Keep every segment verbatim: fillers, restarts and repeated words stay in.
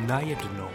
najednou.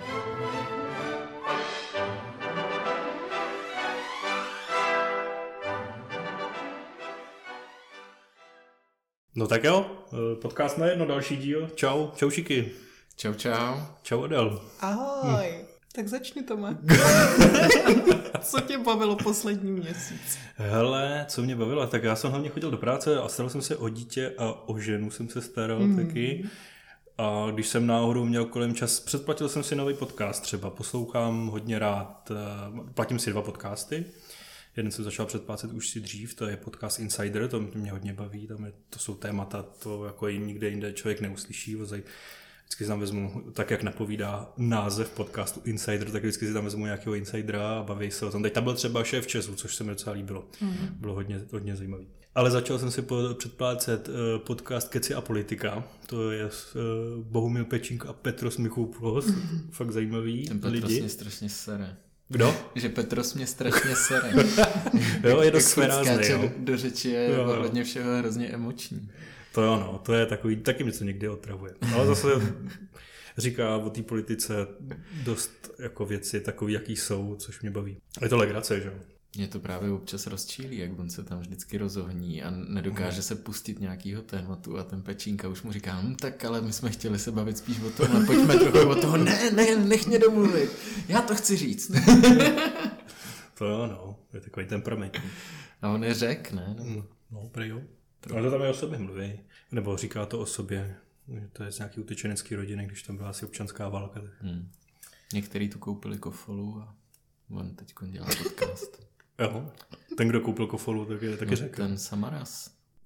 No tak jo, podcast na jedno, další díl. Čau, čau Šiky. Čau, čau. Čau Adel. Ahoj, hm. Tak začni, Tome. Co tě bavilo poslední měsíc? Hele, co mě bavilo? Tak já jsem hlavně chodil do práce a staral jsem se o dítě a o ženu jsem se staral mm. taky. A když jsem náhodou měl kolem čas, předplatil jsem si nový podcast třeba, poslouchám hodně rád, platím si dva podcasty. Jeden jsem začal předplácet už si dřív, to je podcast Insider, to mě hodně baví, tam je, to jsou témata, to jako nikde jinde člověk neuslyší. Vždycky si tam vezmu, tak jak napovídá název podcastu Insider, tak vždycky si tam vezmu nějakého insidera a baví se o tom. Teď tam byl třeba šéf Česu, což se mi docela líbilo. Mm-hmm. Bylo hodně, hodně zajímavý. Ale začal jsem si předplácet podcast Keci a politika. To je Bohumil Pečínk a Petros Michopoulos. Mm-hmm. Fakt zajímavý Ten Petros lidi. mě strašně sere. Kdo? Že Petros mě strašně sere. Jo, je dost svérázný, jo. Do řeči je hodně všeho hrozně emoční. To jo, no, to je takový, taky mě to někdy otravuje. Ale zase říká o té politice dost jako věci takový, jaký jsou, což mě baví. Je to legrace, že jo? Mě to právě občas rozčílí, jak on se tam vždycky rozohní a nedokáže mm. se pustit nějakýho tématu a ten Pečínka už mu říká, hm, tak ale my jsme chtěli se bavit spíš o tom, ale pojďme trochu o toho, ne, ne, nech mě domluvit, já to chci říct. To jo, no, je takový temperamentní. A on je řek, ne? Mm, no, prý jo. Ale to tam je o sobě mluví. Nebo říká to o sobě, že to je z nějaký utečenecký rodiny, když tam byla asi občanská válka. Tak... Hmm. Některý tu koupili Kofolu a on teď dělá podcast. Jo, ten, kdo koupil Kofolu, tak je taky no, řekl. Ten Samaras.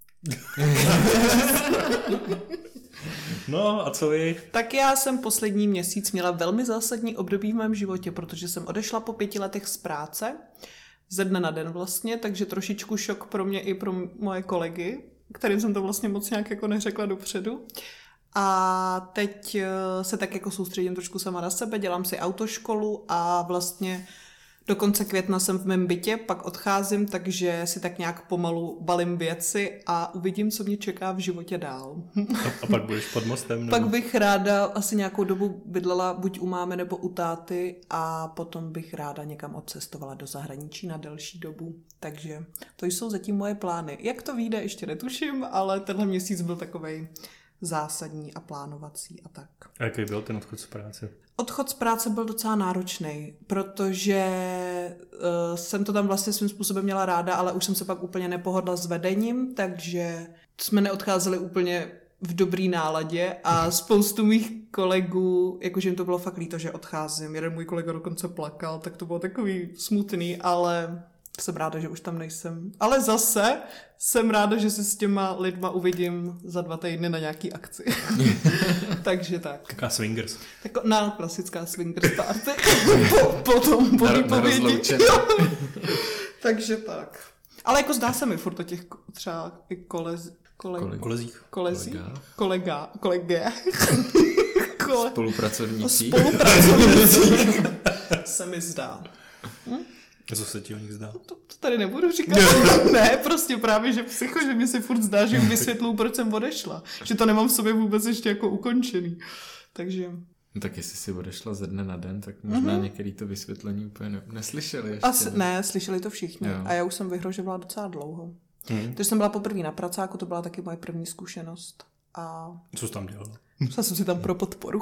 No a co vy? Tak já jsem poslední měsíc měla velmi zásadní období v mém životě, protože jsem odešla po pěti letech z práce. Ze dne na den vlastně, takže trošičku šok pro mě i pro moje kolegy, kterým jsem to vlastně moc nějak jako neřekla dopředu. A teď se tak jako soustředím trošku sama na sebe, dělám si autoškolu a vlastně do konce května jsem v mém bytě, pak odcházím, takže si tak nějak pomalu balím věci a uvidím, co mě čeká v životě dál. A, a pak budeš pod mostem? Nebo? Pak bych ráda asi nějakou dobu bydlela buď u mámy nebo u táty a potom bych ráda někam odcestovala do zahraničí na delší dobu. Takže to jsou zatím moje plány. Jak to vyjde, ještě netuším, ale tenhle měsíc byl takovej zásadní a plánovací a tak. A jaký byl ten odchod z práce? Odchod z práce byl docela náročný, protože uh, jsem to tam vlastně svým způsobem měla ráda, ale už jsem se pak úplně nepohodla s vedením, takže jsme neodcházeli úplně v dobrý náladě a spoustu mých kolegů, jakože jim to bylo fakt líto, že odcházím. Jeden můj kolega dokonce plakal, tak to bylo takový smutný, ale jsem ráda, že už tam nejsem. Ale zase jsem ráda, že se s těma lidma uvidím za dva týdny na nějaký akci. Takže tak. Taká swingers. Tak, na klasická swingers party. po, potom po výpovědi. Takže tak. Ale jako zdá se mi furt o těch třeba i kolez, kole, kolezích. Kolezích. Kolega. Kolega. Kole, Spolupracovníci. Spolupracovníci. Se mi zdá. Hm? Co se ti o nich zdá? To, to tady nebudu říkat. Ne, prostě právě, že psycho, že mi se furt zdá, že jim vysvětlou, proč jsem odešla. Že to nemám v sobě vůbec ještě jako ukončený. Takže... No tak jestli si odešla ze dne na den, tak možná mm-hmm. některý to vysvětlení úplně ne- neslyšeli ještě. Asi, ne, slyšeli to všichni. Jo. A já už jsem vyhrožovala docela dlouho. Mm. Takže jsem byla poprvé na pracáku, to byla taky moje první zkušenost. A... Co jsi tam dělala? Šla jsem si tam pro podporu.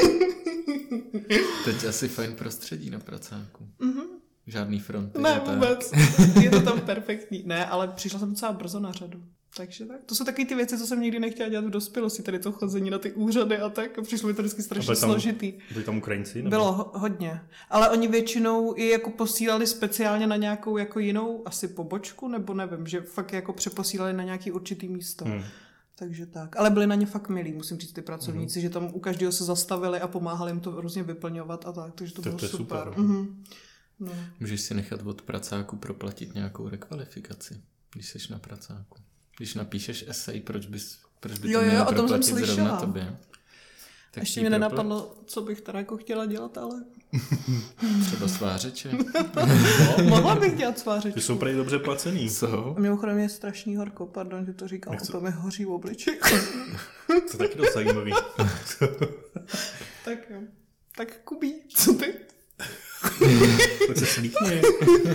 Teď asi fajn prostředí na pracáku. Mhm. Žádný fronty. Ne, vůbec. Je to tam perfektní. Ne, ale přišla jsem docela brzo na řadu. Takže tak. To jsou taky ty věci, co jsem nikdy nechtěla dělat v dospělosti, tady to chození na ty úřady a tak. A přišlo mi to vždycky strašně tam, složitý. Byli tam Ukrajinci? Nebo? Bylo ho- hodně. Ale oni většinou i jako posílali speciálně na nějakou jako jinou asi pobočku, nebo nevím, že fakt jako přeposílali na nějaký určitý místo. Hmm. Takže tak. Ale byli na ně fakt milí, musím říct, ty pracovníci, hmm. že tam u každého se zastavili a pomáhali jim to různě vyplňovat a tak. Takže to, to bylo to super. super. Mhm. No. Můžeš si nechat od pracáku proplatit nějakou rekvalifikaci, když jsi na pracáku. Když napíšeš esej, proč bys, proč by to jo, mělo jo, proplatit zrovna tobě? Tak ještě mě nenapadlo, co bych teda jako chtěla dělat, ale... Třeba svářeče. No, mohla bych dělat svářeče. Ty jsou prej dobře placený. Co? A mimochodem je strašný horko, pardon, že to říkám, Nechci... úplně mi hoří v obliči. To taky dost zajímavý. Tak jo. Tak Kubí, co ty? Tak se slíkni.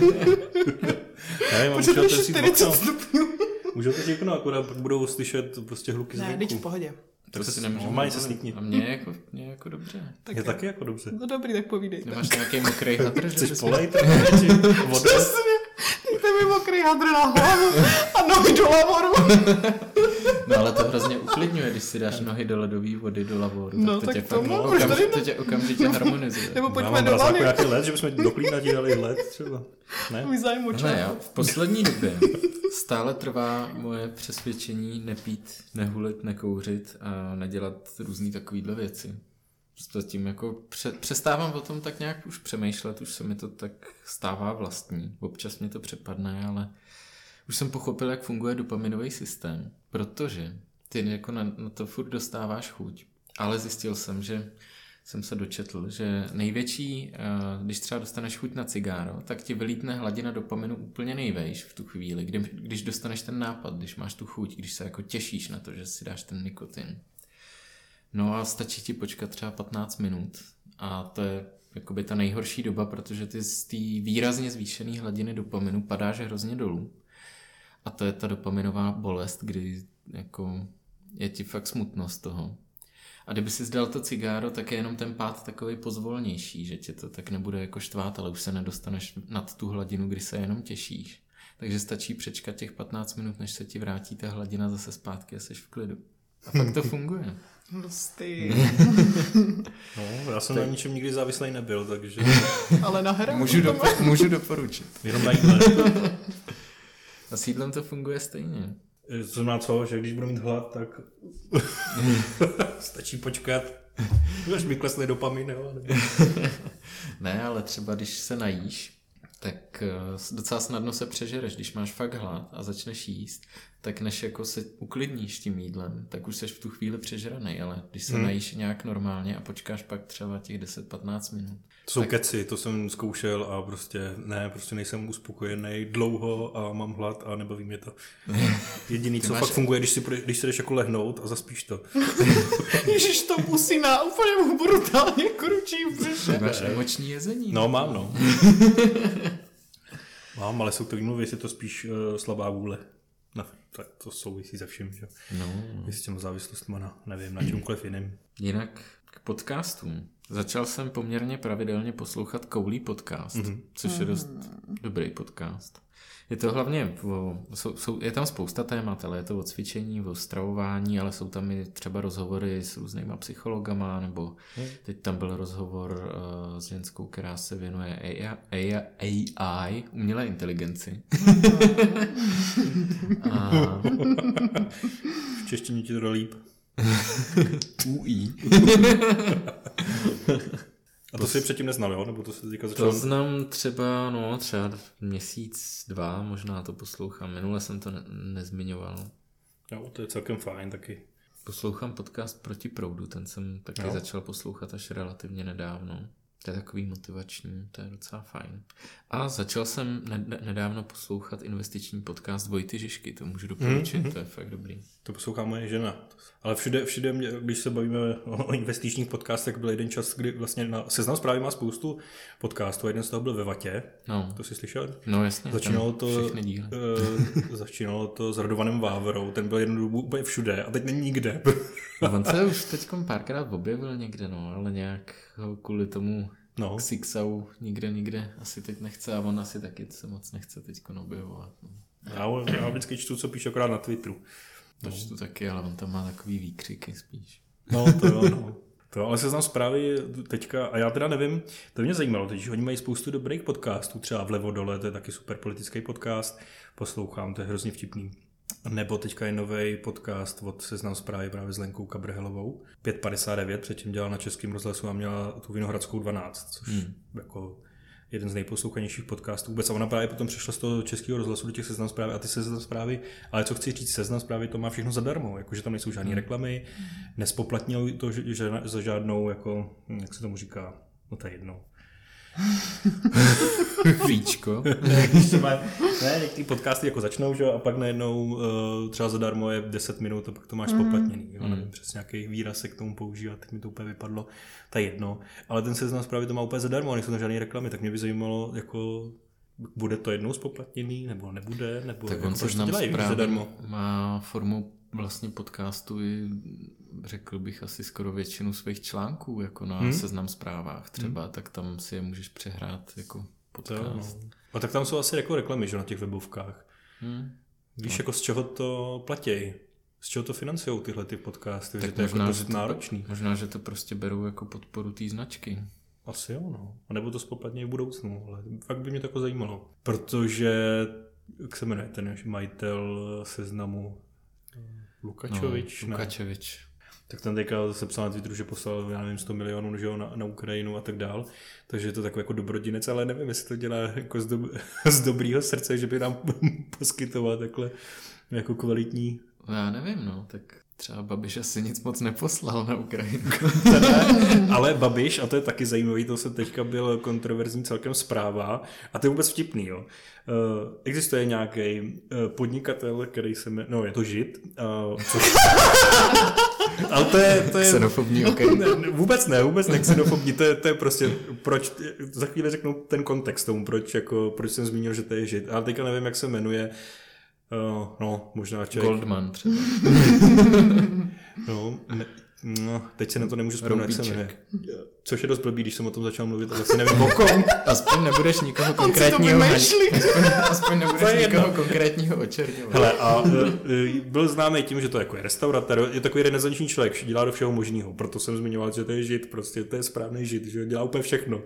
Já Počkej, to je čtyřicet stupňů. Můžu to říknout, akorát budou slyšet prostě hluky ne, zvenku. Ne, teď v pohodě. Tak to si nemůžu. Mají se slíkni. A mě jako, mě jako dobře. Tak je jo. taky jako dobře. No dobrý, tak povídej. Nemáš nějaký mokrý hadr? Chceš polejt? Vodu? Dejte mi mokrý hadr na hlavu a nohy do lavoru. No ale to hrozně uklidňuje, když si dáš nohy do ledové vody do lavoru. No, tak to tak tě, to fakt, mám, okam, už tady to tě okamžitě harmonizuje. Nebo Já pojďme mám do mrazáku vany. nějaký led, že bychom do klínadí dali led třeba. Ne? Můj zájem o Ne, já čáru. v poslední době stále trvá moje přesvědčení nepít, nehulit, nekouřit a nedělat různý takovýhle věci. S tím jako pře- přestávám o tom tak nějak už přemýšlet, už se mi to tak stává vlastní. Občas mě to přepadne, ale už jsem pochopil, jak funguje dopaminový systém, protože ty jako na, na to furt dostáváš chuť. Ale zjistil jsem, že jsem se dočetl, že největší, když třeba dostaneš chuť na cigáro, tak ti vylítne hladina dopaminu úplně nejvejš v tu chvíli, kdy, když dostaneš ten nápad, když máš tu chuť, když se jako těšíš na to, že si dáš ten nikotin. No a stačí ti počkat třeba patnáct minut a to je jakoby ta nejhorší doba, protože ty z té výrazně zvýšené hladiny dopaminu padáš hrozně dolů. A to je ta dopaminová bolest, kdy jako je ti fakt smutno z toho. A kdyby si zdal to cigáro, tak je jenom ten pád takový pozvolnější, že tě to tak nebude jako štvát, ale už se nedostaneš nad tu hladinu, kdy se jenom těšíš. Takže stačí přečkat těch patnáct minut, než se ti vrátí ta hladina zase zpátky a seš v klidu. A fakt to funguje. Hustý. No, já jsem tak na ničem nikdy závislý nebyl, takže... Ale na hrách. Můžu, dopo- můžu doporučit. Jenom na jídle. A s jídlem to funguje stejně. To znamená co, že když budu mít hlad, tak stačí počkat, až mi klesne dopamin, jo? Nebo... Ne, ale třeba když se najíš, tak docela snadno se přežereš, když máš fakt hlad a začneš jíst, tak než jako se uklidníš tím jídlem, tak už seš v tu chvíli přežranej, ale když se hmm. najíš nějak normálně a počkáš pak třeba těch deset patnáct minut. To jsou tak... keci, to jsem zkoušel a prostě ne, prostě nejsem uspokojený dlouho a mám hlad a nebaví mě to. Jediný, co máš... fakt funguje, když si, když si jdeš jako lehnout a zaspíš to. Ježiš, to musí na úplně mu brutálně kručí v břiše. Ty máš emoční jezení. No, mám, no. Mám, ale jsou to výmluvy, jestli to spíš uh, slabá vůle. No, tak to souvisí se vším, že? No. S těm závislostma na, nevím, na čemkoliv jiným. Jinak k podcastům. Začal jsem poměrně pravidelně poslouchat Koulí podcast, mm-hmm. což je dost dobrý podcast. Je to hlavně, o, jsou, jsou, je tam spousta témat, ale je to o cvičení, o stravování, ale jsou tam i třeba rozhovory s různýma psychologama, nebo teď tam byl rozhovor uh, s ženskou, která se věnuje A I, umělé inteligenci. A... V češtině ti to jde líp. U I. A to jsi předtím neznal, jo? Nebo to se teďka začal... To znám třeba, no, třeba měsíc, dva, možná to poslouchám. Minule jsem to ne- nezmiňoval. Jo, to je celkem fajn taky. Poslouchám podcast Proti proudu, ten jsem taky jo. začal poslouchat až relativně nedávno. To je takový motivační, to je docela fajn. A začal jsem ne- nedávno poslouchat investiční podcast Vojty Žižky, to můžu doporučit, mm-hmm. to je fakt dobrý. To poslouchá moje žena. Ale všude, všude mě, když se bavíme o investičních podcastech, byl jeden čas, kdy vlastně na Seznam Zprávy má spoustu podcastů, jeden z toho byl ve Vatě, no. To jsi slyšel? No jasně, začínalo to, všechny díly. Uh, začínalo to s Radovanem Váverou, ten byl jednu dobu úplně všude a teď není nikde. No, on se už teď párkrát objevil někde, no, ale nějak kvůli tomu no. Xixau nikde, nikde asi teď nechce a on asi taky se moc nechce teď objevovat. No. Já, já vždycky čtu, co píše akorát na Twitteru. To čtu taky, ale on tam má takový výkřiky spíš. No, to jo, no. To, ale Seznam Zprávy teďka, a já teda nevím, to mě zajímalo, teď oni mají spoustu dobrých podcastů, třeba Vlevo dole, to je taky super politický podcast, poslouchám, to je hrozně vtipný. Nebo teďka je nový podcast od Seznam Zprávy právě s Lenkou Kabrhelovou, pět padesát devět, předtím dělala na Českém rozhlasu a měla tu Vinohradskou dvanáct, což hmm. jako jeden z nejposlouchanějších podcastů vůbec. A ona právě potom přišla z toho Českého rozhlasu do těch Seznam Zprávy a ty Seznam Zprávy, ale co chci říct, Seznam Zprávy to má všechno zadarmo, jakože tam nejsou žádné reklamy, nespoplatňují to že, že za žádnou, jako, jak se tomu říká, no to je jedno. Fíčko. Ne, některý podcasty jako začnou, že? A pak najednou uh, třeba zadarmo je deset minut a pak to máš spoplatněný. Jo? Nevím přesně nějaký výraz se k tomu používá, teď mi to úplně vypadlo, to je jedno. Ale ten Seznam Zprávy to má úplně zadarmo, nejsou tam žádné reklamy, tak mě by zajímalo, jako bude to jednou spoplatněný, nebo nebude, nebo tak jako, on proč to Seznam dělají zadarmo? Má formu vlastně podcastu i řekl bych asi skoro většinu svých článků jako na hmm. Seznam Zprávách třeba, hmm. tak tam si je můžeš přehrát jako podcast. To, no. A tak tam jsou asi jako reklamy, že na těch webovkách. Hmm. Víš, no. jako z čeho to platí? Z čeho to financujou tyhle ty podcasty? Tak že to možná, je jako dost náročný. Možná, že to prostě berou jako podporu té značky. Asi jo, no. A nebo to spoplatnějí v budoucnu, ale fakt by mě to jako zajímalo. Protože, jak se jmenuje ten majitel Seznamu? Lukačovič? No, Lukačovič. Tak ten teďka zase psal na Twitteru, že poslal, já nevím, sto milionů že jo, na, na Ukrajinu a tak dál. Takže je to takový jako dobrodinec, ale nevím, jestli to dělá jako z, do, z dobrýho srdce, že by nám poskytoval takhle jako kvalitní. Já nevím, no, tak třeba Babiš asi nic moc neposlal na Ukrajinu. ne, ale Babiš, a to je taky zajímavý, to se teďka byl kontroverzní celkem zpráva, a to je vůbec vtipný, jo. Uh, existuje nějaký uh, podnikatel, který se jmenuje, no je to Žid, uh, což... ale to je... To je xenofobní, okay. ne, vůbec ne, vůbec ne xenofobní, to je, to je prostě, proč, za chvíli řeknu ten kontext tomu, proč, jako, proč jsem zmínil, že to je Žid, ale teďka nevím, jak se jmenuje. Uh, no, možná člověk... Goldman třeba. no, ne, no, teď se na to nemůžu vzpomenout, jak se jmenuje. Což je dost blbý, když jsem o tom začal mluvit, ale asi nevím o kom. Aspoň nebudeš nikoho konkrétního... Aspoň nebudeš nikoho konkrétního očerňovat. Hele, a uh, byl známý tím, že to jako je restauratér, je takový renesanční člověk, dělá do všeho možného, proto jsem zmiňoval, že to je Žid, prostě to je správný Žid, že dělá úplně všechno.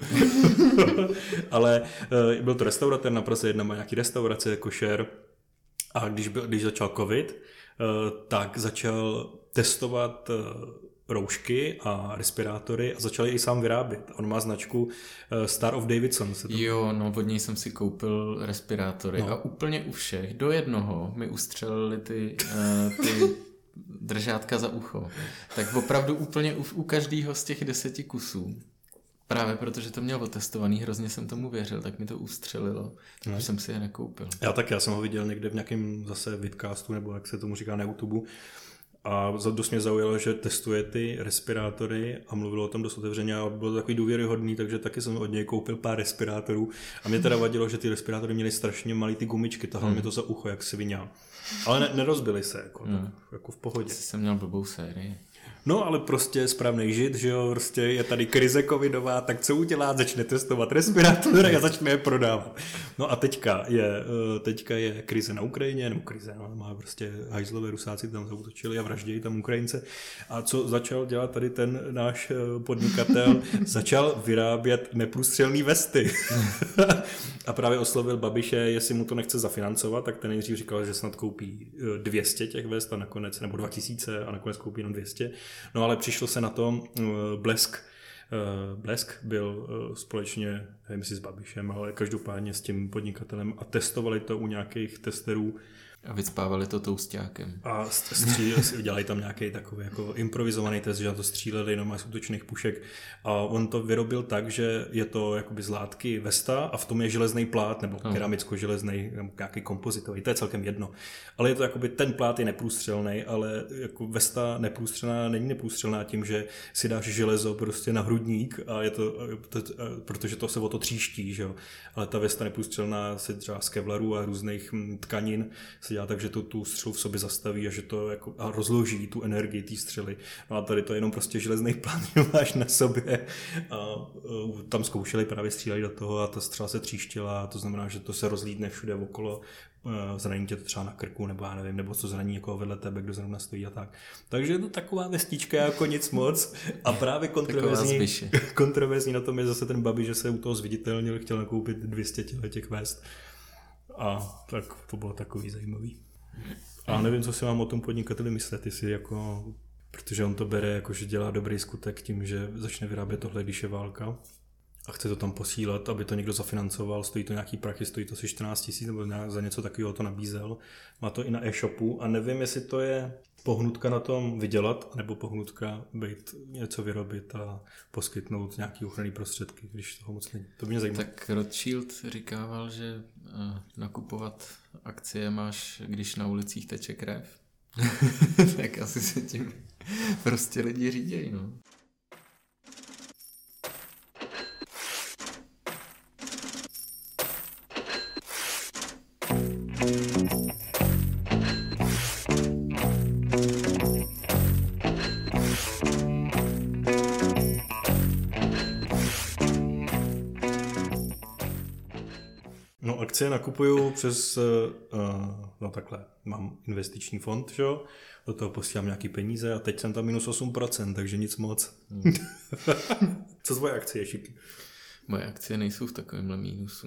ale uh, byl to restauratér, na Praze jedna má nějaký restaurace, košer. A když, byl, když začal covid, tak začal testovat roušky a respirátory a začal je i sám vyrábět. On má značku Star of Davidson. Se to... Jo, no od něj jsem si koupil respirátory no. A úplně u všech, do jednoho mi ustřelili ty, uh, ty držátka za ucho. Tak opravdu úplně u, u každého z těch deseti kusů. Právě protože to měl otestovaný, hrozně jsem tomu věřil, tak mi to ustřelilo, takže no. jsem si je nekoupil. Já tak, já jsem ho viděl někde v nějakém zase vidcastu, nebo jak se tomu říká na YouTube. A dost mě zaujalo, že testuje ty respirátory a mluvil o tom dost otevřeně a bylo to takový důvěryhodný, takže taky jsem od něj koupil pár respirátorů. A mě teda vadilo, že ty respirátory měly strašně malý ty gumičky, tahal hmm. mi to za ucho, jak svině. Ale ne, nerozbily se, jako, hmm. tak, jako v pohodě. Jsi jsem měl blbou sérii. No, ale prostě správnej Žid, že jo, prostě je tady krize covidová, tak co udělá? Začne testovat respirátory a začne je prodávat. No a teďka je, teďka je krize na Ukrajině, nebo krize, no, má prostě hajzlové Rusáci tam zaútočili a vraždějí tam Ukrajince. A co začal dělat tady ten náš podnikatel? Začal vyrábět neprůstřelný vesty. A právě oslovil Babiše, jestli mu to nechce zafinancovat, tak ten nejdřív říkal, že snad koupí dvě stě těch vest a nakonec, nebo dva tisíce a nakonec koupí jenom dvě stě. No ale přišlo se na to, Blesk, Blesk byl společně, nevím jestli s Babišem, ale každopádně s tím podnikatelem a testovali to u nějakých testerů. A vycpávali to toustákem. A stříleli, dělali tam nějaký takový jako improvizovaný test, že na to stříleli jenom z útočných pušek. A on to vyrobil tak, že je to jakoby z látky vesta a v tom je železný plát nebo no. keramicko-železný, nějaký kompozitový, to je celkem jedno. Ale je to jakoby ten plát je neprůstřelný, ale jako vesta neprůstřelná není neprůstřelná tím, že si dáš železo prostě na hrudník a je to, to protože to se o to tříští, že jo. Ale ta vesta neprůstřelná se třeba z kevlaru a různých tkanin se dělá tak, že to tu střelu v sobě zastaví a že to jako a rozloží tu energii té střely. No a tady to je jenom prostě železný plán, máš na sobě a uh, tam zkoušeli, právě stříleli do toho a ta střela se tříštila, to znamená, že to se rozlídne všude okolo, uh, zraní tě to třeba na krku, nebo já nevím, nebo co zraní někoho vedle tebe, kdo zrovna stojí a tak. Takže je to taková vestička jako nic moc a právě kontroverzní, kontroverzní na tom je zase ten Babiš, že se u toho zviditelnil, chtěl nakoupit dvě stě těch vest. A tak to bylo takový zajímavý. A nevím, co si mám o tom podnikateli myslet, jestli jako, protože on to bere jako, že dělá dobrý skutek tím, že začne vyrábět tohle, když je válka. a chce to tam posílat, aby to někdo zafinancoval, stojí to nějaký prachy, stojí to asi čtrnáct tisíc nebo za něco takového to nabízel. Má to i na e-shopu a nevím, jestli to je pohnutka na tom vydělat, nebo pohnutka být něco vyrobit a poskytnout nějaký ochranný prostředky, když toho moc není. To by mě zajímalo. Tak Rothschild říkával, že uh, nakupovat akcie máš, když na ulicích teče krev. Tak asi se tím prostě lidi řídějí, no. Akcie nakupuju přes, uh, no takhle, mám investiční fond, že jo, do toho posílám nějaký peníze a teď jsem tam minus osm procent, takže nic moc. Hmm. Co tvoje akcie, Šiky? Moje akcie nejsou v takovémhle mínusu.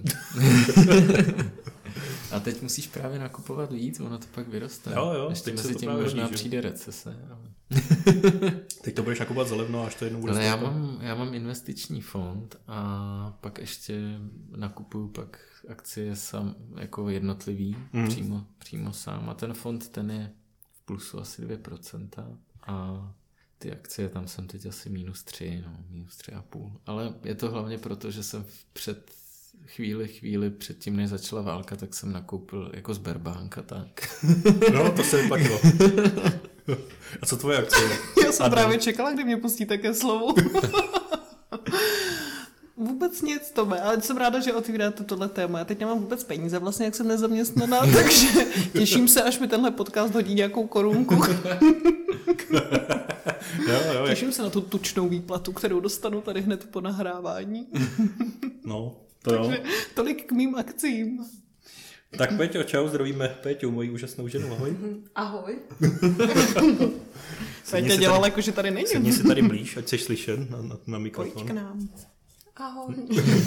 A teď musíš právě nakupovat víc, ono to pak vyroste. Jo, jo, ještě mezi tím možná hodí, přijde recese. Ale... Teď to budeš nakupovat za levno, až to jednou bude. Ale já mám, já mám investiční fond a pak ještě nakupuju pak akcie sám, jako jednotlivý, mm. přímo, přímo sám. A ten fond, ten je v plusu asi dvě procenta a ty akcie, tam jsem teď asi minus tři, no, minus tři a půl. Ale je to hlavně proto, že jsem před chvíli, chvíli předtím, než začala válka, tak jsem nakoupil jako Sberbank a tak. No, to se vyplatilo. A co tvoje akcie? Já jsem Adam. právě čekala, kdy mě pustíte také slovo. Vůbec nic, Tome, ale jsem ráda, že otvíráte tohle téma. Já teď nemám vůbec peníze, vlastně jak jsem nezaměstnaná, takže těším se, až mi tenhle podcast hodí nějakou korunku. Jo, jo, těším jak... se na tu tučnou výplatu, kterou dostanu tady hned po nahrávání. No, to jo. Takže tolik k mým akcím. Tak Peťo, čau, zdravíme Peťu, moji úžasnou ženu, ahoj. Ahoj. Peťa dělala tady, jako, že tady není. Sedni si tady blíž, ať jsi slyšen na, na, na mikrofon. Pojď k nám. Ahoj.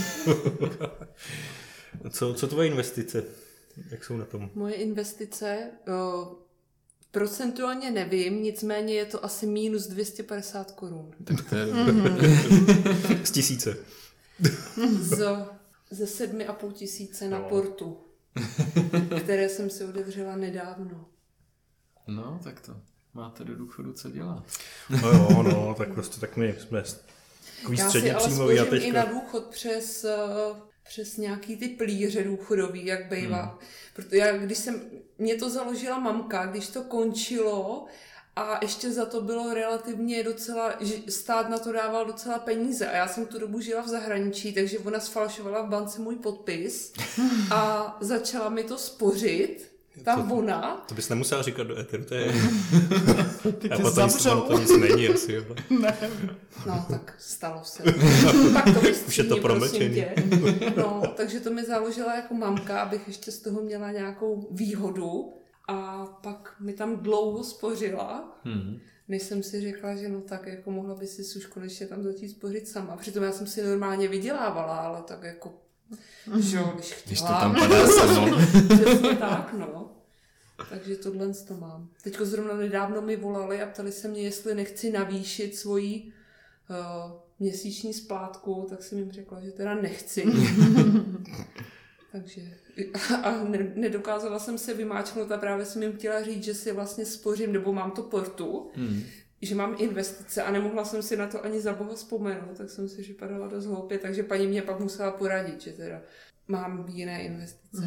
co, co tvoje investice? Jak jsou na tom? Moje investice, o, procentuálně nevím, nicméně je to asi minus dvě stě padesát korun. Tak to je mm-hmm. Z tisíce. Z, ze sedmi a půl tisíce na no. portu, které jsem si otevřela nedávno. No, tak to máte do důchodu co dělat. No jo, no, tak prostě tak my jsme já si ale spořím i na důchod přes, přes nějaký ty plíře důchodový, jak bývá. Hmm. Protože já, když jsem, mě to založila mamka, když to končilo a ještě za to bylo relativně docela, stát na to dával docela peníze a já jsem tu dobu žila v zahraničí, takže ona sfalšovala v bance můj podpis a začala mi to spořit. Tam to, ona. To bys nemusela říkat do éteru, to je... A potom to nic není asi, jo. Ne. No, tak stalo se. Tak to už je to promlčený. No, takže to mi založila jako mamka, abych ještě z toho měla nějakou výhodu a pak mi tam dlouho spořila, hmm. než jsem si řekla, že no tak jako mohla by si už konečně tam začít spořit sama. Přitom já jsem si normálně vydělávala, ale tak jako že jo, když chtěla. Když to tam padá samo. Přesně tak, no. Takže tohle to mám. Teďko zrovna nedávno mi volali a ptali se mě, jestli nechci navýšit svoji uh, měsíční splátku, tak jsem jim řekla, že teda nechci. Takže a ne, nedokázala jsem se vymáčknout a právě jsem jim chtěla říct, že si vlastně spořím, nebo mám to portu, hmm. že mám investice a nemohla jsem si na to ani za boha vzpomenout, tak jsem si připadala dost hloupě, takže paní mě pak musela poradit, že teda mám jiné investice.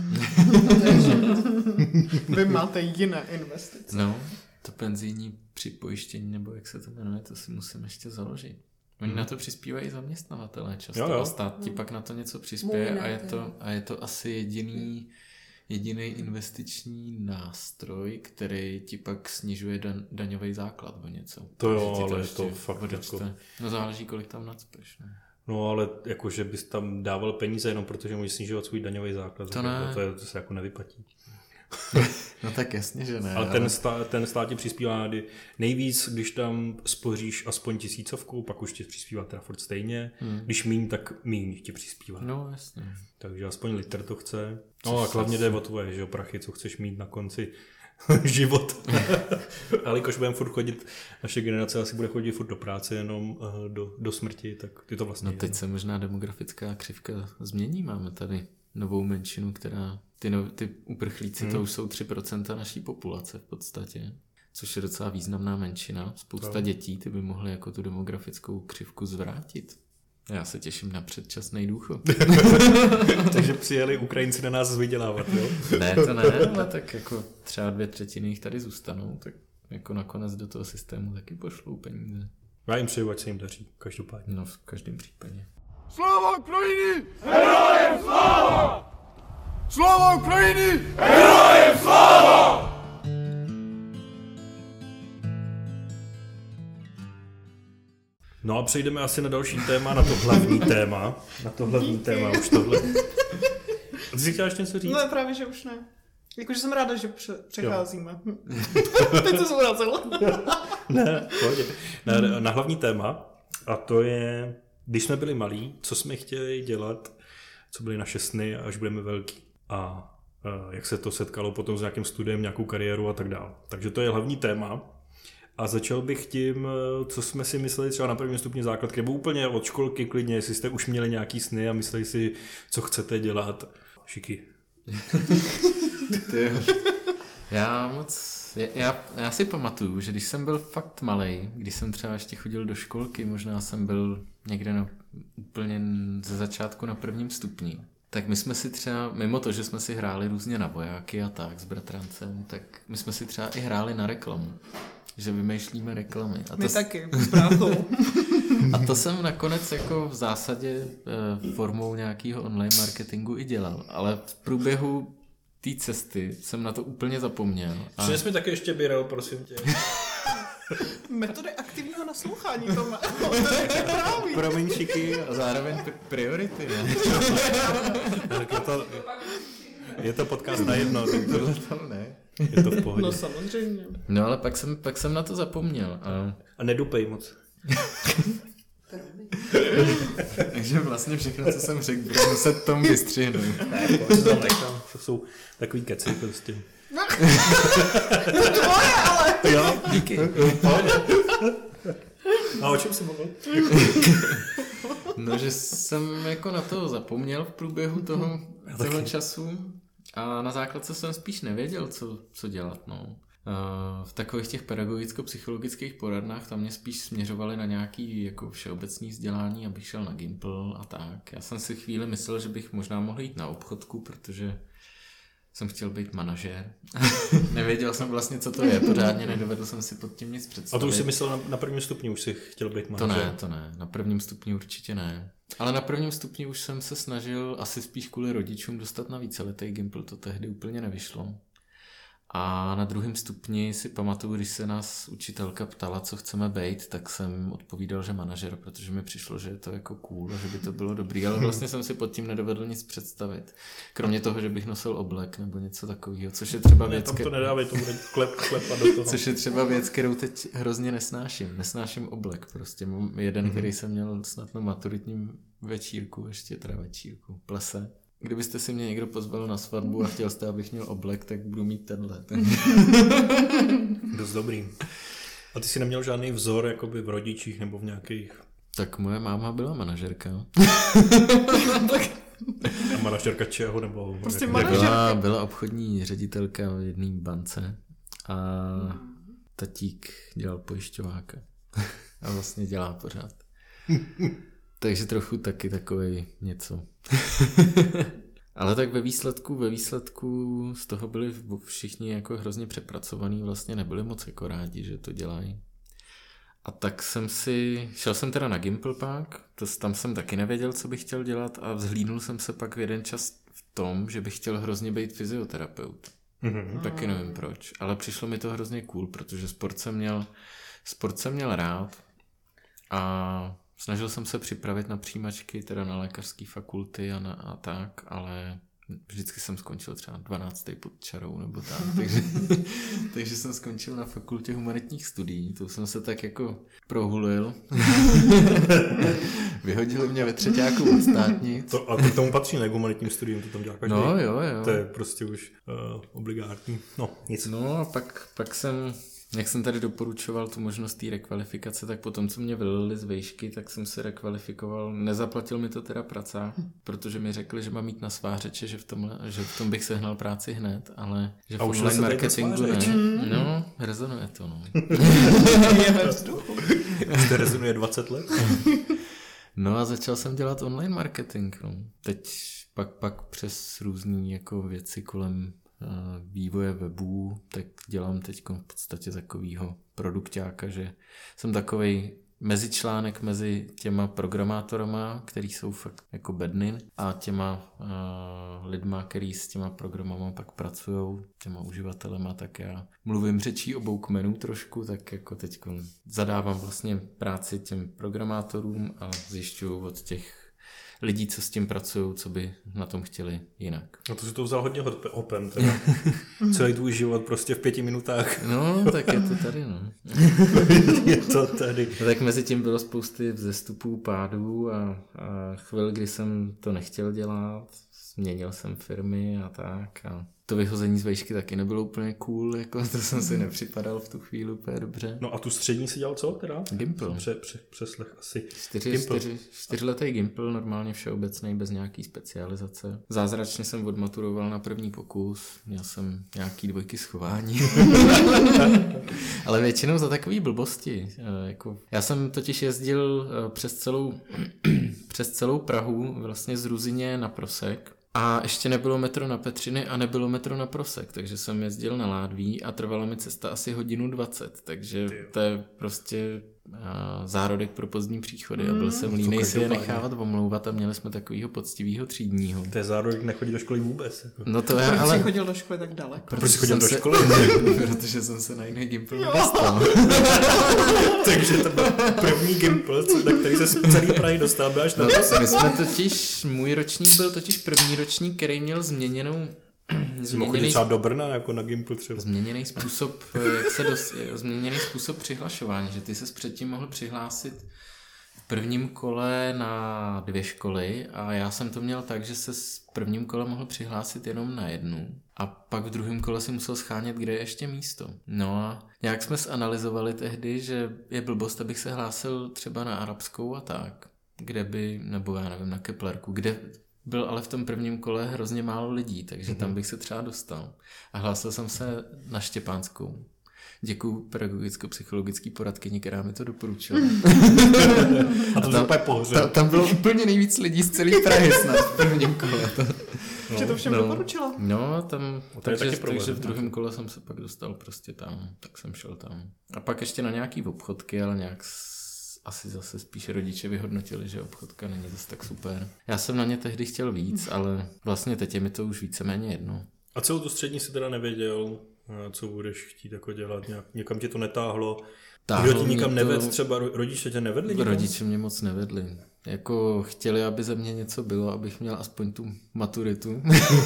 Vy máte jiné investice. No, to penzijní připojištění, nebo jak se to jmenuje, to si musím ještě založit. Oni hmm. na to přispívají zaměstnavatelé často jo, jo. a stát ti pak na to něco přispěje a je to, a je to asi jediný jediný investiční nástroj, který ti pak snižuje dan, daňový základ o něco. To jo, to ale to fakt odečte. Jako... No záleží, kolik tam nacpeš. Ne? No ale jakože bys tam dával peníze jenom protože můžeš snižovat svůj daňový základ. To, ne. to, je, to se jako nevyplatí. No tak jasně, že ne. Ale ten, stát, ten stát ti přispívá nejvíc, když tam spoříš aspoň tisícovku, pak už ti přispívá teda furt stejně. Hmm. Když míň, tak míň ti přispívá. No jasně. Takže aspoň litr to chce. No a hlavně jde o tvoje, že jo, prachy, co chceš mít na konci život. Ale jakož budeme furt chodit, naše generace asi bude chodit furt do práce, jenom do, do smrti, tak ty to vlastně... No teď se možná demografická křivka změní, máme tady novou menšinu, která, ty, no, ty uprchlíci, hmm. to už jsou tři procenta naší populace v podstatě, což je docela významná menšina. Spousta no. dětí, ty by mohly jako tu demografickou křivku zvrátit. Já se těším na předčasný důchod. Takže přijeli Ukrajinci na nás vydělávat, jo? Ne, to ne, ale tak jako třeba dvě třetiny jich tady zůstanou, tak jako nakonec do toho systému taky pošlou peníze. Já jim přeju, ať se jim daří, každopádně. No v každém případě. Sláva Ukrajiny! Herojem sláva! Sláva Ukrajiny! Herojem sláva! No a přejdeme asi na další téma, na to hlavní téma. Na to hlavní Díky. téma, už tohle. Ty jsi chtěla ještě něco říct? No právě, že už ne. Jakože jsem ráda, že přecházíme. Teď se zvracela. Ne, pohodě. Na, na hlavní téma, a to je, když jsme byli malí, co jsme chtěli dělat, co byly naše sny, až budeme velký. A, a jak se to setkalo potom s nějakým studiem, nějakou kariéru a tak dále. Takže to je hlavní téma. A začal bych tím, co jsme si mysleli třeba na prvním stupni základky, nebo úplně od školky klidně, jestli jste už měli nějaký sny a mysleli si, co chcete dělat. Šiky. já moc, já, já si pamatuju, že když jsem byl fakt malej, když jsem třeba ještě chodil do školky, možná jsem byl někde na, úplně ze začátku na prvním stupni, tak my jsme si třeba, mimo to, že jsme si hráli různě na vojáky a tak s bratrancem, tak my jsme si třeba i hráli na reklamu. Že vymýšlíme reklamy. A My to taky, s bráchou. A to jsem nakonec jako v zásadě e, formou nějakého online marketingu i dělal. Ale v průběhu té cesty jsem na to úplně zapomněl. A... Přines mi taky ještě birel, prosím tě. Metody aktivního naslouchání, Tome. Promiň, Šiky, a zároveň priority, ne? Tak je to, je to podcast na jedno. Tohle tam ne. Je to v pohodě. No samozřejmě. No ale pak jsem, pak jsem na to zapomněl. A, a nedupej moc. Takže vlastně všechno, co jsem řekl, budu muset tomu vystřihnout. Ne, to jsou takový keci prostě. To tvoje, ale. Jo, díky. A o čem jsi mluvil? No, že jsem jako na to zapomněl v průběhu toho, toho času. A na základce jsem spíš nevěděl, co, co dělat, no. V takových těch pedagogicko-psychologických poradnách tam mě spíš směřovali na nějaký jako všeobecný vzdělání, abych šel na Gimpl a tak. Já jsem si chvíli myslel, že bych možná mohl jít na obchodku, protože jsem chtěl být manažér. Nevěděl jsem vlastně, co to je, pořádně nedovedl jsem si pod tím nic představit. A to už jsi myslel na, na prvním stupni, už jsi chtěl být manažér? To ne, to ne, na prvním stupni určitě ne. Ale na prvním stupni už jsem se snažil asi spíš kvůli rodičům dostat na víceletý Gimpl, to tehdy úplně nevyšlo. A na druhém stupni si pamatuju, když se nás učitelka ptala, co chceme být, tak jsem odpovídal, že manažer, protože mi přišlo, že je to jako cool a že by to bylo dobrý, ale vlastně jsem si pod tím nedovedl nic představit. Kromě toho, že bych nosil oblek nebo něco takového, což je třeba věc, ne, tam to nedávej, to bude klep, klepat do toho. Což je třeba věc, kterou teď hrozně nesnáším. Nesnáším oblek prostě. Mám jeden, mm-hmm. který jsem měl snad na maturitním večírku, ještě teda večírku, plese. Kdybyste si mě někdo pozval na svatbu a chtěl jste, abych měl oblek, tak budu mít tenhle. Ten. Dost dobrý. A ty jsi neměl žádný vzor jakoby v rodičích nebo v nějakých... Tak moje máma byla manažerka. A manažerka čeho? Nebo... Prostě manažerka. Byla, byla obchodní ředitelka v jedné bance a tatík dělal pojišťováka. A vlastně dělá pořád. Takže trochu taky takovej něco. Ale tak ve výsledku, ve výsledku z toho byli všichni jako hrozně přepracovaní, vlastně nebyli moc jako rádi, že to dělají. A tak jsem si, šel jsem teda na Gimpl pak, to, tam jsem taky nevěděl, co bych chtěl dělat a vzhlídnul jsem se pak v jeden čas v tom, že bych chtěl hrozně být fyzioterapeut. Mm-hmm. Taky nevím proč, ale přišlo mi to hrozně cool, protože sport jsem měl, sport jsem měl rád a snažil jsem se připravit na přijímačky, teda na lékařské fakulty a, na, a tak, ale vždycky jsem skončil třeba dvanáctý pod čarou nebo tak, takže, takže jsem skončil na fakultě humanitních studií, to jsem se tak jako prohulil. Vyhodili mě ve třeťáku od státnic. To, a to k tomu patří, ne, k humanitním studiím, to tam dělá každý. No jo, jo. To je prostě už uh, obligátní. No, nic. No a pak, pak jsem, jak jsem tady doporučoval tu možnost té rekvalifikace, tak potom, co mě vylili z vejšky, tak jsem se rekvalifikoval. Nezaplatil mi to teda pracák, protože mi řekli, že mám mít na svářeče, že v tom, že v tom bych sehnal práci hned, ale že v online marketingu ne. No, rezonuje to, no. Je ve vzduchu. To rezonuje dvacet let. No a začal jsem dělat online marketing. No. Teď pak, pak přes různý jako věci kolem uh, vývoje webů, tak dělám teď v podstatě takovýho produkťáka, že jsem takovej mezičlánek mezi těma programátorama, který jsou fakt jako bedny, a těma uh, lidma, který s těma programama pak pracujou, těma uživatelema, tak já mluvím řečí obou kmenů trošku, tak jako teď zadávám vlastně práci těm programátorům a zjišťuju od těch lidí, co s tím pracují, co by na tom chtěli jinak. No to si to vzal hodně hopem, teda. Celý tvůj život prostě v pěti minutách. No, tak je to tady, no. Je to tady. No, tak mezi tím bylo spousty vzestupů, pádů a, a chvíli, kdy jsem to nechtěl dělat, změnil jsem firmy a tak a to vyhození z vejšky taky nebylo úplně cool, jako to jsem si nepřipadal v tu chvíli úplně dobře. No a tu střední si dělal co teda? Gimpl. Pře, pře, přeslech asi. Čtyři, čtyři, čtyřletý Gimpl, normálně všeobecný, bez nějaký specializace. Zázračně jsem odmaturoval na první pokus, měl jsem nějaký dvojky schování. Ale většinou za takový blbosti. Jako, já jsem totiž jezdil přes celou, přes celou Prahu, vlastně z Ruzyně na Prosek. A ještě nebylo metro na Petřiny a nebylo metro na Prosek, takže jsem jezdil na Ládví a trvala mi cesta asi hodinu dvacet, takže to je prostě a, zárodek pro pozdní příchody a byl jsem línej si je nechávat omlouvat a měli jsme takovýho poctivýho třídního. To je zárodek nechodí do školy vůbec. Jako. No to já, Proč ale... jsi chodil do školy tak daleko? Proč jsi chodil do se... školy? Protože jsem se na jiný Gimpl nedostal. Takže to byl první Gimpl, na který se z celý Prahy dostal, byl až na no, my jsme totiž, můj ročník byl totiž první ročník, který měl změněnou Změněný, třeba do Brna, jako na Gimplu třeba. Změněný způsob, jak se dost, změněný způsob přihlašování, že ty ses předtím mohl přihlásit v prvním kole na dvě školy a já jsem to měl tak, že se v prvním kole mohl přihlásit jenom na jednu a pak v druhém kole si musel schánět, kde je ještě místo. No a nějak jsme zanalyzovali tehdy, že je blbost, abych se hlásil třeba na arabskou a tak, kde by, nebo já nevím, na Keplerku, kde byl ale v tom prvním kole hrozně málo lidí, takže mm-hmm. tam bych se třeba dostal. A hlásil jsem se na Štěpánskou. Děkuju pedagogicko-psychologický poradkyni, která mi to doporučila. A to a tam, ta, tam bylo úplně nejvíc lidí z celé Prahy snad v prvním kole. To, no, že to všem no, doporučila? No, tam, to takže, takže v druhém kole jsem se pak dostal prostě tam, tak jsem šel tam. A pak ještě na nějaký obchodky, ale nějak asi zase spíš rodiče vyhodnotili, že obchodka není zase tak super. Já jsem na ně tehdy chtěl víc, ale vlastně teď je mi to už víceméně jedno. A celou tu střední si teda nevěděl, co budeš chtít jako dělat, nějak, někam tě to netáhlo? Kdo ti nikam neved, třeba rodiče tě nevedli nikam? Rodiče mě moc nevedli. Jako chtěli, aby ze mě něco bylo, abych měl aspoň tu maturitu.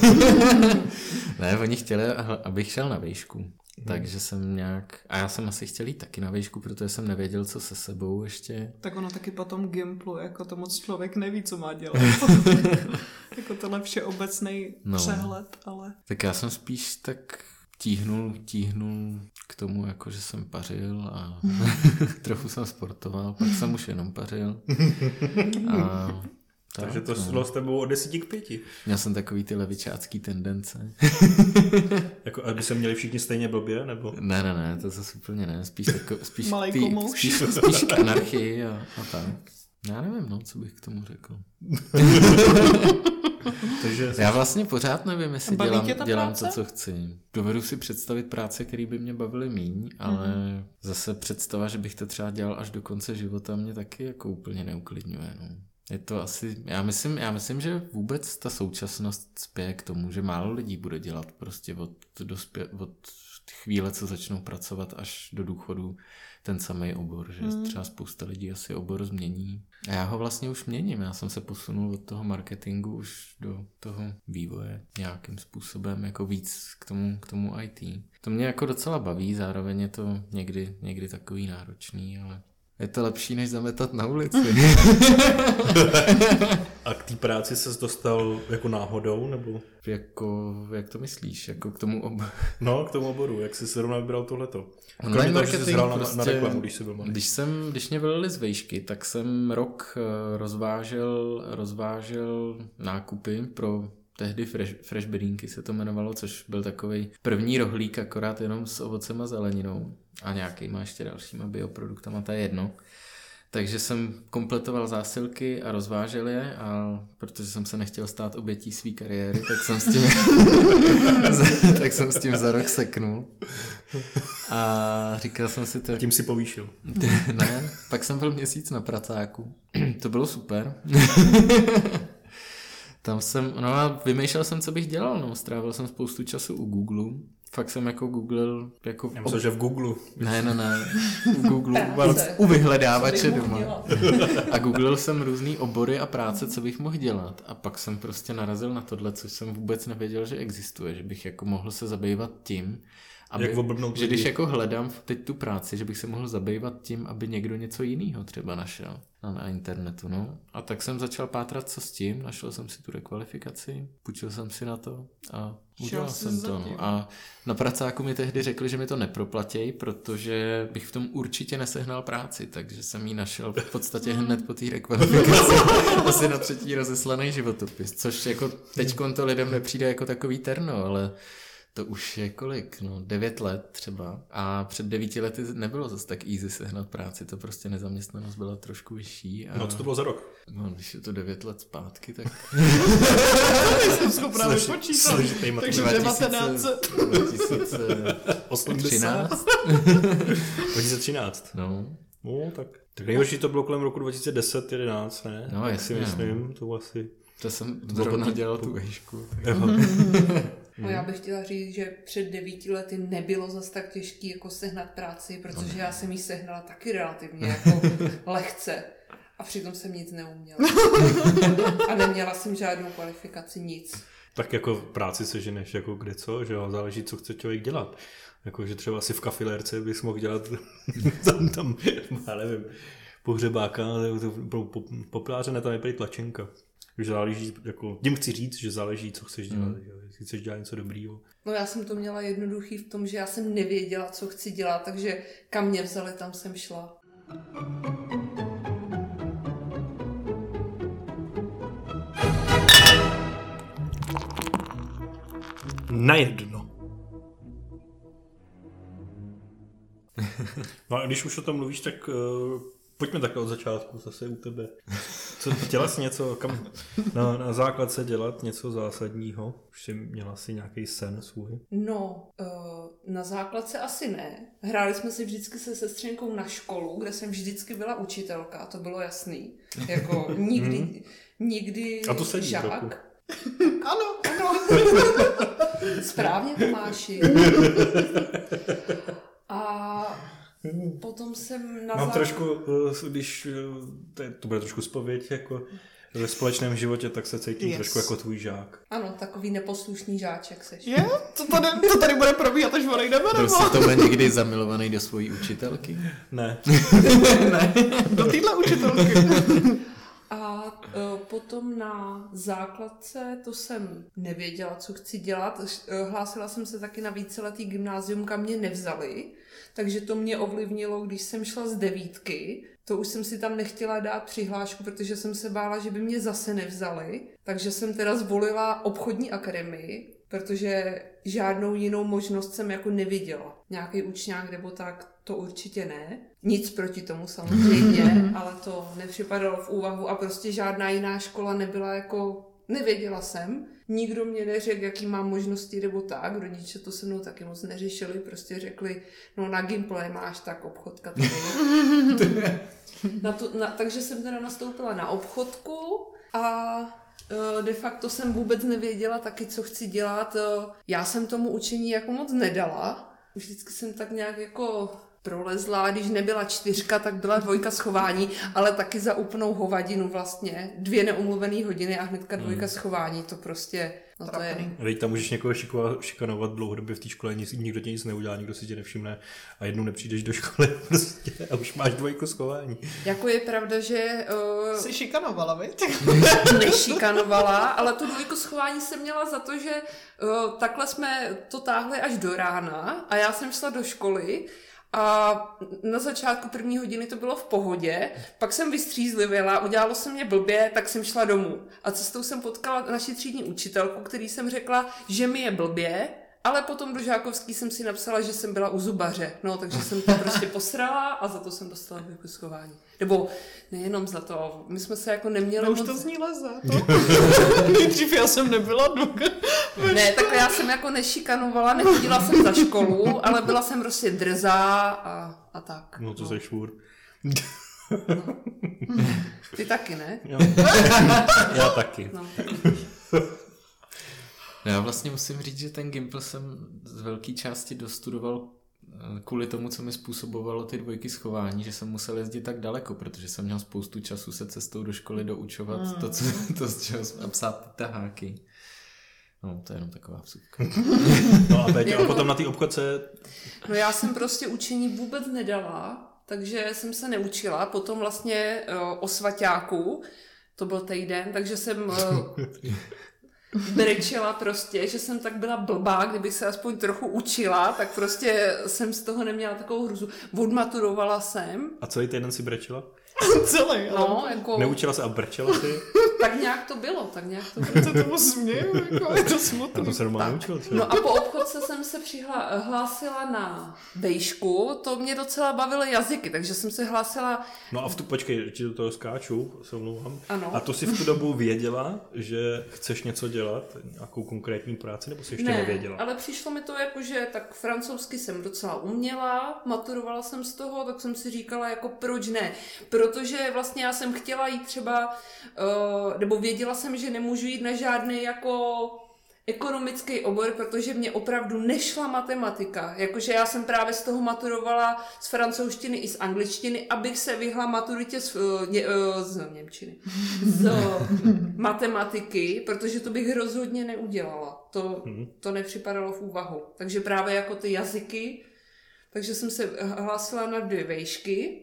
Ne, oni chtěli, abych šel na vejšku. Hmm. Takže jsem nějak... A já jsem asi chtěl jít taky na vejšku, protože jsem nevěděl, co se sebou ještě. Tak ono taky po tom Gimplu, jako to moc člověk neví, co má dělat. Jako tohle všeobecný no. přehled, ale... Tak já jsem spíš tak tíhnul, tíhnul k tomu, jako že jsem pařil a trochu jsem sportoval, pak jsem už jenom pařil. A... Tak, Takže to no. šlo s tebou od desíti k pěti. Měl jsem takový ty levičácký tendence. Jako, aby se měli všichni stejně blbě, nebo? Ne, ne, ne, to zase úplně ne. Spíš, tako, spíš, tý, spíš, spíš k anarchii a, a tak. Já nevím, no, co bych k tomu řekl. Takže já vlastně pořád nevím, jestli dělám, dělám to, co chci. Dovedu si představit práce, které by mě bavily míň, ale mm-hmm. zase představa, že bych to třeba dělal až do konce života, mě taky jako úplně neuklidňuje, no. Je to asi, já myslím, já myslím, že vůbec ta současnost spěje k tomu, že málo lidí bude dělat prostě od, dospě, od chvíle, co začnou pracovat až do důchodu, ten samý obor, že hmm. třeba spousta lidí asi obor změní. A já ho vlastně už měním, já jsem se posunul od toho marketingu už do toho vývoje nějakým způsobem, jako víc k tomu, k tomu í té. To mě jako docela baví, zároveň je to někdy, někdy takový náročný, ale je to lepší, než zametat na ulici. A k té práci ses dostal jako náhodou, nebo? Jako, jak to myslíš? Jako k tomu oboru? No, k tomu oboru. Jak jsi se rovna vybral tohleto? Online marketing na, prostě, na reklamu, když jsi byl malý. Když, jsem, když mě vylili z vejšky, tak jsem rok rozvážel, rozvážel nákupy pro tehdy fresh, fresh berínky se to jmenovalo, což byl takovej první rohlík, akorát jenom s ovocem a zeleninou a nějakýma ještě dalšíma bioproduktama, to je jedno. Takže jsem kompletoval zásilky a rozvážel je, a protože jsem se nechtěl stát obětí své kariéry, tak jsem s tím, tak jsem s tím za rok seknul. A říkal jsem si to... Tím si povýšil. Ne, pak jsem byl měsíc na pracáku. To bylo super. Tam jsem, no a vymýšlel jsem, co bych dělal, no, strávil jsem spoustu času u Google. Fakt jsem jako googlil, jako... Já myslím, ob... že v Google. Ne, ne, ne, u Google, u vyhledávače doma. A googlil jsem různý obory a práce, co bych mohl dělat. A pak jsem prostě narazil na tohle, což jsem vůbec nevěděl, že existuje, že bych jako mohl se zabývat tím, aby, že když jako hledám teď tu práci, že bych se mohl zabývat tím, aby někdo něco jiného třeba našel na, na internetu, no. A tak jsem začal pátrat, co s tím, našel jsem si tu rekvalifikaci, půjčil jsem si na to a udělal jsem to, no. A na pracáku mi tehdy řekli, že mi to neproplatí, protože bych v tom určitě nesehnal práci, takže jsem ji našel v podstatě hned po té rekvalifikaci, asi na třetí rozeslaný životopis, což jako teďkon to lidem nepřijde jako takový terno, ale to už je kolik, no, devět let třeba. A před devíti lety nebylo zase tak easy sehnat práci, to prostě nezaměstnanost byla trošku vyšší. A... No, co to bylo za rok? No, když je to devět let zpátky, tak... Jsem schopná vypočítat. Takže devatenáct set. dva tisíce třináct. dva tisíce třináct. No. No, tak. Tak nejhorší to bylo kolem roku dva tisíce deset jedenáct, ne? No, jak si myslím, to asi... To jsem zrovna dělal tu výšku. No, já bych chtěla říct, že před devíti lety nebylo zas tak těžký jako sehnat práci, protože já jsem ji sehnala taky relativně jako lehce a přitom jsem nic neuměla. A neměla jsem žádnou kvalifikaci, nic. Tak jako práci seženeš jako kde co, že jo, záleží, co chce člověk dělat. Jako, že třeba asi v kafilérce bys mohl dělat tam, tam, já nevím, pohřebáka, populáře, ne, tam je prý tlačenka. Že záleží, jako, tím chci říct, že záleží, co chceš dělat, mm. jestli chceš dělat něco dobrýho. No já jsem to měla jednoduchý v tom, že já jsem nevěděla, co chci dělat, takže kam mě vzali, tam jsem šla. Na jedno. No a když už o tom mluvíš, tak uh, pojďme takhle od začátku, zase u tebe. Co, chtěla jsi něco, kam na, na základce dělat, něco zásadního? Už jsi měla si nějaký sen svůj? No, uh, na základce asi ne. Hráli jsme si vždycky se sestřenkou na školu, kde jsem vždycky byla učitelka, to bylo jasný. Jako nikdy, hmm. nikdy a to sedí žák. trochu. Ano, ano. Správně, Tomáši. A potom jsem na Mám zá... trošku, když to bude trošku zpověď, jako ve společném životě, tak se cítím yes. trošku jako tvůj žák. Ano, takový neposlušný žáček seš. Je? To tady, to tady bude probíhat, až odejdeme, nebo? Byl jsi tomu někdy zamilovaný do svojí učitelky? Ne. Ne, do téhle učitelky. A uh, potom na základce to jsem nevěděla, co chci dělat. Hlásila jsem se taky na víceletý gymnázium, kam mě nevzali. Takže to mě ovlivnilo, když jsem šla z devítky. To už jsem si tam nechtěla dát přihlášku, protože jsem se bála, že by mě zase nevzali. Takže jsem teda zvolila obchodní akademii, protože žádnou jinou možnost jsem jako neviděla. Nějaký učňák nebo tak, to určitě ne. Nic proti tomu samozřejmě, ale to nepřipadalo v úvahu a prostě žádná jiná škola nebyla jako... Nevěděla jsem, nikdo mě neřekl, jaký mám možnosti nebo tak, rodiče to se mnou taky moc neřešili, prostě řekli, no na Gimple máš, tak obchodka tady. na to, na, takže jsem teda nastoupila na obchodku a de facto jsem vůbec nevěděla taky, co chci dělat. Já jsem tomu učení jako moc nedala, vždycky jsem tak nějak jako prolezla, když nebyla čtyřka, tak byla dvojka schování, ale taky za úplnou hovadinu vlastně. Dvě neumluvený hodiny a hnedka dvojka schování, to prostě, no to je... Teď tam můžeš někoho šikanovat dlouhodobě v té škole, nikdo tě nic neudělá, nikdo si tě nevšimne a jednou nepřijdeš do školy prostě a už máš dvojku schování. Jako je pravda, že... Uh, Jsi šikanovala, viď? Nešikanovala, ale tu dvojku schování jsem měla za to, že uh, takhle jsme to táhli až do rána a já jsem šla do školy. A na začátku první hodiny to bylo v pohodě, pak jsem vystřízlivěla, udělalo se mě blbě, tak jsem šla domů. A cestou jsem potkala naši třídní učitelku, který jsem řekla, že mi je blbě, ale potom do žákovský jsem si napsala, že jsem byla u zubaře. No, takže jsem to prostě posrala a za to jsem dostala dvojku schování. Nebo nejenom za to, my jsme se jako neměli... No už moc... to zní leze, to. Nejdřív já jsem nebyla dlouho. Ne, tak já jsem jako nešikanovala, nechodila jsem za školu, ale byla jsem prostě drzá a, a tak. No to no. Jsi švůr. No. Ty taky, ne? Jo. Já taky. No. Já vlastně musím říct, že ten Gimpl jsem z velké části dostudoval kvůli tomu, co mi způsobovalo ty dvojky schování, že jsem musel jezdit tak daleko, protože jsem měl spoustu času se cestou do školy doučovat mm. to, co, to, z čeho jsem psát taháky. No, to je jenom taková vsuvka. No a teď, a potom na té obchodce... No já jsem prostě učení vůbec nedala, takže jsem se neučila. Potom vlastně uh, o svaťáku, to byl týden, takže jsem... Uh, brečela prostě, že jsem tak byla blbá, kdybych se aspoň trochu učila, tak prostě jsem z toho neměla takovou hruzu. Odmaturovala jsem. A celý týden si brečela? Celý, no, jako... Neučila se a brečela si? Tak nějak to bylo, tak nějak to bylo. To tomu směju, jako je to smutný. Já to se normálně neučila. No a po obchodce jsem se přihlásila na vejšku, to mě docela bavily jazyky, takže jsem se hlásila... No a v tu, počkej, ti do toho skáču, se omlouvám. Ano. A to si v tu dobu věděla, že chceš něco dělat, nějakou konkrétní práci, nebo si ještě ne, nevěděla? Ale přišlo mi to jako, že tak francouzsky jsem docela uměla, maturovala jsem z toho, tak jsem si říkala jako proč ne, protože vlastně já jsem chtěla jít třeba, uh, nebo věděla jsem, že nemůžu jít na žádný jako ekonomický obor, protože mě opravdu nešla matematika. Jakože já jsem právě z toho maturovala z francouzštiny i z angličtiny, abych se vyhla maturitě z, uh, ně, uh, z němčiny. Z matematiky, protože to bych rozhodně neudělala. To, to nepřipadalo v úvahu. Takže právě jako ty jazyky, takže jsem se hlásila na dvě vejšky.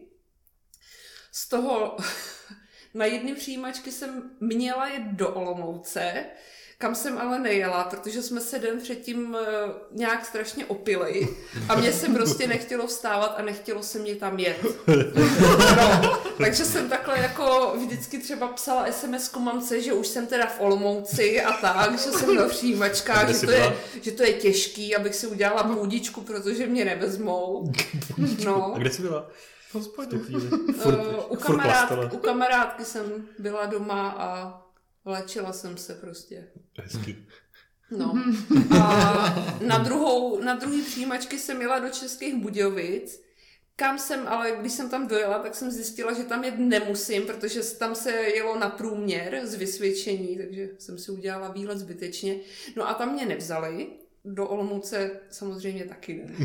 Z toho na jedny přijímačky jsem měla jet do Olomouce, kam jsem ale nejela, protože jsme se den předtím nějak strašně opili a mně se prostě nechtělo vstávat a nechtělo se mě tam jet. No, takže jsem takhle jako vždycky třeba psala es em esku mamce, že už jsem teda v Olomouci a tak, že jsem na přijímačkách, že to, je, že to je těžký, abych si udělala půdičku, protože mě nevezmou. No. A kde jsi byla? Hospodě. Furt, uh, u, kamarád, u kamarádky jsem byla doma a léčila jsem se prostě. Hezký. No. A na druhou, na druhý přijímačky jsem jela do Českých Budějovic, kam jsem, ale když jsem tam dojela, tak jsem zjistila, že tam jet nemusím, protože tam se jelo na průměr z vysvědčení, takže jsem si udělala výlet zbytečně. No a tam mě nevzali, do Olomouce samozřejmě taky ne.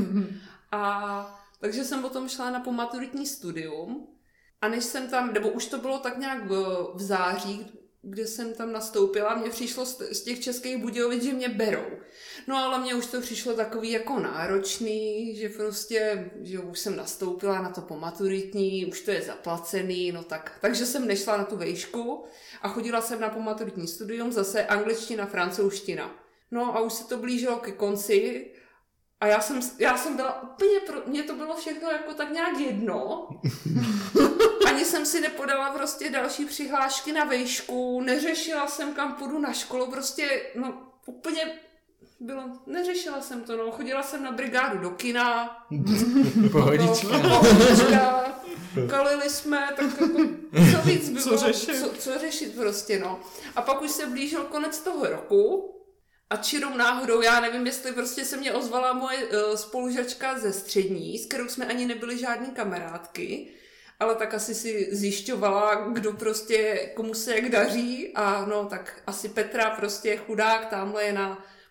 A takže jsem potom šla na pomaturitní studium a než jsem tam, nebo už to bylo tak nějak v, v září, kde jsem tam nastoupila, mně přišlo z, z těch Českých Budějovic, že mě berou. No ale mně už to přišlo takový jako náročný, že prostě, že už jsem nastoupila na to pomaturitní, už to je zaplacený, no tak. Takže jsem nešla na tu vejšku a chodila jsem na pomaturitní studium, zase angličtina, francouzština. No a už se to blížilo ke konci. A já jsem, já jsem byla úplně, pro, mně to bylo všechno jako tak nějak jedno. Ani jsem si nepodala prostě další přihlášky na vejšku, neřešila jsem, kam půjdu na školu, prostě, no, úplně bylo, neřešila jsem to, no, chodila jsem na brigádu do kina. Pohodička. No, pohodička. Kalili jsme, tak jako, co víc bylo, co řešit? Co, co řešit prostě, no. A pak už se blížil konec toho roku. A čirou náhodou, já nevím, jestli prostě se mě ozvala moje uh, spolužačka ze střední, s kterou jsme ani nebyli žádný kamarádky, ale tak asi si zjišťovala, kdo prostě, komu se jak daří a no tak asi Petra prostě chudák, tamhle je na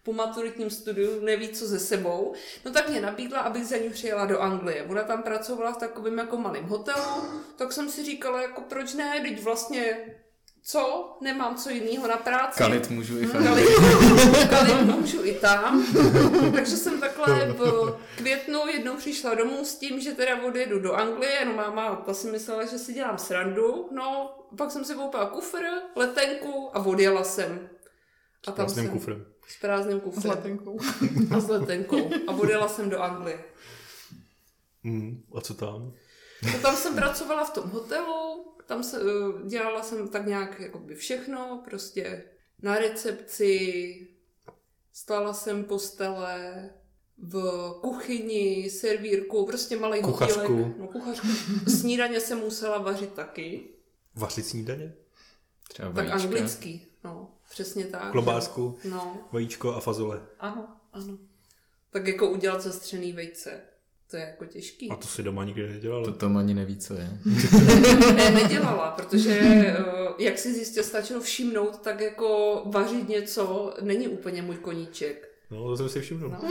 po maturitním studiu neví, co ze sebou, no tak mě nabídla, abych za ní přijela do Anglie. Ona tam pracovala v takovém jako malém hotelu, tak jsem si říkala, jako proč ne, teď vlastně co, nemám co jiného na práci. Kalit můžu i v Kalit, kalit můžu i tam. Takže jsem takhle v květnu jednou přišla domů s tím, že teda odjedu do Anglie, no máma ta si myslela, že si dělám srandu, no pak jsem si koupila kufr, letenku a odjela jsem. A s prázdným kufrem. S prázdným kufrem. S letenkou. A s letenkou. A odjela jsem do Anglie. Mm, a co tam? No, tam jsem pracovala v tom hotelu, tam se, dělala jsem tak nějak jakoby všechno, prostě na recepci, stala jsem postele, v kuchyni, servírku, prostě malej kuchařku. hotílek. No, kuchařku. Snídaně jsem musela vařit taky. Vařit snídaně? Třeba Tak vajíčka. anglický, no, přesně tak. Klobásku, že? No, vajíčko a fazole. ano, ano. Tak jako udělat zastřený vejce. To je jako těžký. A to si doma nikdy nedělala. To Tom ani neví, co je. Ne, nedělala, protože jak si zjistil, stačilo všimnout, tak jako vařit něco není úplně můj koníček. No, to jsem si všimnul. No.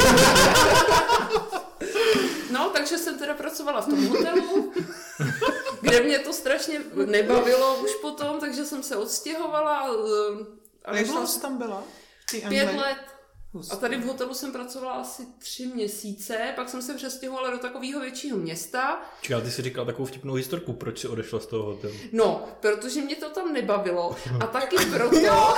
No, takže jsem teda pracovala v tom hotelu, kde mě to strašně nebavilo už potom, takže jsem se odstěhovala. A Jak dlouho jsi tam byla? Pět let. A tady v hotelu jsem pracovala asi tři měsíce, pak jsem se přestěhovala do takového většího města. Čeká, ty jsi říkal takovou vtipnou historku, proč jsi odešla z toho hotelu? No, protože mě to tam nebavilo a taky proto,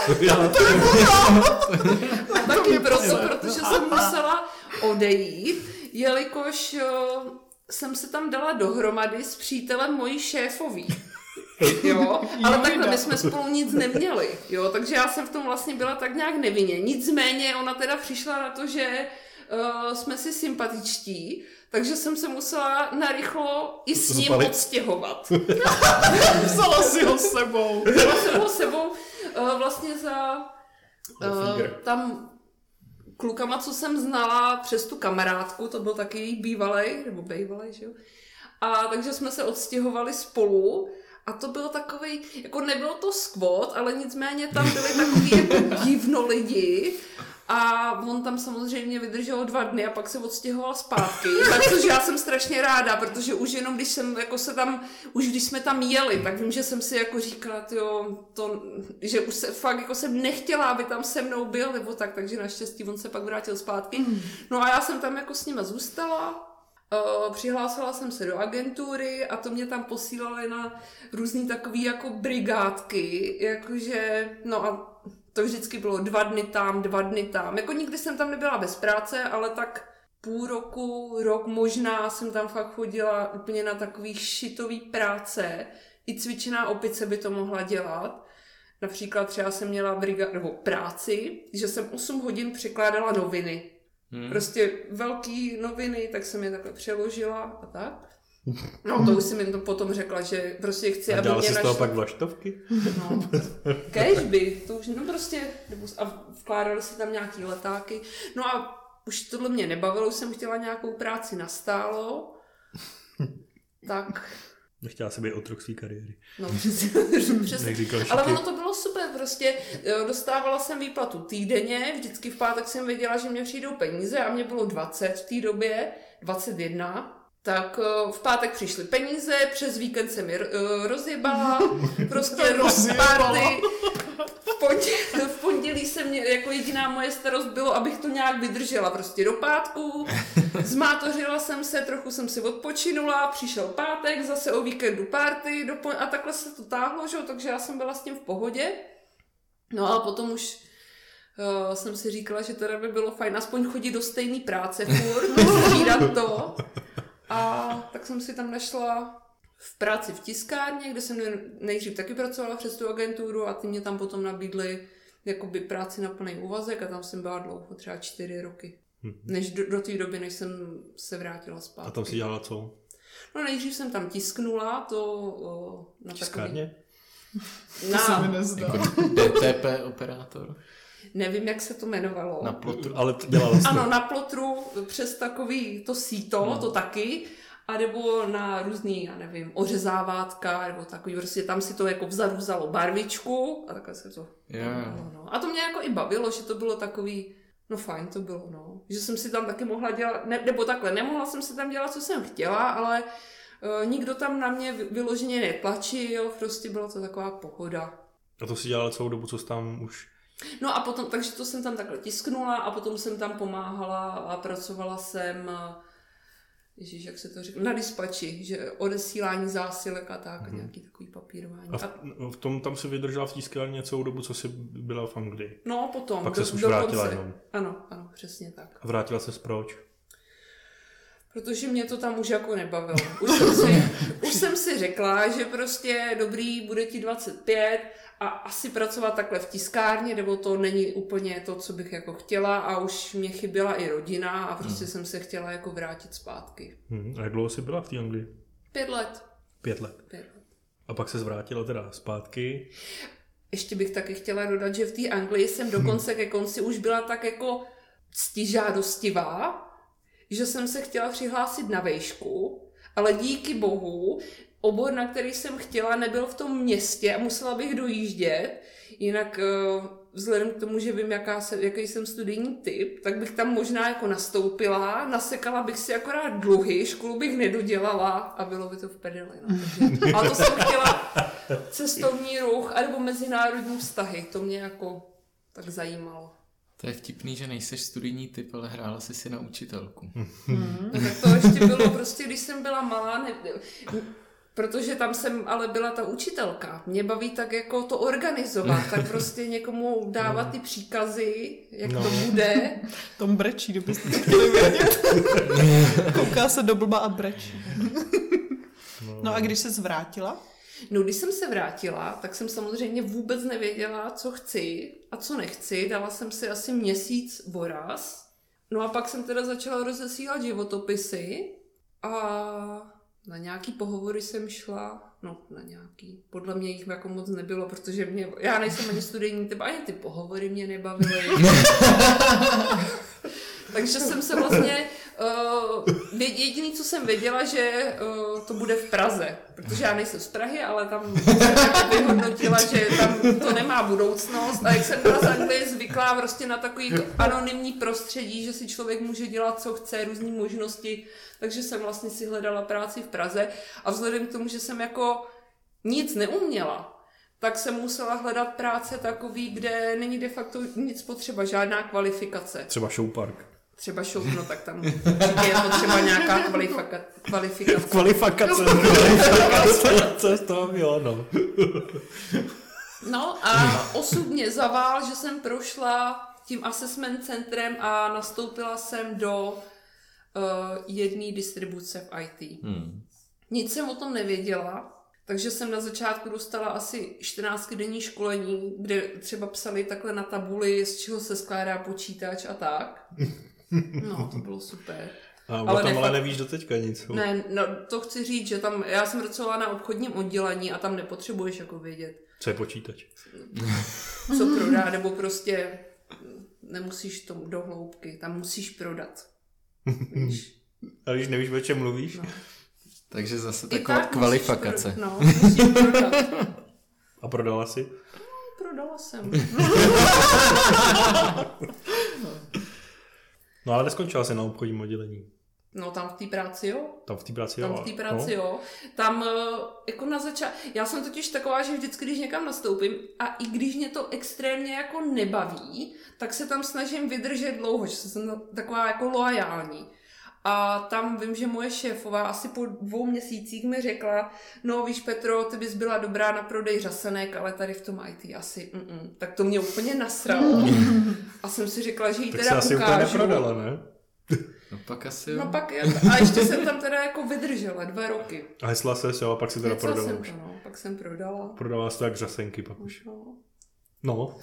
a taky proto, protože jsem musela odejít, jelikož uh, jsem se tam dala dohromady s přítelem mojí šéfový. Jo, ale takhle my jsme spolu nic neměli, jo, takže já jsem v tom vlastně byla tak nějak nevinně. Nicméně ona teda přišla na to, že uh, jsme si sympatičtí, takže jsem se musela narychlo i s ním Zbalit. odstěhovat. Vzala si ho s sebou. Vzala jsem ho s sebou uh, vlastně za uh, tam klukama, co jsem znala přes tu kamarádku, to byl taky bývalej, nebo bývalej, že jo. A takže jsme se odstěhovali spolu. A to bylo takový, jako nebylo to skvot, ale nicméně tam byli takový jako divno lidi a on tam samozřejmě vydržel dva dny a pak se odstěhoval zpátky, tak což já jsem strašně ráda, protože už jenom když jsem jako se tam, už když jsme tam jeli, tak vím, že jsem si jako říkala, tyjo, to, že už se fakt jako jsem nechtěla, aby tam se mnou byl, nebo tak, takže naštěstí on se pak vrátil zpátky. No a já jsem tam jako s nima zůstala. Uh, přihlásila jsem se do agentury a to mě tam posílali na různý takový jako brigádky, jakože, no a to vždycky bylo dva dny tam, dva dny tam. Jako nikdy jsem tam nebyla bez práce, ale tak půl roku, rok možná jsem tam fakt chodila úplně na takový šitový práce. I cvičená opice by to mohla dělat. Například třeba jsem měla briga- nebo práci, že jsem osm hodin překládala noviny. Hmm. Prostě velký noviny, tak jsem je takhle přeložila a tak. No to už jsem jim to potom řekla, že prostě chci, a aby mě našla. A našla... z toho pak vlaštovky? No, kéžby, to už, no prostě, a vkládali si tam nějaký letáky. No a už tohle mě nebavilo, už jsem chtěla nějakou práci nastálo, tak... Nechtěla si být otrok svý kariéry. No přesně, přesně. Ale ono to bylo super, prostě dostávala jsem výplatu týdenně, vždycky v pátek jsem věděla, že mě přijdou peníze a mě bylo dvacet v té době, dvacet jedna. Tak v pátek přišly peníze, přes víkend jsem je rozjebala, prostě rozparty. V pondělí, v pondělí jsem mě, jako jediná moje starost bylo, abych to nějak vydržela prostě do pátku. Zmátořila jsem se, trochu jsem si odpočinula, přišel pátek, zase o víkendu party do pon- a takhle se to táhlo, že? Takže já jsem byla s tím v pohodě. No a potom už uh, jsem si říkala, že teda by bylo fajn aspoň chodit do stejné práce furt, střídat to. A tak jsem si tam našla v práci v tiskárně, kde jsem nejdřív taky pracovala přes tu agenturu a ty mě tam potom nabídli jakoby práci na plný úvazek a tam jsem byla dlouho, třeba čtyři roky. Hmm. Než do, do té doby, než jsem se vrátila zpátky. A tam si dělala co? No nejdřív jsem tam tisknula to o, na tiskárně? Takový... Na... Jako D T P operátor? Nevím, jak se to jmenovalo. Na plotru. Ale dělala jsi. Ano, na plotru přes takový to síto, no. To taky. A nebo na různý, já nevím, ořezávátka, nebo takový, prostě tam si to jako vzadu vzalo barvičku a takhle se to... Yeah. No, no. A to mě jako i bavilo, že to bylo takový No fajn to bylo, no. Že jsem si tam taky mohla dělat, ne, nebo takhle, nemohla jsem si tam dělat, co jsem chtěla, ale uh, nikdo tam na mě vyloženě netlačil, prostě byla to taková pohoda. A to si dělala celou dobu, co jsi tam už... No a potom, takže to jsem tam takhle tisknula a potom jsem tam pomáhala a pracovala jsem, ježiš, jak se to říká, na dispači, že odesílání zásilek a tak, hmm. nějaký takový papírování. A v, v tom tam si vydržela v tiskárně celou dobu, co jsi byla v Anglii? No potom. Pak se už vrátila jenom. Ano, ano, přesně tak. A vrátila ses proč? Protože mě to tam už jako nebavilo. Už jsem si, už jsem si řekla, že prostě dobrý, bude ti dvacet pět a asi pracovat takhle v tiskárně, nebo to není úplně to, co bych jako chtěla a už mě chyběla i rodina a prostě hmm. jsem se chtěla jako vrátit zpátky. Hmm. A jak dlouho jsi byla v té Anglii? Pět let. Pět let. Pět let. A pak se zvrátila teda zpátky? Ještě bych taky chtěla dodat, že v té Anglii jsem dokonce ke konci už byla tak jako ctižádostivá, že jsem se chtěla přihlásit na vejšku, ale díky bohu obor, na který jsem chtěla, nebyl v tom městě a musela bych dojíždět. Jinak vzhledem k tomu, že vím, jaká se, jaký jsem studijní typ, tak bych tam možná jako nastoupila, nasekala bych si akorát dluhy, školu bych nedodělala a bylo by to v prdeli. No. Takže, ale to jsem chtěla cestovní ruch anebo mezinárodní vztahy. To mě jako tak zajímalo. To je vtipný, že nejseš studijní typ, ale hrála jsi si na učitelku. Hmm, tak to ještě bylo prostě, když jsem byla malá, ne, protože tam jsem ale byla ta učitelka. Mě baví tak jako to organizovat, tak prostě někomu dávat ty příkazy, jak no. to bude. Tom brečí, kdybyste to chtěli vědět. Kouká se do blba a brečí. No a když se zvrátila? No, když jsem se vrátila, tak jsem samozřejmě vůbec nevěděla, co chci a co nechci. Dala jsem si asi měsíc voraz. No a pak jsem teda začala rozesílat životopisy a na nějaký pohovory jsem šla. No, na nějaký. Podle mě jich jako moc nebylo, protože mě, já nejsem ani studijní typ, ani ty pohovory mě nebavily. Takže jsem se vlastně, uh, jediný, co jsem věděla, že uh, to bude v Praze, protože já nejsem z Prahy, ale tam jsem vyhodnotila, že tam to nemá budoucnost a jak jsem byla z Anglie zvyklá prostě na takový anonymní prostředí, že si člověk může dělat, co chce, různý možnosti, takže jsem vlastně si hledala práci v Praze a vzhledem k tomu, že jsem jako nic neuměla, tak jsem musela hledat práce takový, kde není de facto nic potřeba, žádná kvalifikace. Třeba showpark. Třeba show, no tak tam určitě je potřeba nějaká kvalifika- kvalifikace. Kvalifikace. Kvalifikace. Co je to bylo, no. No a osud mě zavál, že jsem prošla tím assessment centrem a nastoupila jsem do uh, jedné distribuce v í té. Hmm. Nic jsem o tom nevěděla. Takže jsem na začátku dostala asi čtrnáctidenní školení, kde třeba psali takhle na tabuli, z čeho se skládá počítač a tak. No, to bylo super. A ale tam ale nevíš do teďka nic. Ne, no, to chci říct, že tam, já jsem pracovala na obchodním oddělení a tam nepotřebuješ jako vědět. Co je počítač? Co prodá, nebo prostě nemusíš tomu do hloubky, tam musíš prodat. Víš? A když nevíš, o čem mluvíš? No. Takže zase taková kvalifikace. Pro, no, musíš prodat. A prodala jsi? No, prodala jsem. No ale neskončila jsi na obchodním oddělení. No tam v té práci jo. Tam v té práci jo. Tam v té práci no. jo. Tam jako na začátku, já jsem totiž taková, že vždycky, když někam nastoupím a i když mě to extrémně jako nebaví, tak se tam snažím vydržet dlouho, že jsem taková jako loajální. A tam vím, že moje šéfová asi po dvou měsících mi řekla, no víš Petro, ty bys byla dobrá na prodej řasenek, ale tady v tom í té asi mm-mm. Tak to mě úplně nasralo. A jsem si řekla, že jí tak teda ukážu. Tak se asi úplně neprodala, ne? No pak asi jo. No pak je, a ještě jsem tam teda jako vydržela dva roky. A hesla ses, jo, a pak si teda Hesla prodala jsem už. To, no, pak jsem prodala. Prodala jsi to jak řasenky pak už. No. No.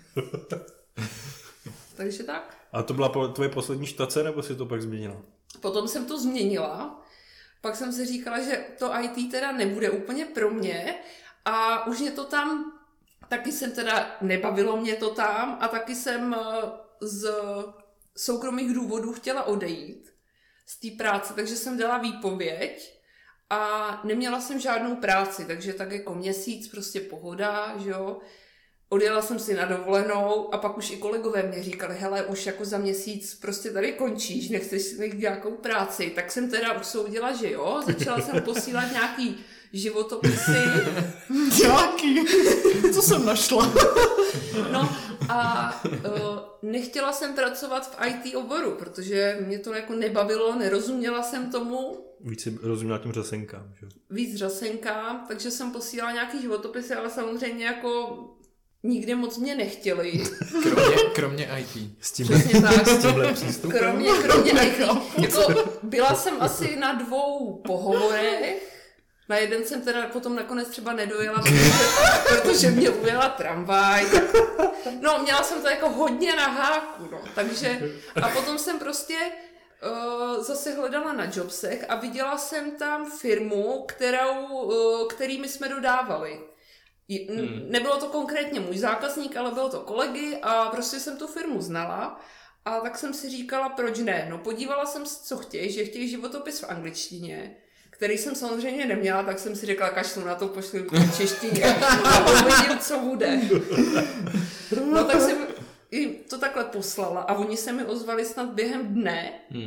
Takže tak. A to byla tvoje poslední štace, nebo si to pak změnila? Potom jsem to změnila. Pak jsem si říkala, že to í té teda nebude úplně pro mě. A už mě to tam, taky jsem teda, nebavilo mě to tam a taky jsem z soukromých důvodů chtěla odejít z té práce, takže jsem dala výpověď a neměla jsem žádnou práci, takže tak jako měsíc prostě pohoda, že jo. odjela jsem si na dovolenou a pak už i kolegové mě říkali, hele, už jako za měsíc prostě tady končíš, nechceš si najít nějakou práci. Tak jsem teda usoudila, že jo, začala jsem posílat nějaký životopisy. Nějaký? Co jsem našla? No a uh, nechtěla jsem pracovat v í té oboru, protože mě to jako nebavilo, nerozuměla jsem tomu. Víc si rozuměla tím řasenkám, že? Víc řasenkám, takže jsem posílala nějaký životopisy, ale samozřejmě jako nikdy moc mě nechtěli. Kromě, kromě í té. S tím, Přesně tak. S tímhle přístupem. Kromě, kromě í té. Jako, byla jsem asi na dvou pohovorech. Na jeden jsem teda potom nakonec třeba nedojela, protože, protože mě ujela tramvaj. No, měla jsem to jako hodně na háku, no. Takže, a potom jsem prostě uh, zase hledala na Jobsech a viděla jsem tam firmu, kterou, uh, kterými jsme dodávali. Hmm. Nebylo to konkrétně můj zákazník, ale bylo to kolegy a prostě jsem tu firmu znala. A tak jsem si říkala, proč ne? No, podívala jsem se, co chtějí, že chtějí životopis v angličtině, který jsem samozřejmě neměla, tak jsem si řekla, kašlu na to, pošli v češtině a uvidím, co bude. No tak jsem jim to takhle poslala a oni se mi ozvali snad během dne. Hmm.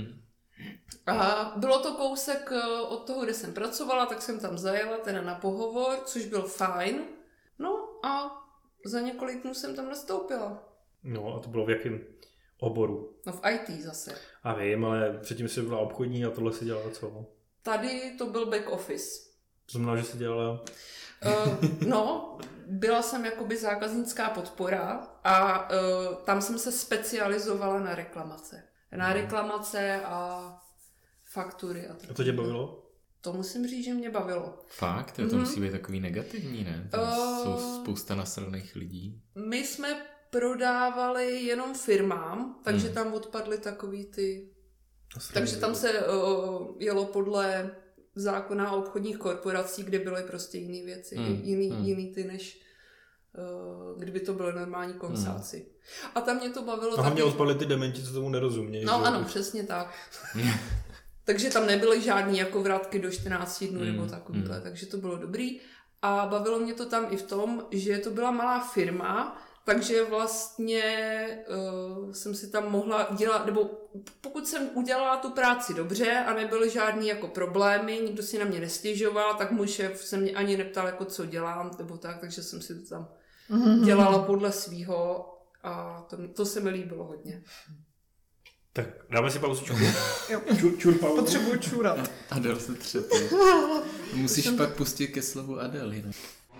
A bylo to kousek od toho, kde jsem pracovala, tak jsem tam zajela teda na pohovor, což byl fajn. No a za několik dnů jsem tam nastoupila. No a to bylo v jakém oboru? No v í té zase. A vím, ale předtím jsi byla obchodní a tohle si dělala co? Tady to byl back office. To znamená, že jsi dělala? Uh, no, byla jsem jakoby zákaznická podpora a uh, tam jsem se specializovala na reklamace. Na reklamace a faktury. A, a to tě bavilo? To musím říct, že mě bavilo. Fakt? To mm-hmm. musí být takový negativní, ne? Tam uh, jsou spousta nasraných lidí. My jsme prodávali jenom firmám, takže mm. tam odpadly takový ty... Takže tam se uh, jelo podle zákona o obchodních korporací, kde byly prostě jiné věci, mm. jiný, mm. jiný ty, než uh, kdyby to byly normální konsáci. Mm. A tam mě to bavilo. A hlavně odpadly ty dementi, co tomu nerozumějí. No že? Ano, přesně tak. Takže tam nebyly žádný jako vrátky do čtrnácti dnů mm. nebo takovýhle, mm. takže to bylo dobrý. A bavilo mě to tam i v tom, že to byla malá firma, takže vlastně uh, jsem si tam mohla dělat, nebo pokud jsem udělala tu práci dobře a nebyly žádný jako problémy, nikdo si na mě nestěžoval, tak můj šéf se mě ani neptal, jako co dělám, nebo tak, takže jsem si to tam dělala podle svýho a to, to se mi líbilo hodně. Tak dáme si pauzu. Jo. Čur, čur pauzu. Potřebuji čurat. Adel se třepí. Musíš jsem... pak pustit ke slovu Adel. Jinak.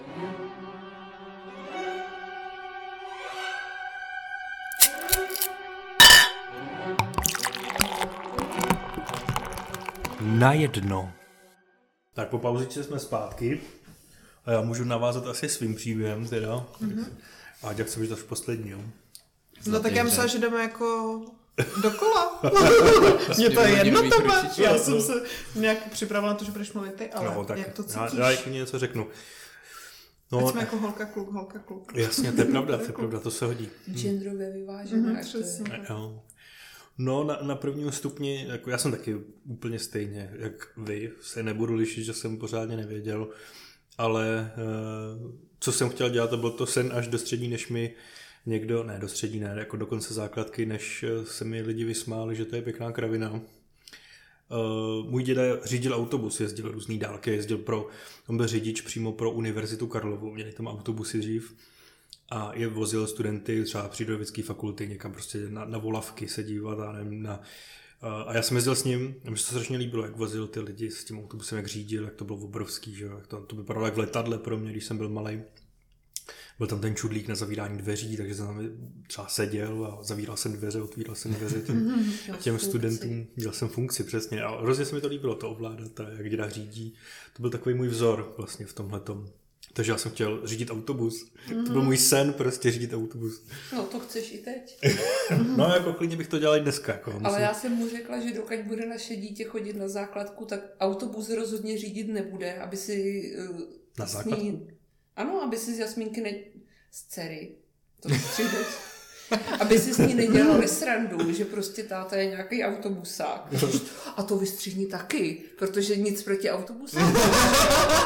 Na jedno. Tak po pauzičce jsme zpátky a já můžu navázat asi svým příběhem teda. Mm-hmm. A jak se už až poslední, jo? No tak já myslela, že jdeme jako dokola. Mně to je jedno tohle. Já jsem se nějak připravila na to, že budeš mluvit ty, ale no, tak jak to cítíš? Já, já něco řeknu. No, teď jsme jako holka kluk, holka kluk. Jasně, to je pravda, to je pravda, to se hodí. Genderově vyvážené. Mm, přesně. Jo. No, na, na prvním stupni, jako já jsem taky úplně stejně, jak vy, se nebudu lišit, že jsem pořádně nevěděl, ale uh, co jsem chtěl dělat, to byl to sen až do střední, než mi někdo, ne do střední, ne, jako do konce základky, než se mi lidi vysmáli, že to je pěkná kravina. Uh, můj děda řídil autobus, jezdil různý dálky, jezdil pro, on byl řidič přímo pro Univerzitu Karlovu, měli tam autobusy dřív. A je vozil studenty třeba přírodovědské fakulty někam prostě na, na volavky se dívat a nevím, na... A já jsem jezdil s ním a mi se to strašně líbilo, jak vozil ty lidi s tím autobusem, jak řídil, jak to bylo obrovský, že jak to, to vypadalo jak v letadle pro mě, když jsem byl malej. Byl tam ten čudlík na zavírání dveří, takže jsem tam třeba seděl a zavíral jsem dveře, otvíral jsem dveře těm, těm studentům. Dělal jsem funkci, přesně. A hrozně se mi to líbilo, to ovládat a jak děda řídí. To byl takový můj vzor vlastně v tomhletom. Takže já jsem chtěl řídit autobus. Mm-hmm. To byl můj sen, prostě řídit autobus. No to chceš i teď. No jako klidně bych to dělal i dneska. Jako, musím... Ale já jsem mu řekla, že dokud bude naše dítě chodit na základku, tak autobus rozhodně řídit nebude, aby si... Uh, na základku? Sní... Ano, aby si z Jasmínky ne... z dcery. To střídeš. Aby si s ní nedělali srandu, že prostě táta je nějaký autobusák. A to vystřihni taky, protože nic proti autobusám.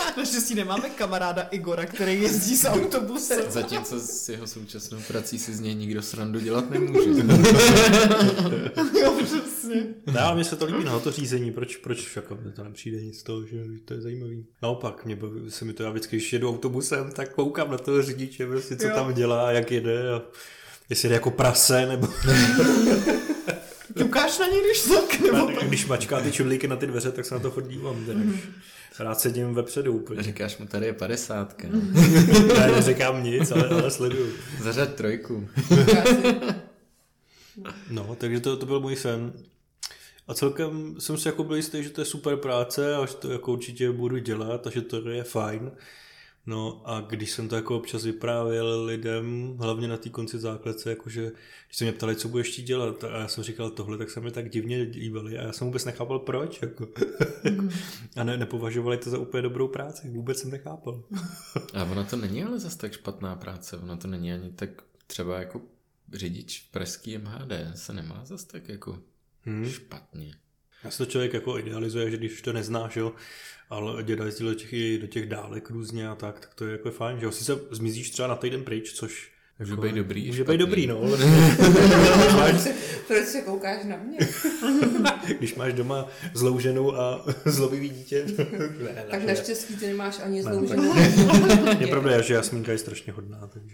Naštěstí nemáme kamaráda Igora, který jezdí s autobusem. Zatímco s jeho současnou prací si z něj nikdo srandu dělat nemůže. Jo, přesně. Ne, ale mně se to líbí na to řízení, proč, proč jako to nepřijde nic z toho, že to je zajímavý. Naopak, mě baví, se mi to, já vždycky, když jedu autobusem, tak koukám na toho řidiče, prostě, co jo. tam dělá, jak jede a jestli jde jako prase, nebo... Ťukáš na něj, když tak, nebo... A když mačká ty čudlíky na ty dveře, tak se na to furt dívám, mm. rád sedím vepředu úplně. Říkáš mu, tady je padesátka. Ne, neříkám nic, ale, ale sleduju. Zařaď trojku. No, takže to, to byl můj sen. A celkem jsem si jako byl jistý, že to je super práce a že to jako určitě budu dělat a že to je fajn. No a když jsem to jako občas vyprávěl lidem, hlavně na té konci základce, jakože když se mě ptali, co budeš chtít dělat, a já jsem říkal tohle, tak se mi tak divně líbili a já jsem vůbec nechápal proč. Jako. Mm. A ne, nepovažovali to za úplně dobrou práci, vůbec jsem nechápal. A ono to není ale zase tak špatná práce, ono to není ani tak třeba jako řidič v pražský M H D se nemá zase tak jako hmm. špatně. Já se to člověk jako idealizuje, že když to neznáš, jo, ale děda jezdil do těch, do těch dálek různě a tak, tak to je jako fajn, že jo, si se zmizíš třeba na týden pryč, což může jako, být dobrý. Může být dobrý, no. Proč se koukáš na mě? Když máš doma zlou ženu a zlobivý dítě. Ne, tak naštěstí ty nemáš ani zlou ženu. Je pravda, že Jasmínka je strašně hodná, takže...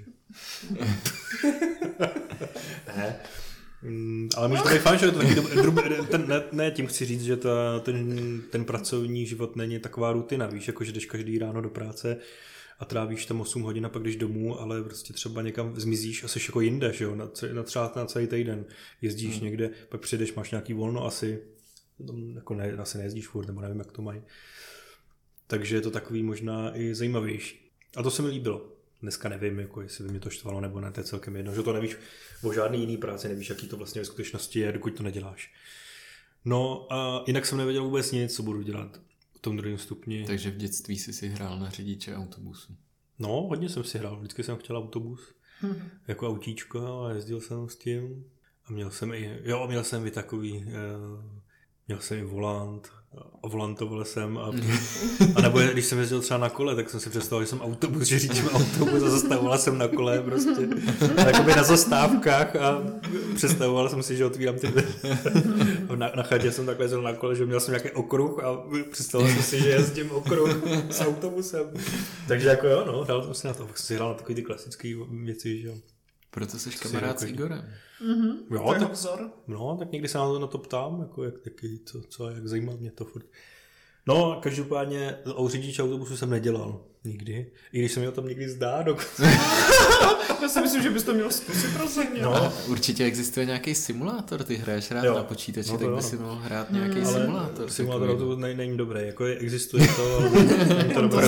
ne. Mm, ale může to být fajn, že je to taky dobrý, ten, ne, ne, tím chci říct, že ta, ten, ten pracovní život není taková rutina, víš, jako že jdeš každý ráno do práce a trávíš tam osm hodin a pak jdeš domů, ale prostě třeba někam zmizíš a jsi jako jinde, že jo, na, na třeba na celý týden jezdíš hmm. někde, pak přijdeš, máš nějaký volno asi, jako ne, asi nejezdíš furt, nebo nevím, jak to mají. Takže je to takový možná i zajímavější. A to se mi líbilo. Dneska nevím, jako jestli by mě to štvalo nebo ne, to je celkem jedno, že to nevíš o žádný jiný práci, nevíš, jaký to vlastně ve skutečnosti je, dokud to neděláš. No a jinak jsem nevěděl vůbec nic, co budu dělat v tom druhém stupni. Takže v dětství jsi si hrál na řidiče autobusu. No, hodně jsem si hrál, vždycky jsem chtěl autobus, hmm. jako autíčko a jezdil jsem s tím a měl jsem i, jo, měl jsem i takový, měl jsem i volant, a volantoval jsem a, a nebo když jsem jezdil třeba na kole, tak jsem si představoval, že jsem autobus, že řídím autobus a zastavoval jsem na kole prostě. Jakoby na zastávkách a představoval jsem si, že otvírám ty na, na chatě jsem takhle jezdil na kole, že měl jsem nějaký okruh a představoval jsem si, že jezdím okruh s autobusem. Takže jako jo, no, hrál jsem si na to, pak jsem si hrál na takový ty klasický věci, že jo. Proto jsi kamarád s Igorem. Mm-hmm, jo, to je tak, vzor. No, tak někdy se na to, na to ptám, jako jak taky, co, co jak zajímá mě to furt. No, každopádně o řidiče autobusu jsem nedělal nikdy, i když se mi o tom někdy zdá. Dokonce. Já si myslím, že bys to měl zkusit rozhodně. No, určitě existuje nějaký simulátor, ty hraješ rád jo. na počítači, no tak by si mohl hrát nějaký mm, simulátor. Simulátor autobusu ne, není dobrý, jako je, existuje to, ale není to dobré.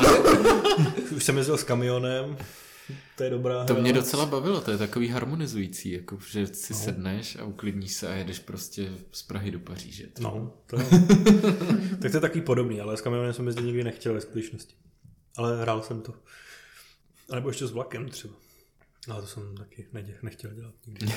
Už jsem jezdil s kamionem. To je dobrá. To mě docela bavilo, to je takový harmonizující, jako že si no. sedneš a uklidníš se a jedeš prostě z Prahy do Paříže. Třeba. No, to tak to je takový podobný, ale s kamionem jsem jezdit nikdy nechtěl ve skutečnosti. Ale hrál jsem to. A nebo ještě s vlakem třeba. Ale to jsem taky nechtěl dělat nikdy.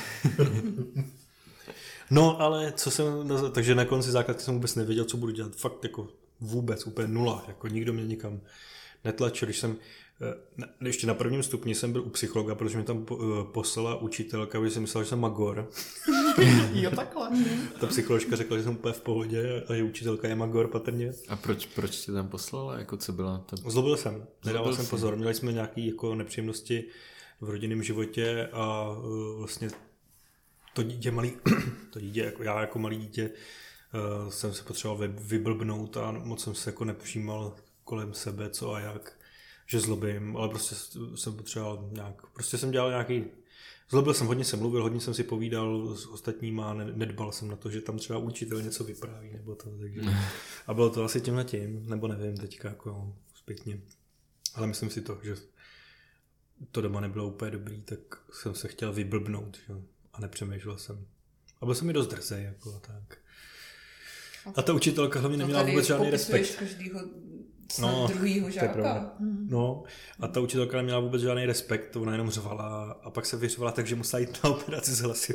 No, ale co jsem, takže na konci základky jsem vůbec nevěděl, co budu dělat. Fakt jako vůbec, úplně nula. Jako nikdo mě nikam netlačil. Když jsem ještě na prvním stupni jsem byl u psychologa, protože mě tam poslala učitelka, protože jsem myslel, že jsem magor. Jo, takhle. Ta psycholožka řekla, že jsem úplně v pohodě a že učitelka je magor patrně. A proč, proč tě tam poslala? Jako co byla ta... Zlobil jsem. Nedával jsem pozor. Měli jsme nějaké jako nepříjemnosti v rodinném životě a vlastně to dítě malý, to dítě, jako já jako malý dítě jsem se potřeboval vyblbnout a moc jsem se jako nepřijímal kolem sebe, co a jak. Že zlobím, ale prostě jsem potřeboval nějak, prostě jsem dělal nějaký, zlobil jsem, hodně jsem mluvil, hodně jsem si povídal s ostatníma, nedbal jsem na to, že tam třeba učitel něco vypráví, nebo to, takže, a bylo to asi tímhletím, nebo nevím teďka jako zpětně, ale myslím si to, že to doma nebylo úplně dobrý, tak jsem se chtěl vyblbnout, že? A nepřemýšlel jsem. A byl jsem mi dost drzej, jako tak. A ta učitelka hlavně neměla vůbec žádný respekt. Každýho... No, druhýho žáka. No, a ta učitelka neměla vůbec žádný respekt, ona jenom řvala a pak se vyřvala tak, že musela jít na operaci z hlasy.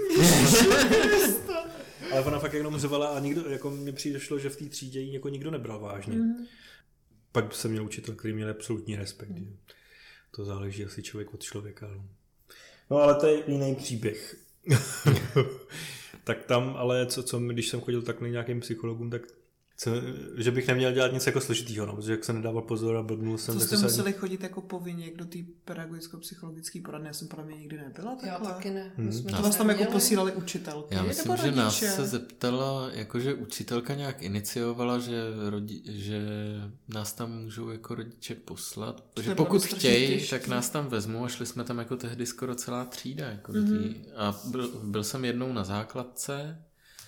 Ale ona fakt jenom řvala a nikdo, jako mně přišlo, že v té třídě ji jako nikdo nebral vážně. Mm. pak jsem měl učitel, který měl absolutní respekt. Hmm. To záleží asi člověk od člověka. No, no ale to je jiný příběh. Tak tam, ale co, co když jsem chodil tak na nějakým psychologům, tak co, že bych neměl dělat nic jako složitýho, no, protože jak jsem nedával pozor a blbnul jsem. Co jste museli se... chodit jako povinně do té pedagogicko-psychologické poradny? Já jsem podle mě nikdy nebyla takhle. Já taky ne. Hmm. To vás tam jako posílali učitelky? Já myslím, že nás se zeptala, jakože učitelka nějak iniciovala, že, rodi, že nás tam můžou jako rodiče poslat. Protože pokud chtějí, tak nás tam vezmou a šli jsme tam jako tehdy skoro celá třída. Jako mm-hmm. A byl, byl jsem jednou na základce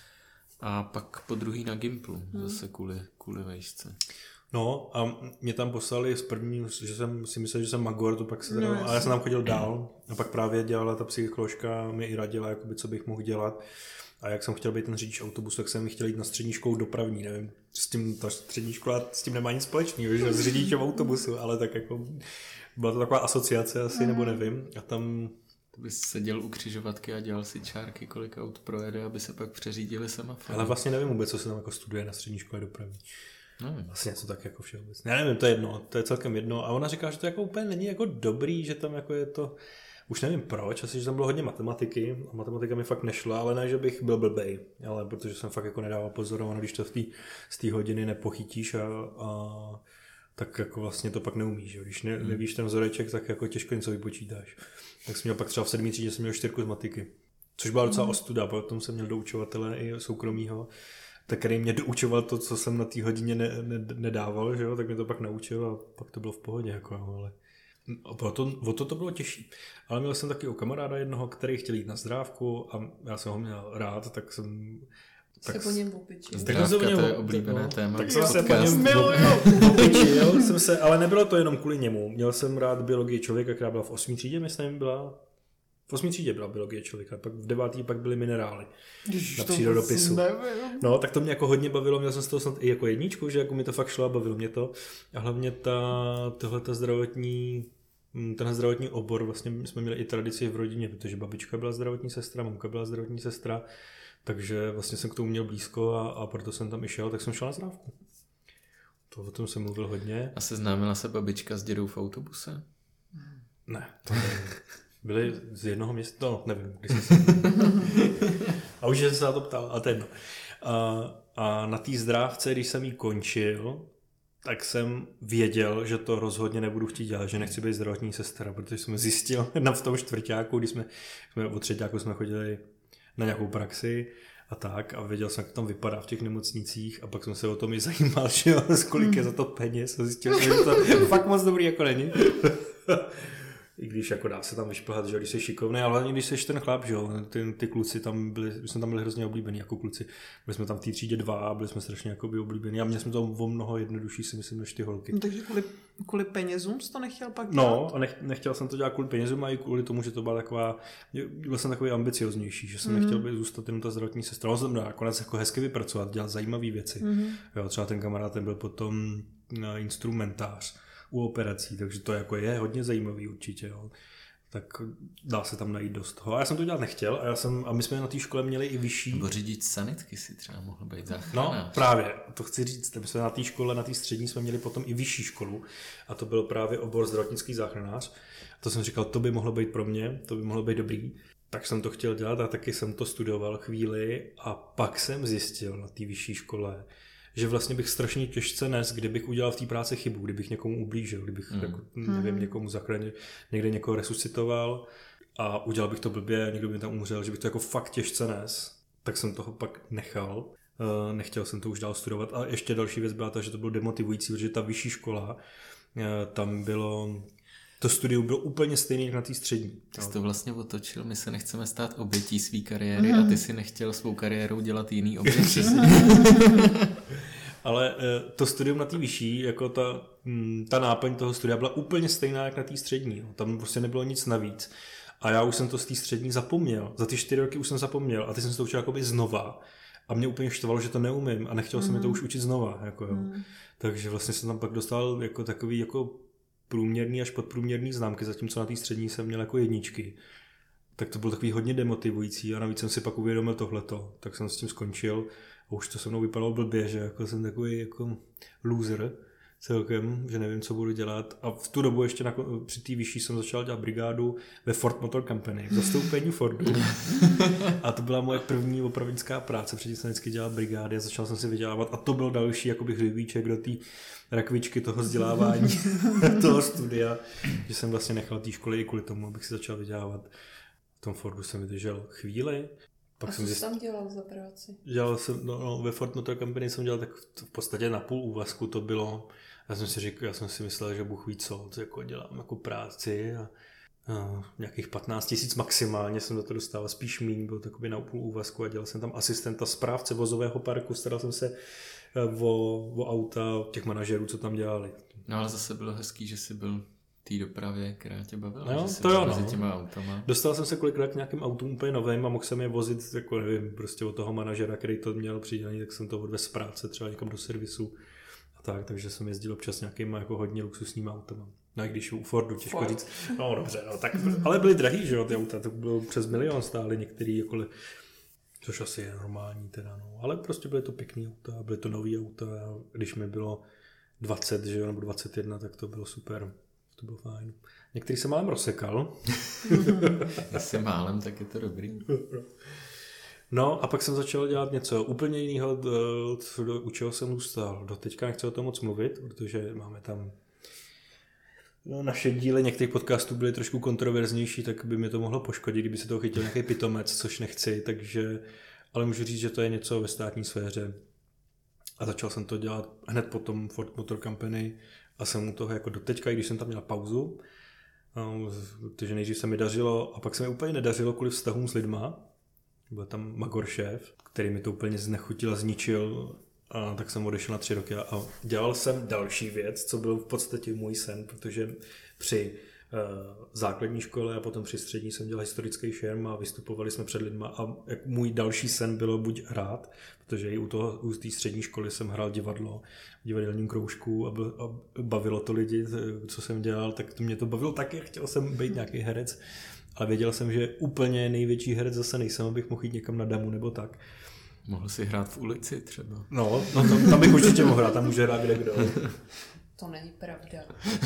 a pak po druhý na Gimplu, hmm. zase kvůli, kvůli vejšce. No a mě tam poslali z první, že jsem si myslel, že jsem magor, to pak se teda, no, ale já jsem tam chodil dál a pak právě dělala ta psycholožka, mi i radila, jakoby, co bych mohl dělat. A jak jsem chtěl být ten řidič autobusu, tak jsem chtěl jít na střední školu dopravní, nevím, s tím, ta střední škola s tím nemá nic společného, že s řidičem autobusu, ale tak jako byla to taková asociace asi, hmm. nebo nevím. A tam to bys seděl u křižovatky a dělal si čárky, kolik aut projede, aby se pak přeřídili semafory. Ale vlastně nevím vůbec, co se tam jako studuje na střední škole dopravní. No, vlastně něco tak jako všeobecně. Já nevím, to je jedno, to je celkem jedno. A ona říká, že to jako úplně není jako dobrý, že tam jako je to, už nevím proč, asi, že tam bylo hodně matematiky a matematika mi fakt nešla, ale ne, že bych byl blbej, ale protože jsem fakt jako nedával pozor, ono, když to v tý, z té hodiny nepochytíš a, a tak jako vlastně to pak neumíš. Jo. Když ne, nevíš ten vzoreček, tak jako těžko něco vypočítáš. Tak jsem měl pak třeba v sedmý třídě jsem měl čtyřku z matiky, což byla docela ostuda, potom jsem měl doučovatele i soukromýho, tak který mě doučoval to, co jsem na té hodině ne, ne, nedával, že jo, tak mě to pak naučil a pak to bylo v pohodě, jako, ale o to, o to to bylo těžší. Ale měl jsem taky o kamaráda jednoho, který chtěl jít na zdrávku a já jsem ho měl rád, tak jsem tak se po něm opičil. Zdrávka, to je oblíbené no, téma. Tak jsem se po něm opičil, jsem se, ale nebylo to jenom kvůli němu. Měl jsem rád biologii člověka, která byla v osmý třídě, myslím, byla. V osmý třídě byla biologie člověka, pak v devátý pak byly minerály na přírodopisu. No, tak to mě jako hodně bavilo, měl jsem z toho snad i jako jedničku, že jako mi to fakt šlo a bavilo mě to. A hlavně ta, tohleta zdravotní, ten zdravotní obor, vlastně jsme měli i tradici v rodině, protože babička byla zdravotní sestra, mamka byla zdravotní sestra, takže vlastně jsem k tomu měl blízko a, a proto jsem tam i šel, tak jsem šel na zdrávku. To o tom jsem mluvil hodně. A seznámila se babička s dědou v autobuse? Ne, to nevím. Byli z jednoho města, no nevím, když jsem se... A už jsem se na to ptal, a to je jedno. A, a na té zdrávce, když jsem ji končil, tak jsem věděl, že to rozhodně nebudu chtít dělat, že nechci být zdravotní sestra, protože jsem zjistil na v tom čtvrťáku, když jsme, jsme od třetíku jsme chodili na nějakou praxi a tak a věděl jsem, jak to tam vypadá v těch nemocnicích a pak jsem se o tom i zajímal, že jo, kolik je za to peněz a zjistil, že to fakt moc dobrý jako není. I když jako dá se tam vyšplhat, že když jsi šikovný, ale hlavně když jsi ten chlap, že jo, ty, ty kluci tam byli, my jsme tam byli hrozně oblíbení jako kluci. Byli jsme tam v té třídě dva a byli jsme strašně jako by oblíbení a měli jsme to o mnoho jednodušší, si myslím, než ty holky. No, takže kvůli, kvůli penězům jsi to nechtěl pak dělat? No, a nech, nechtěl jsem to dělat kvůli penězům a i kvůli tomu, že to byla taková, byl jsem takový ambicioznější, že jsem mm-hmm. nechtěl být zůstat jenom ta zdravotní sestra. No, jsem nakonec jako hezky vypracovat, dělat zajímavé věci. Mm-hmm. Jo, třeba ten kamarád ten byl potom instrumentář u operací, takže to jako je hodně zajímavý určitě, jo. Tak dá se tam najít dost toho. A já jsem to dělat nechtěl a já jsem, a my jsme na té škole měli i vyšší... Nebo řidič sanitky si třeba mohl být záchranář. No právě, to chci říct, my jsme na té škole, na té střední jsme měli potom i vyšší školu a to byl právě obor zdravotnický záchranář. A to jsem říkal, to by mohlo být pro mě, to by mohlo být dobrý. Tak jsem to chtěl dělat a taky jsem to studoval chvíli a pak jsem zjistil na té vyšší škole, že vlastně bych strašně těžce nes, kdybych udělal v té práci chybu, kdybych někomu ublížil, kdybych, mm. jako, nevím, někomu zachránil, někde někoho resuscitoval a udělal bych to blbě, někdo by tam umřel, že bych to jako fakt těžce nes, tak jsem toho pak nechal. Nechtěl jsem to už dál studovat a ještě další věc byla ta, že to bylo demotivující, protože ta vyšší škola, tam bylo... To studium bylo úplně stejné jak na té střední. Ty jsi to vlastně otočil, my se nechceme stát obětí své kariéry mm. a ty si nechtěl svou kariérou dělat jiný oběti. Ale to studium na té vyšší, jako ta, ta náplň toho studia byla úplně stejná jak na té střední. Tam prostě nebylo nic navíc. A já už jsem to z té střední zapomněl. Za ty čtyři roky už jsem zapomněl a teď jsem se to učil jakoby znova. A mě úplně štvalo, že to neumím a nechtěl mm. jsem mi to už učit znova. Jako, jo. Mm. Takže vlastně jsem tam pak dostal jako takový jako průměrný až podprůměrný známky, zatímco na té střední jsem měl jako jedničky. Tak to bylo takový hodně demotivující a navíc jsem si pak uvědomil tohleto. Tak jsem s tím skončil a už to se mnou vypadalo blbě, že jako jsem takový jako loser, celkem, že nevím, co budu dělat. A v tu dobu ještě na, při té vyšší jsem začal dělat brigádu ve Ford Motor Company, v zastoupení Fordu. A to byla moje první opravnická práce, předtím jsem vždycky dělal brigády a začal jsem si vydělávat. A to byl další jakoby hřebíček do té rakvičky toho vzdělávání, toho studia, že jsem vlastně nechal té školy i kvůli tomu, abych si začal vydělávat. V tom Fordu jsem vydržel chvíli. Pak a jsem co zjist... jsi tam dělal za práci? Dělal jsem, no, no, ve Ford Motor Company jsem dělal tak v podstatě na půl úvazku to bylo. Já jsem si říkal, já jsem si myslel, že Bůh ví co, to jako dělám jako práci a, a nějakých patnáct tisíc maximálně jsem za to dostával, spíš míň, byl takový na půl úvazku a dělal jsem tam asistenta správce vozového parku, staral jsem se o, o auta těch manažerů, co tam dělali. No ale zase bylo hezký, že jsi byl v té dopravě, která tě bavila, no, že jsi to byl jo, mezi no. těma autama. Dostal jsem se kolikrát k nějakým autům úplně novým a mohl jsem je vozit, jako nevím, prostě od toho manažera, který to měl přidělený, tak jsem to odvez z práce třeba někam do servisu. Tak, takže jsem jezdil občas nějakýma jako hodně luxusníma autama. No i když u Fordu, těžko Ford. říct. No dobře, no tak, ale byly drahý, že jo, ty auta, to bylo přes milion stály některý, jako, což asi je normální teda, no. Ale prostě byly to pěkný auta, byly to nový auta a když mi bylo dvacet, že jo, nebo dvacet jedna, tak to bylo super, to bylo fajn. Některý jsem málem rozsekal. Jestli málem, tak je to dobrý. No a pak jsem začal dělat něco úplně jiného, u čeho jsem zůstal. Do teďka nechci o tom moc mluvit, protože máme tam no, naše díly některých podcastů byly trošku kontroverznější, tak by mi to mohlo poškodit, kdyby se toho chytil nějaký pitomec, což nechci, takže, ale můžu říct, že to je něco ve státní sféře. A začal jsem to dělat hned potom Ford Motor Company a jsem u toho jako do teďka, i když jsem tam měl pauzu, protože nejdřív se mi dařilo a pak se mi úplně nedařilo kvůli vztahům s lidma. Byl tam Magor šéf, který mi to úplně znechutil a zničil, a tak jsem odešel na tři roky a dělal jsem další věc, co byl v podstatě můj sen, protože při uh, základní škole a potom při střední jsem dělal historický šerm a vystupovali jsme před lidma a jak můj další sen bylo buď hrát, protože i u toho u té střední školy jsem hrál divadlo v divadelním kroužku a, byl, a bavilo to lidi, co jsem dělal, tak to mě to bavilo taky, chtěl jsem být nějaký herec. Ale věděl jsem, že úplně největší herec zase nejsem, abych mohl jít někam na damu nebo tak. Mohl si hrát v ulici třeba. No, no tam, tam bych určitě mohl hrát, tam může hrát kde kdo. To není pravda.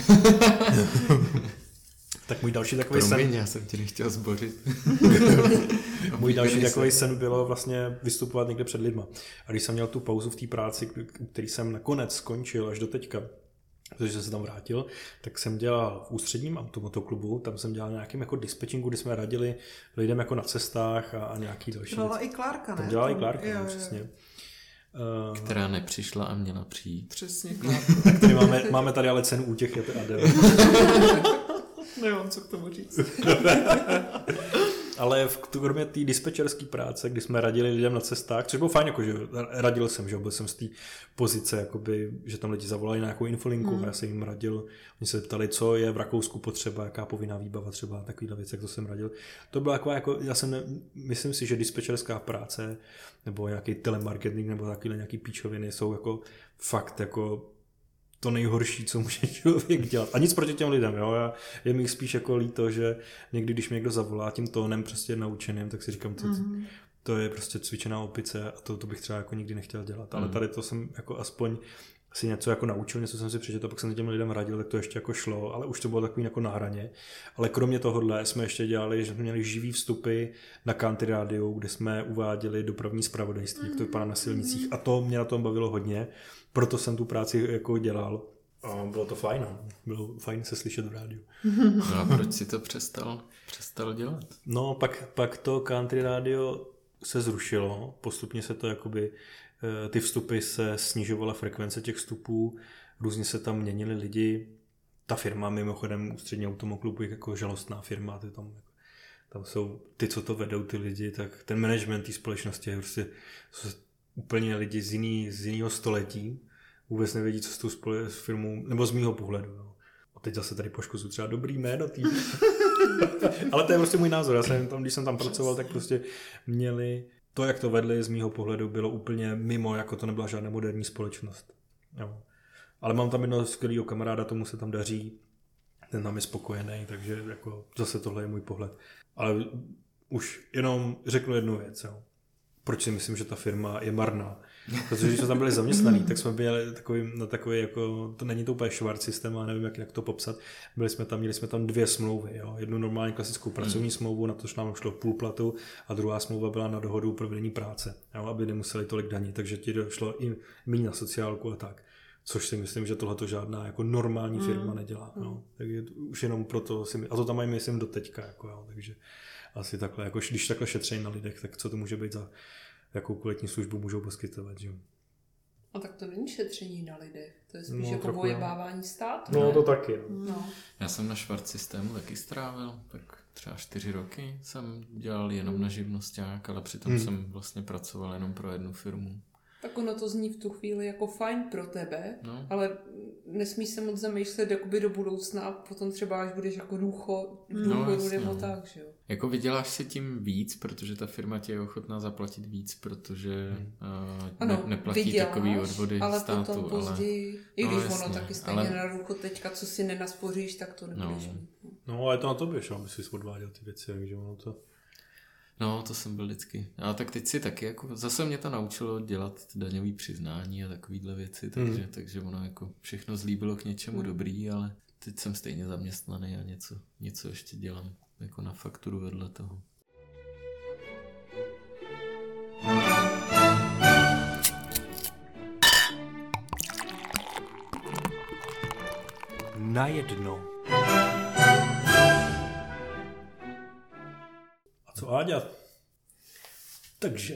Tak můj další takový Promiň, sen... já jsem ti nechtěl zbořit. můj další takový sen bylo vlastně vystupovat někde před lidma. A když jsem měl tu pauzu v té práci, který jsem nakonec skončil až do teďka, protože jsem se tam vrátil, tak jsem dělal v ústředním automotoklubu, tam jsem dělal nějakým jako dispečingu, kdy jsme radili lidem jako na cestách a, a nějaký další dělala věci. i Klárka, ne? Tam dělala i Klárka, jo, no, jo. přesně. Která nepřišla a měla přijít. Přesně, Klárka. Tak tady máme, máme tady ale cenu útěchy, to je Adel. Nemám co k tomu říct. Ale v, kromě té dispečerské práce, kdy jsme radili lidem na cestách, což bylo fajn, jako, že radil jsem, že byl jsem z té pozice, jakoby, že tam lidi zavolali na nějakou infolinku mm. a já jsem jim radil. Oni se ptali, co je v Rakousku potřeba, jaká povinná výbava třeba, takovýhle věc, jak to jsem radil. To byla taková, jako, já jsem ne, myslím si, že dispečerská práce nebo nějaký telemarketing nebo takovýhle nějaký píčoviny jsou jako fakt jako to nejhorší, co může člověk dělat. A nic proti těm lidem, jo. Já, je mi spíš jako líto, že někdy, když mě někdo zavolá tím tónem prostě naučeným, tak si říkám, to, mm-hmm. to je prostě cvičená opice a to, to bych třeba jako nikdy nechtěl dělat. Ale tady to jsem jako aspoň si něco jako naučil, něco jsem si přečetl, pak jsem těm lidem radil, tak to ještě jako šlo, ale už to bylo takový jako na hraně. Ale kromě tohohle jsme ještě dělali, že jsme měli živý vstupy na Country rádiu, kde jsme uváděli dopravní zpravodajství, jak to vypadá na silnicích a to mě na tom bavilo hodně. Proto jsem tu práci jako dělal a bylo to fajn. Bylo fajn se slyšet v rádiu. No a proč si to přestal, přestal dělat? No pak, pak to Country rádio se zrušilo, postupně se to jakoby, ty vstupy se snižovala frekvence těch vstupů, různě se tam měnili lidi. Ta firma mimochodem Ústřední automoklub je jako žalostná firma, ty tam, tam jsou ty, co to vedou, ty lidi, tak ten management té společnosti je prostě úplně lidi z, jiný, z jiného století, vůbec nevědí, co s tou spole- s firmou, nebo z mýho pohledu. No. A teď zase tady poškozu třeba dobrý jméno tý. Ale to je prostě můj názor. Já jsem tam, když jsem tam pracoval, tak prostě měli to, jak to vedli z mýho pohledu, bylo úplně mimo, jako to nebyla žádná moderní společnost. Jo. Ale mám tam jednoho skvělého kamaráda, tomu se tam daří, ten tam je spokojený, takže jako zase tohle je můj pohled. Ale už jenom řeknu jednu věc. Jo. proč si myslím, že ta firma je marná. Protože když jsme tam byli zaměstnaný, tak jsme byli takový, na takový, jako, to není to úplně švart systém, a nevím, jak, jak to popsat. Byli jsme tam, měli jsme tam dvě smlouvy, jo. Jednu normální klasickou pracovní hmm. smlouvu, na to nám šlo půl platu, a druhá smlouva byla na dohodu provedení práce, jo, aby nemuseli tolik daní, takže ti došlo i méně na sociálku a tak. Což si myslím, že tohle to žádná jako normální firma hmm. nedělá. No. Takže už jenom proto si, a to tam mají myslím do teďka, jako, jo, takže asi takhle, jako, když takhle šetří na lidech, tak co to může být za jakou kvalitní službu můžou poskytovat, že jo. A tak to není šetření na lidech, to je spíš no, jako vojebávání státu. No ne? to taky. No. Já jsem na švart systému taky strávil, tak třeba čtyři roky jsem dělal jenom na živnosťák, ale přitom hmm. jsem vlastně pracoval jenom pro jednu firmu. Tak ono to zní v tu chvíli jako fajn pro tebe, no. ale nesmíš se moc zamýšlet jakoby do budoucna a potom třeba až budeš jako důchod, v důchodu no, nebo tak, že jo. Jako vyděláš si tím víc, protože ta firma tě je ochotná zaplatit víc, protože hmm. uh, ano, ne, neplatí vyděláš, takový odvody ale státu. Potom později, ale... i když no, ono jasně, taky stejně ale... na důchod teďka, co si nenaspoříš, tak to nebudeš no. mít. No ale to na tobě, že aby si odváděl ty věci, takže ono to... No, to jsem byl vždycky. A tak teď si taky, jako, zase mě to naučilo dělat daňový přiznání a takovýhle věci, takže, mm. takže ono jako všechno zlíbilo k něčemu mm. dobrý, ale teď jsem stejně zaměstnaný a něco, něco ještě dělám jako na fakturu vedle toho. Najednou. A co Áďa? Takže.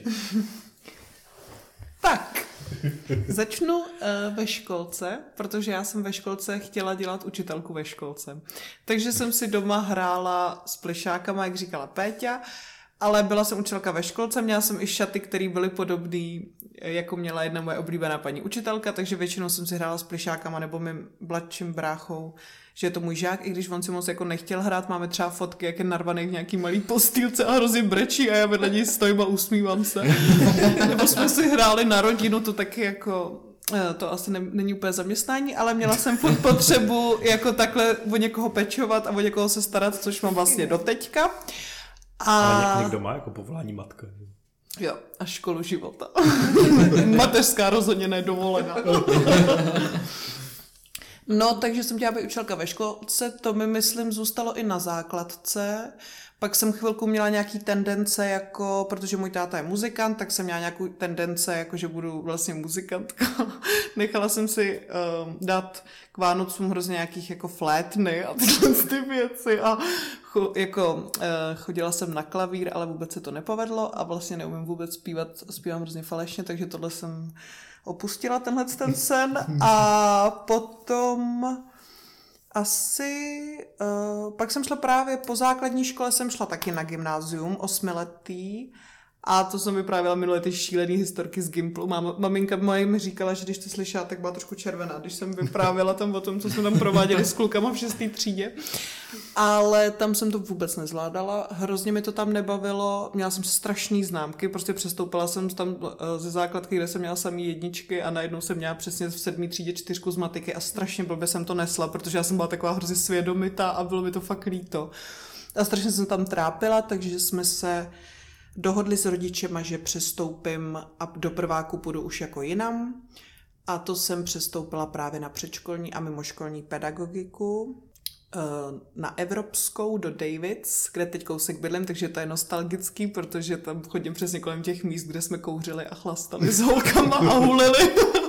Tak, začnu uh, ve školce, protože já jsem ve školce chtěla dělat učitelku ve školce. Takže jsem si doma hrála s plišákama, jak říkala Péťa, ale byla jsem učitelka ve školce, měla jsem i šaty, které byly podobný, jako měla jedna moje oblíbená paní učitelka, takže většinou jsem si hrála s plišákama nebo mým mladším bráchou, že je to můj žák, i když on si moc jako nechtěl hrát, máme třeba fotky, jak je narvaný v nějaký malý postýlce a hrozně brečí a já vedle něj stojím a usmívám se. Nebo jsme si hráli na rodinu, to taky jako, to asi ne, není úplně zaměstnání, ale měla jsem furt potřebu jako takhle o někoho pečovat a o někoho se starat, což mám vlastně doteďka. A... Ale někdo má jako povolání matka. Jo, a školu života. Mateřská rozhodně nedovolená. No, takže jsem chtěla být učitelka ve školce, to mi myslím zůstalo i na základce. Pak jsem chvilku měla nějaký tendence, jako, protože můj táta je muzikant, tak jsem měla nějakou tendence, jako, že budu vlastně muzikantka. Nechala jsem si um, dát k Vánocům hrozně nějakých jako flétny a tyhle ty věci a cho, jako, uh, chodila jsem na klavír, ale vůbec se to nepovedlo a vlastně neumím vůbec zpívat, zpívám hrozně falešně, takže tohle jsem opustila, tenhle ten sen a potom... Asi, uh, pak jsem šla právě po základní škole, jsem šla taky na gymnázium, osmiletý, a to jsem vyprávěla minulé ty šílený historky z Gimplu. Mám, maminka moje mi říkala, že když to slyšela, tak byla trošku červená, když jsem vyprávěla tam o tom, co jsme tam prováděli s klukama v šestý třídě. Ale tam jsem to vůbec nezvládala, hrozně mi to tam nebavilo, měla jsem strašný známky, prostě přestoupila jsem tam ze základky, kde jsem měla samý jedničky a najednou jsem měla přesně v sedmý třídě čtyřku z matiky a strašně blbě jsem to nesla, protože já jsem byla taková hrozně svědomitá a bylo mi to fakt líto. A strašně jsem tam trápila, takže jsme se dohodli s rodičema, že přestoupím a do prváku půjdu už jako jinam. A to jsem přestoupila právě na předškolní a mimoškolní pedagogiku na Evropskou do Davids, kde teď kousek bydlím, takže to je nostalgický, protože tam chodím přesně kolem těch míst, kde jsme kouřili a chlastali s holkama a hulili.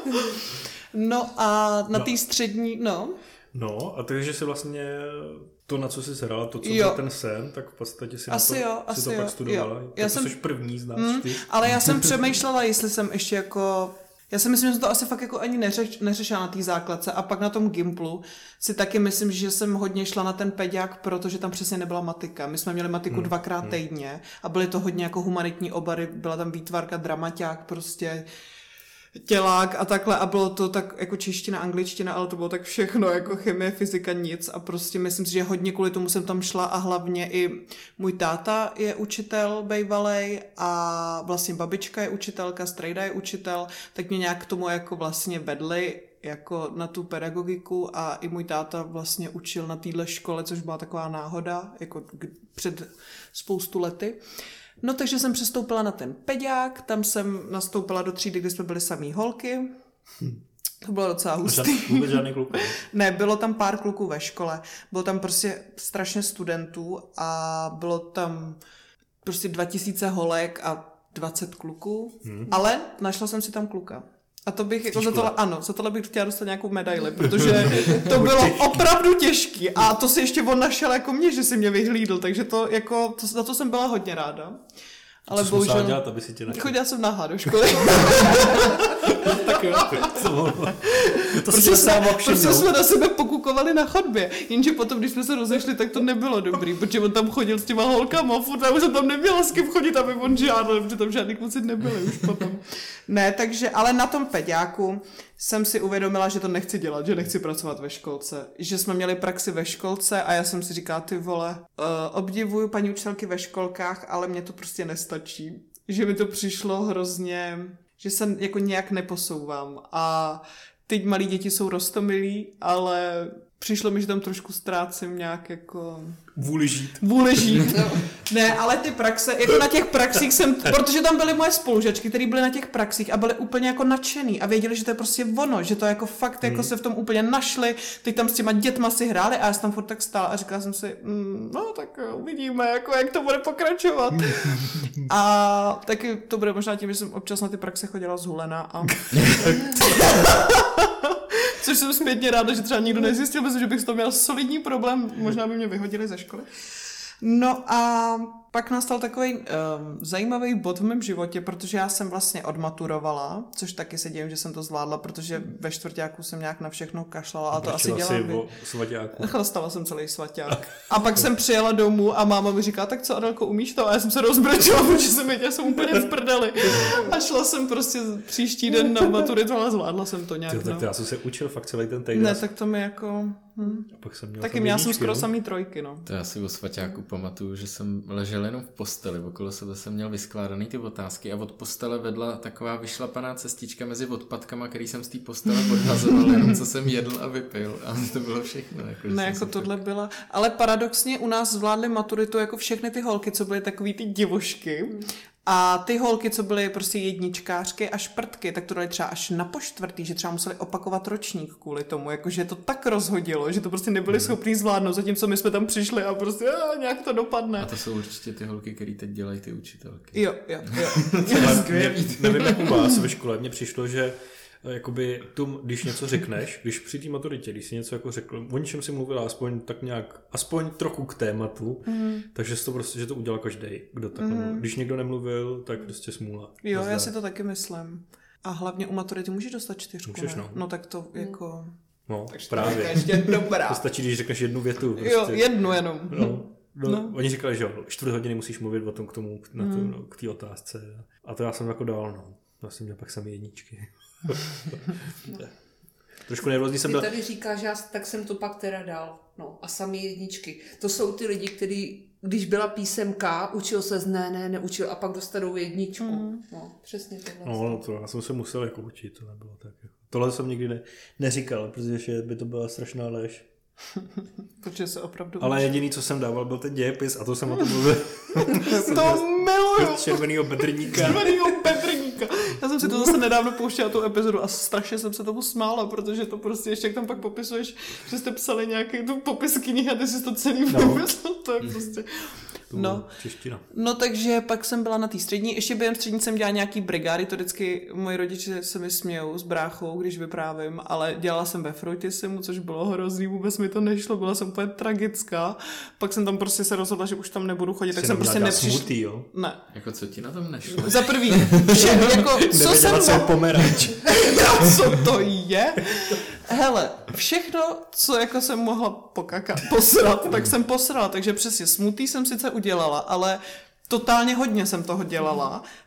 No a na no. té střední, no. No a takže si vlastně to, na co jsi hrala, to, co jo. byl ten sen, tak v podstatě si asi na to, jo, si asi to jo, pak studovala. Jo. Já jsem... to jsi první z nás mm, ale já jsem přemýšlela, jestli jsem ještě jako... Já si myslím, že jsem to asi fakt jako ani neřeš, neřešila na té základce a pak na tom Gimplu si taky myslím, že jsem hodně šla na ten peďák, protože tam přesně nebyla matika. My jsme měli matiku hmm. dvakrát hmm. týdně a byly to hodně jako humanitní obory, byla tam výtvarka, dramaťák, prostě tělák a takhle a bylo to tak jako čeština, angličtina, ale to bylo tak všechno, jako chemie, fyzika, nic a prostě myslím si, že hodně kvůli tomu jsem tam šla a hlavně i můj táta je učitel bejvalej a vlastně babička je učitelka, strejda je učitel, tak mě nějak k tomu jako vlastně vedli jako na tu pedagogiku a i můj táta vlastně učil na téhle škole, což byla taková náhoda, jako před spoustu lety. No takže jsem přestoupila na ten peďák, tam jsem nastoupila do třídy, kde jsme byli samý holky. To bylo docela hustý. Vůbec žádný kluk. Ne, bylo tam pár kluků ve škole. Bylo tam prostě strašně studentů a bylo tam prostě dva tisíce holek a dvacet kluků. Hmm. Ale našla jsem si tam kluka. A to bych, jako za tohle, ano, za tohle bych chtěla dostat nějakou medaili, protože to bylo opravdu těžký. A to si ještě on našel jako mě, že si mě vyhlídl, takže to jako, to, za to jsem byla hodně ráda. Ale co bohužel... musela dělat, aby si tě našel? Chodila jsem nahá do školy. Tak jo, to, to protože jsme, protože jsme na sebe pokukovali na chodbě, jenže potom, když jsme se rozešli, tak to nebylo dobrý, protože on tam chodil s těma holkama, furt já už jsem tam neměla s kým chodit, aby on žádal, protože tam žádný kluci nebyli už potom. Ne, takže, ale na tom peďáku jsem si uvědomila, že to nechci dělat, že nechci pracovat ve školce, že jsme měli praxi ve školce a já jsem si říkala, ty vole, uh, obdivuju paní učitelky ve školkách, ale mě to prostě nestačí, že mi to přišlo hrozně... že se jako nějak neposouvám a teď malí děti jsou roztomilí, ale přišlo mi, že tam trošku ztrácím nějak jako... Vůli žít. Vůli žít. No. Ne, ale ty praxe, jako na těch praxích jsem, protože tam byly moje spolužačky, které byly na těch praxích a byly úplně jako nadšený a věděli, že to je prostě ono, že to jako fakt jako hmm. se v tom úplně našli, teď tam s těma dětma si hráli a já jsem tam furt tak stála a říkala jsem si, mm, no tak uvidíme, jako jak to bude pokračovat. A taky to bude možná tím, že jsem občas na ty praxe chodila zhulená a... Což jsem zpětně ráda, že třeba nikdo nezjistil, myslím, že bych s tom měla solidní problém, možná by mě vyhodili ze školy. No a pak nastal takový um, zajímavý bod v mém životě, protože já jsem vlastně odmaturovala, což taky se divím, že jsem to zvládla, protože ve čtvrťáku jsem nějak na všechno kašlala a to Brčila asi dělám. o svaťáku. Chlastala jsem celý svaťák. A pak jsem přijela domů a máma mi říká, tak co Adelko, umíš to? A já jsem se rozbrečela, protože jsem věděla, jsem úplně v prdeli. A šla jsem prostě příští den na maturitu, ale zvládla jsem to nějak. Ty, tak no. Já jsem se učil fakt celý ten týden. Ne, tak to mi jako... Hm. Pak jsem měl taky měla jsem skoro samý trojky, no. To já si o svaťáku pamatuju, že jsem ležel jenom v posteli, okolo sebe jsem měl vyskládaný ty otázky a od postele vedla taková vyšlapaná cestička mezi odpadkama, který jsem z té postele odhazoval, jenom co jsem jedl a vypil a to bylo všechno. Jako, ne, jako tohle tak... byla, ale paradoxně u nás zvládly maturitu jako všechny ty holky, co byly takový ty divošky. A ty holky, co byly prostě jedničkářky a šprtky, tak to dali třeba až na poštvrtý, že třeba museli opakovat ročník kvůli tomu, jakože to tak rozhodilo, že to prostě nebyli hmm. schopní zvládnout, zatímco my jsme tam přišli a prostě a, nějak to dopadne. A to jsou určitě ty holky, které teď dělají ty učitelky. Jo, jo, jo. Nevím, jak u vás ve škole, mně přišlo, že jakoby tu, když něco řekneš, když při té maturitě, když si něco jako řekl, o ničem si mluvila aspoň tak nějak, aspoň trochu k tématu, mm. takže to prostě, že to udělal každý, kdo tak mm. Když někdo nemluvil, tak prostě smůla. Jo, nazdar. Já si to taky myslím. A hlavně u maturity můžeš dostat čtyřku, můžeš, ne? no. no tak to jako... No, takže právě. To ještě dobrá. To stačí, když řekneš jednu větu. Prostě. Jo, jednu jenom. No. No, no. Oni říkali, že jo, čtvrt hodiny musíš mluvit o tom k tomu, na to, mm. no, k té otázce. A to já jsem jako dal, no. Já jsem měl pak samý jedničky. No. Trošku nervózní jsem byl. Ty tady říkáš, já, tak jsem to pak teda dal. No a sami jedničky. To jsou ty lidi, kteří, když byla písemka, učil se z ne, ne, neučil a pak dostanou jedničku. Mm. No, přesně tohle. No, no, to já jsem se musel jako učit, to nebylo tak. Jako. Tohle jsem nikdy ne, neříkal, protože by to byla strašná lež. Protože se opravdu... Ale jediný, co jsem dával, byl ten dějepis a to jsem o tom mluvil. To miluju! Červenýho bedrníka. Červenýho bedrníka. Já jsem si to zase nedávno pouštěla tu epizodu a strašně jsem se tomu smála, protože to prostě ještě jak tam pak popisuješ, že jste psali nějaký tu popis knihy a ty jsi to celý no. popisal, to je prostě... No. Čeština. No takže pak jsem byla na té střední, ještě během střední jsem dělala nějaký brigády, to vždycky moji rodiče se mi smějou s bráchou, když vyprávím, ale dělala jsem ve Fruitisimu, což bylo hrozný, vůbec mi to nešlo, byla jsem úplně tragická, pak jsem tam prostě se rozhodla, že už tam nebudu chodit, tak jsem prostě nepřišla. Smutý, jo? Ne. Jako co ti na tom nešlo? Za prvý, vše, jako, co jsem... co je pomeranč. Co to je? Hele, všechno, co jako jsem mohla pokakat, posrat, tak jsem posrala, takže přesně smutý jsem sice udělala, ale totálně hodně jsem toho dělala,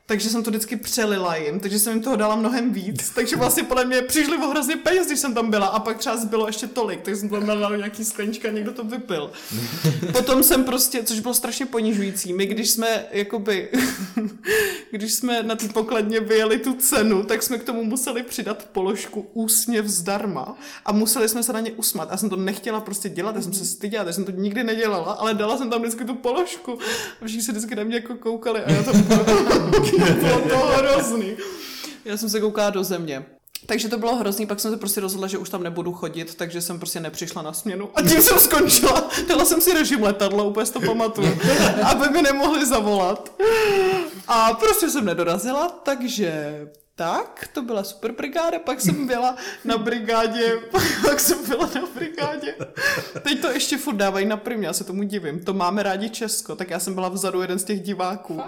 takže jsem to vždycky přelila jim, takže jsem jim toho dala mnohem víc, takže vlastně podle mě přišli o hrozně peněz, když jsem tam byla a pak třeba zbylo ještě tolik, takže jsem tam dala nějaký sklenička a někdo to vypil. Potom jsem prostě, což bylo strašně ponižující, my když jsme jakoby, když jsme na té pokladně vyjeli tu cenu, tak jsme k tomu museli přidat položku úsměv zdarma a museli jsme se na ně usmat. Já jsem to nechtěla prostě dělat, já jsem se styděla, já jsem to nikdy nedělala, ale dala jsem tam vždycky tu položku a všichni se vždycky na mě jako koukali a já to bylo to hrozný. Já jsem se koukala do země. Takže to bylo hrozný, pak jsem se prostě rozhodla, že už tam nebudu chodit, takže jsem prostě nepřišla na směnu a tím jsem skončila. Dala jsem si režim letadlo, úplně si to pamatuju, aby mi nemohli zavolat. A prostě jsem nedorazila, takže tak, to byla super brigáda, pak jsem byla na brigádě, pak jsem byla na brigádě. Teď to ještě furt dávají na Primě, já se tomu divím. To máme rádi Česko, tak já jsem byla vzadu jeden z těch diváků.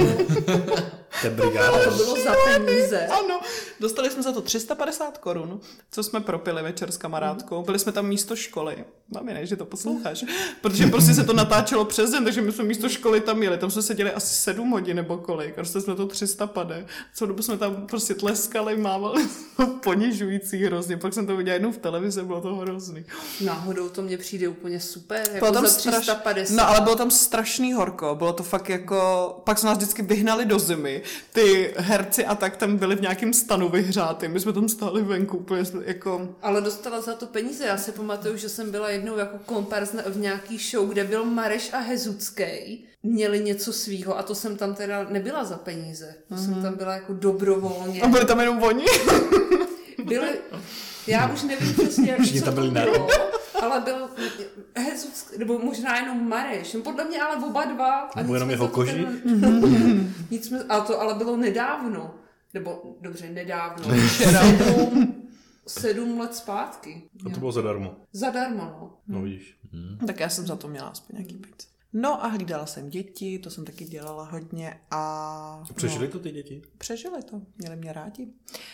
To brigáda. To bylo za peníze. Ano, dostali jsme za to tři sta padesát korun, co jsme propili večer s kamarádkou. Byli jsme tam místo školy. Mami, ne, že to posloucháš. Protože prostě se to natáčelo přes den, takže my jsme místo školy tam jeli. Tam jsme seděli asi sedm hodin nebo kolik. A prostě jsme to tři sta pade. Co dobu jsme tam prostě tleskali, mávali. Ponižující hrozně. Pak jsem to viděla jednou v televizi, bylo to hrozný. Náhodou to mně přijde úplně super. Jako Bylo tam za tři sta padesát. Straš... No ale bylo tam strašný horko. Bylo to fakt jako... Pak se nás vždycky vyhnali do zimy. Ty herci a tak tam byli v nějakém stanu vyhřátým. My jsme tam stáli venku úplně jako... Ale dostala za to peníze. Já si pamatuju, že jsem byla jednou jako komparz v nějaký show, kde byl Mareš a Hezucký. Měli něco svýho a to jsem tam teda nebyla za peníze. To mm. jsem tam byla jako dobrovolně. A byli tam jenom oni? Byli... Já už nevím přesně, jak co to bylo. Ale byl Hezucký, nebo možná jenom Mareš. Podle mě ale oba dva. Nebo jenom jeho koži? Ten... Nic jsme... ale to ale bylo nedávno. Nebo, dobře, nedávno. sedm, sedm let zpátky. A to bylo zadarmo. Zadarmo, no. No vidíš. Hmm. Tak já jsem za to měla aspoň nějaký peníze. No a hlídala jsem děti, to jsem taky dělala hodně a... Přežili no, to ty děti? Přežili to, měli mě rádi.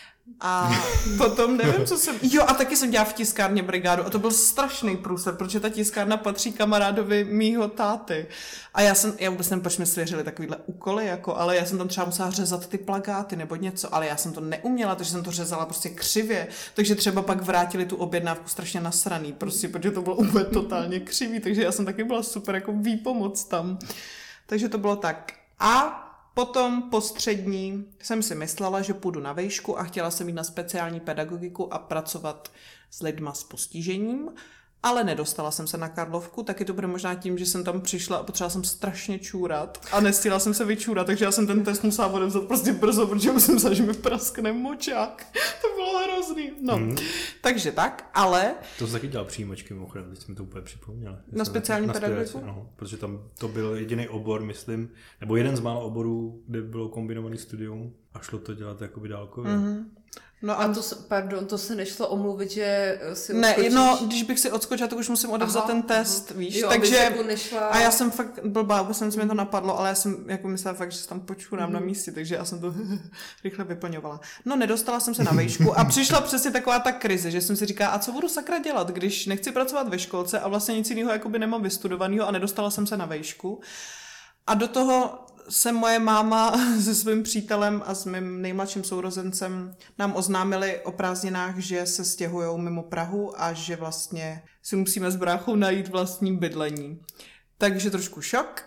A potom nevím, co jsem... Jo, a taky jsem dělala v tiskárně brigádu a to byl strašný průser, protože ta tiskárna patří kamarádovi mýho táty. A já jsem, já vůbec nevím, proč mi svěřili takovýhle úkoly, jako, ale já jsem tam třeba musela řezat ty plakáty nebo něco, ale já jsem to neuměla, takže jsem to řezala prostě křivě, takže třeba pak vrátili tu objednávku strašně nasraný, prostě, protože to bylo úplně totálně křivý, takže já jsem taky byla super jako výpomoc tam. Takže to bylo tak. A potom po střední jsem si myslela, že půjdu na vejšku a chtěla jsem jít na speciální pedagogiku a pracovat s lidma s postižením, ale nedostala jsem se na Karlovku, taky to bude možná tím, že jsem tam přišla a potřebovala jsem strašně čůrat a nestihla jsem se vyčůrat, takže já jsem ten test musela odevzat prostě brzo, protože už jsem myslela, že mi praskne močák. To bylo hrozný. No, hmm. takže tak, ale... To jsi taky dělal přijímačky, mimochodem, teď jsme to úplně připomněli. Na speciální na pedagogiku? No, protože tam to byl jediný obor, myslím, nebo jeden z mála oborů, kde bylo kombinovaný studium a šlo to dělat jakoby dálkově. Mm-hmm. No a to, pardon, to se nešlo omluvit, že si ne, odskočíš? No, když bych si odskočila, tak už musím odevzat aha, ten test, aha. víš, jo, takže jako nešla... a já jsem fakt blbá, vůbec jsem, mi to napadlo, ale já jsem jako myslela fakt, že se tam počurám mm. na místě, takže já jsem to rychle vyplňovala. No, nedostala jsem se na vejšku a přišla přesně taková ta krize, že jsem si říkala, a co budu sakra dělat, když nechci pracovat ve školce a vlastně nic jiného jakoby nemám vystudovaného a nedostala jsem se na vejšku. A do toho se moje máma se svým přítelem a s mým nejmladším sourozencem nám oznámili o prázdninách, že se stěhujou mimo Prahu a že vlastně si musíme s bráchou najít vlastní bydlení. Takže trošku šok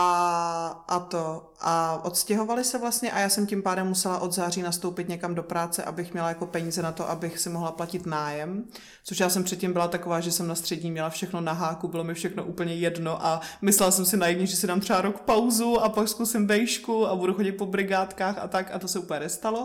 a, a to. A odstěhovali se vlastně a já jsem tím pádem musela od září nastoupit někam do práce, abych měla jako peníze na to, abych si mohla platit nájem. Což já jsem předtím byla taková, že jsem na střední měla všechno na háku, bylo mi všechno úplně jedno a myslela jsem si naivně, že si dám třeba rok pauzu a pak zkusím vejšku a budu chodit po brigádkách a tak a to se úplně nestalo.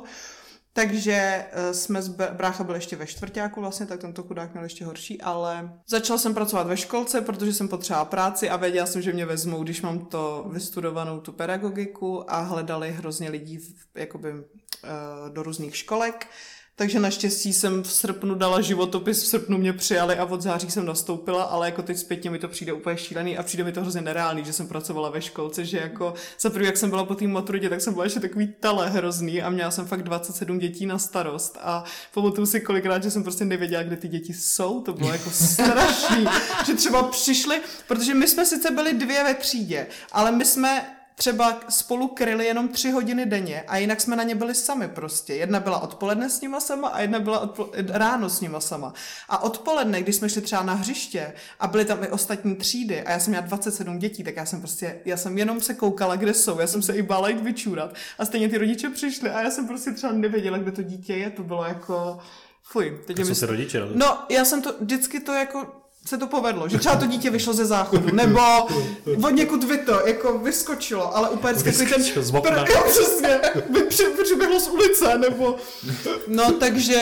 Takže jsme z brácha byl ještě ve čtvrťáku vlastně, tak tento chudák měl ještě horší, ale začala jsem pracovat ve školce, protože jsem potřebovala práci a věděla jsem, že mě vezmou, když mám to vystudovanou tu pedagogiku a hledali hrozně lidí v, jakoby, do různých školek. Takže naštěstí jsem v srpnu dala životopis, v srpnu mě přijali a od září jsem nastoupila, ale jako teď zpětně mi to přijde úplně šílený a přijde mi to hrozně nereálný, že jsem pracovala ve školce, že jako za první, jak jsem byla po té maturitě, tak jsem byla ještě takový tale hrozný a měla jsem fakt dvacet sedm dětí na starost a pamatuju si kolikrát, že jsem prostě nevěděla, kde ty děti jsou, to bylo jako strašný, že třeba přišli, protože my jsme sice byli dvě ve třídě, ale my jsme třeba spolu kryli jenom tři hodiny denně a jinak jsme na ně byli sami prostě. Jedna byla odpoledne s nima sama a jedna byla odpo- ráno s nima sama. A odpoledne, když jsme šli třeba na hřiště a byly tam i ostatní třídy a já jsem měla dvacet sedm dětí, tak já jsem prostě, já jsem jenom se koukala, kde jsou, já jsem se i bála jít vyčůrat a stejně ty rodiče přišli a já jsem prostě třeba nevěděla, kde to dítě je, to bylo jako, fuj. Teď a co se rodiče dali? No, já jsem to, vždycky to jako se to povedlo, že třeba to dítě vyšlo ze záchodu, nebo od někud vy to, jako vyskočilo, ale úplně vždycky ten... z okna. Jo, přesně, přiběhlo z ulice, nebo... No, takže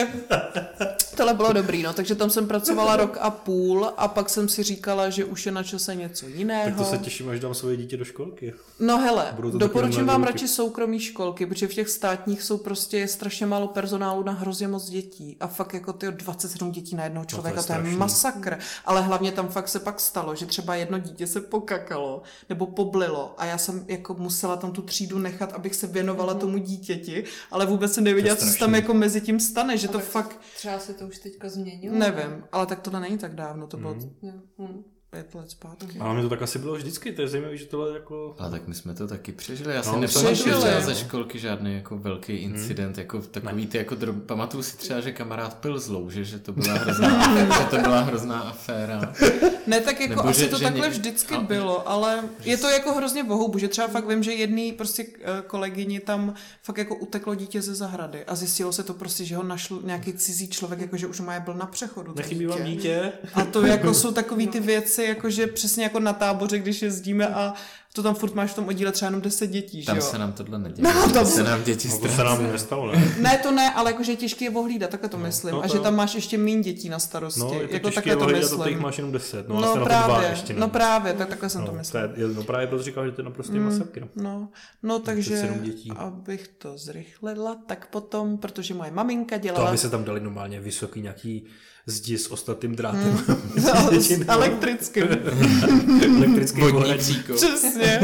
tohle bylo dobrý, no, takže tam jsem pracovala rok a půl a pak jsem si říkala, že už je na čase něco jiného. Tak to se těším, až dám svoje dítě do školky. No hele, doporučím vám radši soukromý školky, protože v těch státních jsou prostě je strašně málo personálu na hrozně moc dětí a fakt jako ty dvacet sedm dětí na jednoho člověka, no to je, to je masakr. Ale hlavně tam fakt se pak stalo, že třeba jedno dítě se pokakalo nebo poblilo a já jsem jako musela tam tu třídu nechat, abych se věnovala tomu dítěti, ale vůbec jsem nevěděla, co se tam jako mezi tím stane, že a to fakt... Třeba se to už teďka změnilo? Nevím, ale tak tohle není tak dávno, to bylo... Mm. Pět let zpátky. Ale mi to tak asi bylo vždycky, to je zajímavé, že tohle jako... Ale tak my jsme to taky přežili, já si no, nepamatuju třeba ze školky žádný jako velký incident, hmm. jako takový ty jako drob... Pamatuju si třeba, že kamarád pil z louže, že to byla hrozná, že to byla hrozná aféra. Ne, tak jako nebo asi že, to že takhle ně... vždycky ale... bylo, ale je to jako hrozně bohoubu, že třeba fakt vím, že jedný prostě kolegyni tam fakt jako uteklo dítě ze zahrady a zjistilo se to prostě, že ho našl nějaký cizí člověk, jako že už má byl na přechodu. Nechybí vám dítě. A to jako jsou takový ty věci, jakože přesně jako na táboře, když jezdíme a to tam furt máš v tom oddíle třeba jenom deset dětí, tam že jo? Tam se nám tohle neděje. No, tam se nám děti ztrácí. To se nám nestalo, ne? Ne, to ne, ale jakože je těžké je ohlídat, takhle to no, myslím. No, to... A že tam máš ještě méně dětí na starosti. No, je to jako těžké to myslím. A to máš jenom deset. No, no právě, ještě, no právě, tak takhle jsem no, to myslel. To je, no právě proto říkal, že to je naprosto mm, masakr. No, no takže, abych to zrychlila, tak potom, protože moje maminka dělala... To, aby se tam dali normálně vysoký nějaký zdi s ostatým drátem. Mm, no, s elektrickým. Elektrickým vodnícíkou. Přesně.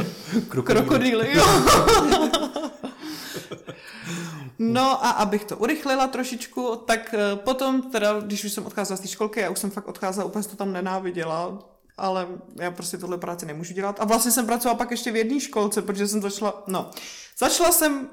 Krokodýly, jo. No a abych to urychlila trošičku, tak potom teda, když už jsem odcházela z té školky, já už jsem fakt odcházela, úplně to tam nenáviděla, ale já prostě tohle práci nemůžu dělat. A vlastně jsem pracovala pak ještě v jedné školce, protože jsem začala, no, začala jsem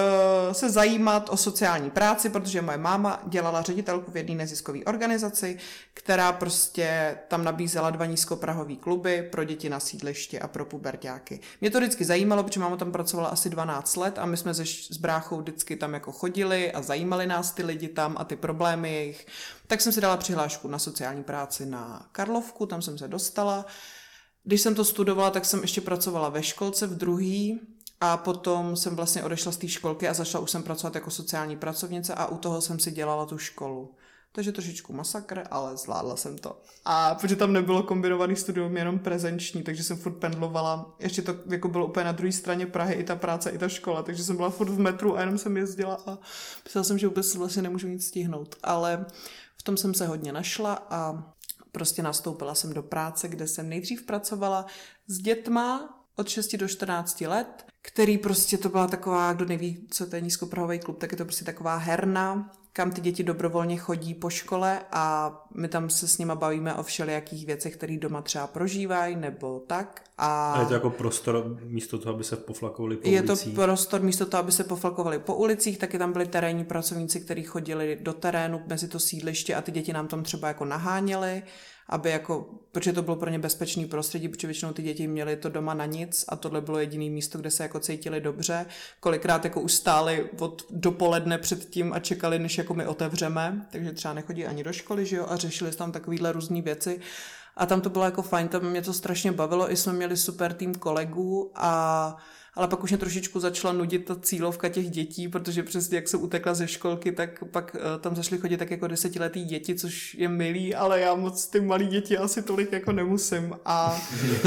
se zajímat o sociální práci, protože moje máma dělala ředitelku v jedné neziskové organizaci, která prostě tam nabízela dva nízkoprahový kluby pro děti na sídliště a pro puberťáky. Mě to vždycky zajímalo, protože máma tam pracovala asi dvanáct let a my jsme se s bráchou vždycky tam jako chodili a zajímali nás ty lidi tam a ty problémy jejich. Tak jsem si dala přihlášku na sociální práci na Karlovku, tam jsem se dostala. Když jsem to studovala, tak jsem ještě pracovala ve školce v druhý. A potom jsem vlastně odešla z té školky a začala už jsem pracovat jako sociální pracovnice a u toho jsem si dělala tu školu. Takže trošičku masakr, ale zvládla jsem to. A protože tam nebylo kombinovaný studium, jenom prezenční, takže jsem furt pendlovala. Ještě to jako bylo úplně na druhé straně Prahy, i ta práce, i ta škola, takže jsem byla furt v metru a jenom jsem jezdila a myslela jsem, že vůbec vlastně nemůžu nic stihnout. Ale v tom jsem se hodně našla a prostě nastoupila jsem do práce, kde jsem nejdřív pracovala s dětma od šesti do čtrnácti let, který prostě to byla taková, kdo neví, co to je nízkoprahový klub, tak je to prostě taková herna, kam ty děti dobrovolně chodí po škole a my tam se s nima bavíme o všelijakých věcech, které doma třeba prožívají nebo tak. A, a je to jako prostor místo toho, aby se poflakovali po je ulicích? Je to prostor místo toho, aby se poflakovali po ulicích, taky tam byli terénní pracovníci, kteří chodili do terénu mezi to sídliště a ty děti nám tam třeba jako naháněli, aby jako, protože to bylo pro ně bezpečný prostředí, protože většinou ty děti měly to doma na nic a tohle bylo jediné místo, kde se jako cítili dobře. Kolikrát jako už stáli od dopoledne před tím a čekali, než jako my otevřeme, takže třeba nechodí ani do školy, že jo, a řešili tam takovýhle různý věci. A tam to bylo jako fajn, tam mě to strašně bavilo, i jsme měli super tým kolegů a ale pak už mě trošičku začala nudit ta cílovka těch dětí, protože přesně jak jsem utekla ze školky, tak pak uh, tam zašly chodit tak jako desetiletý děti, což je milý, ale já moc ty malý děti asi tolik jako nemusím. A,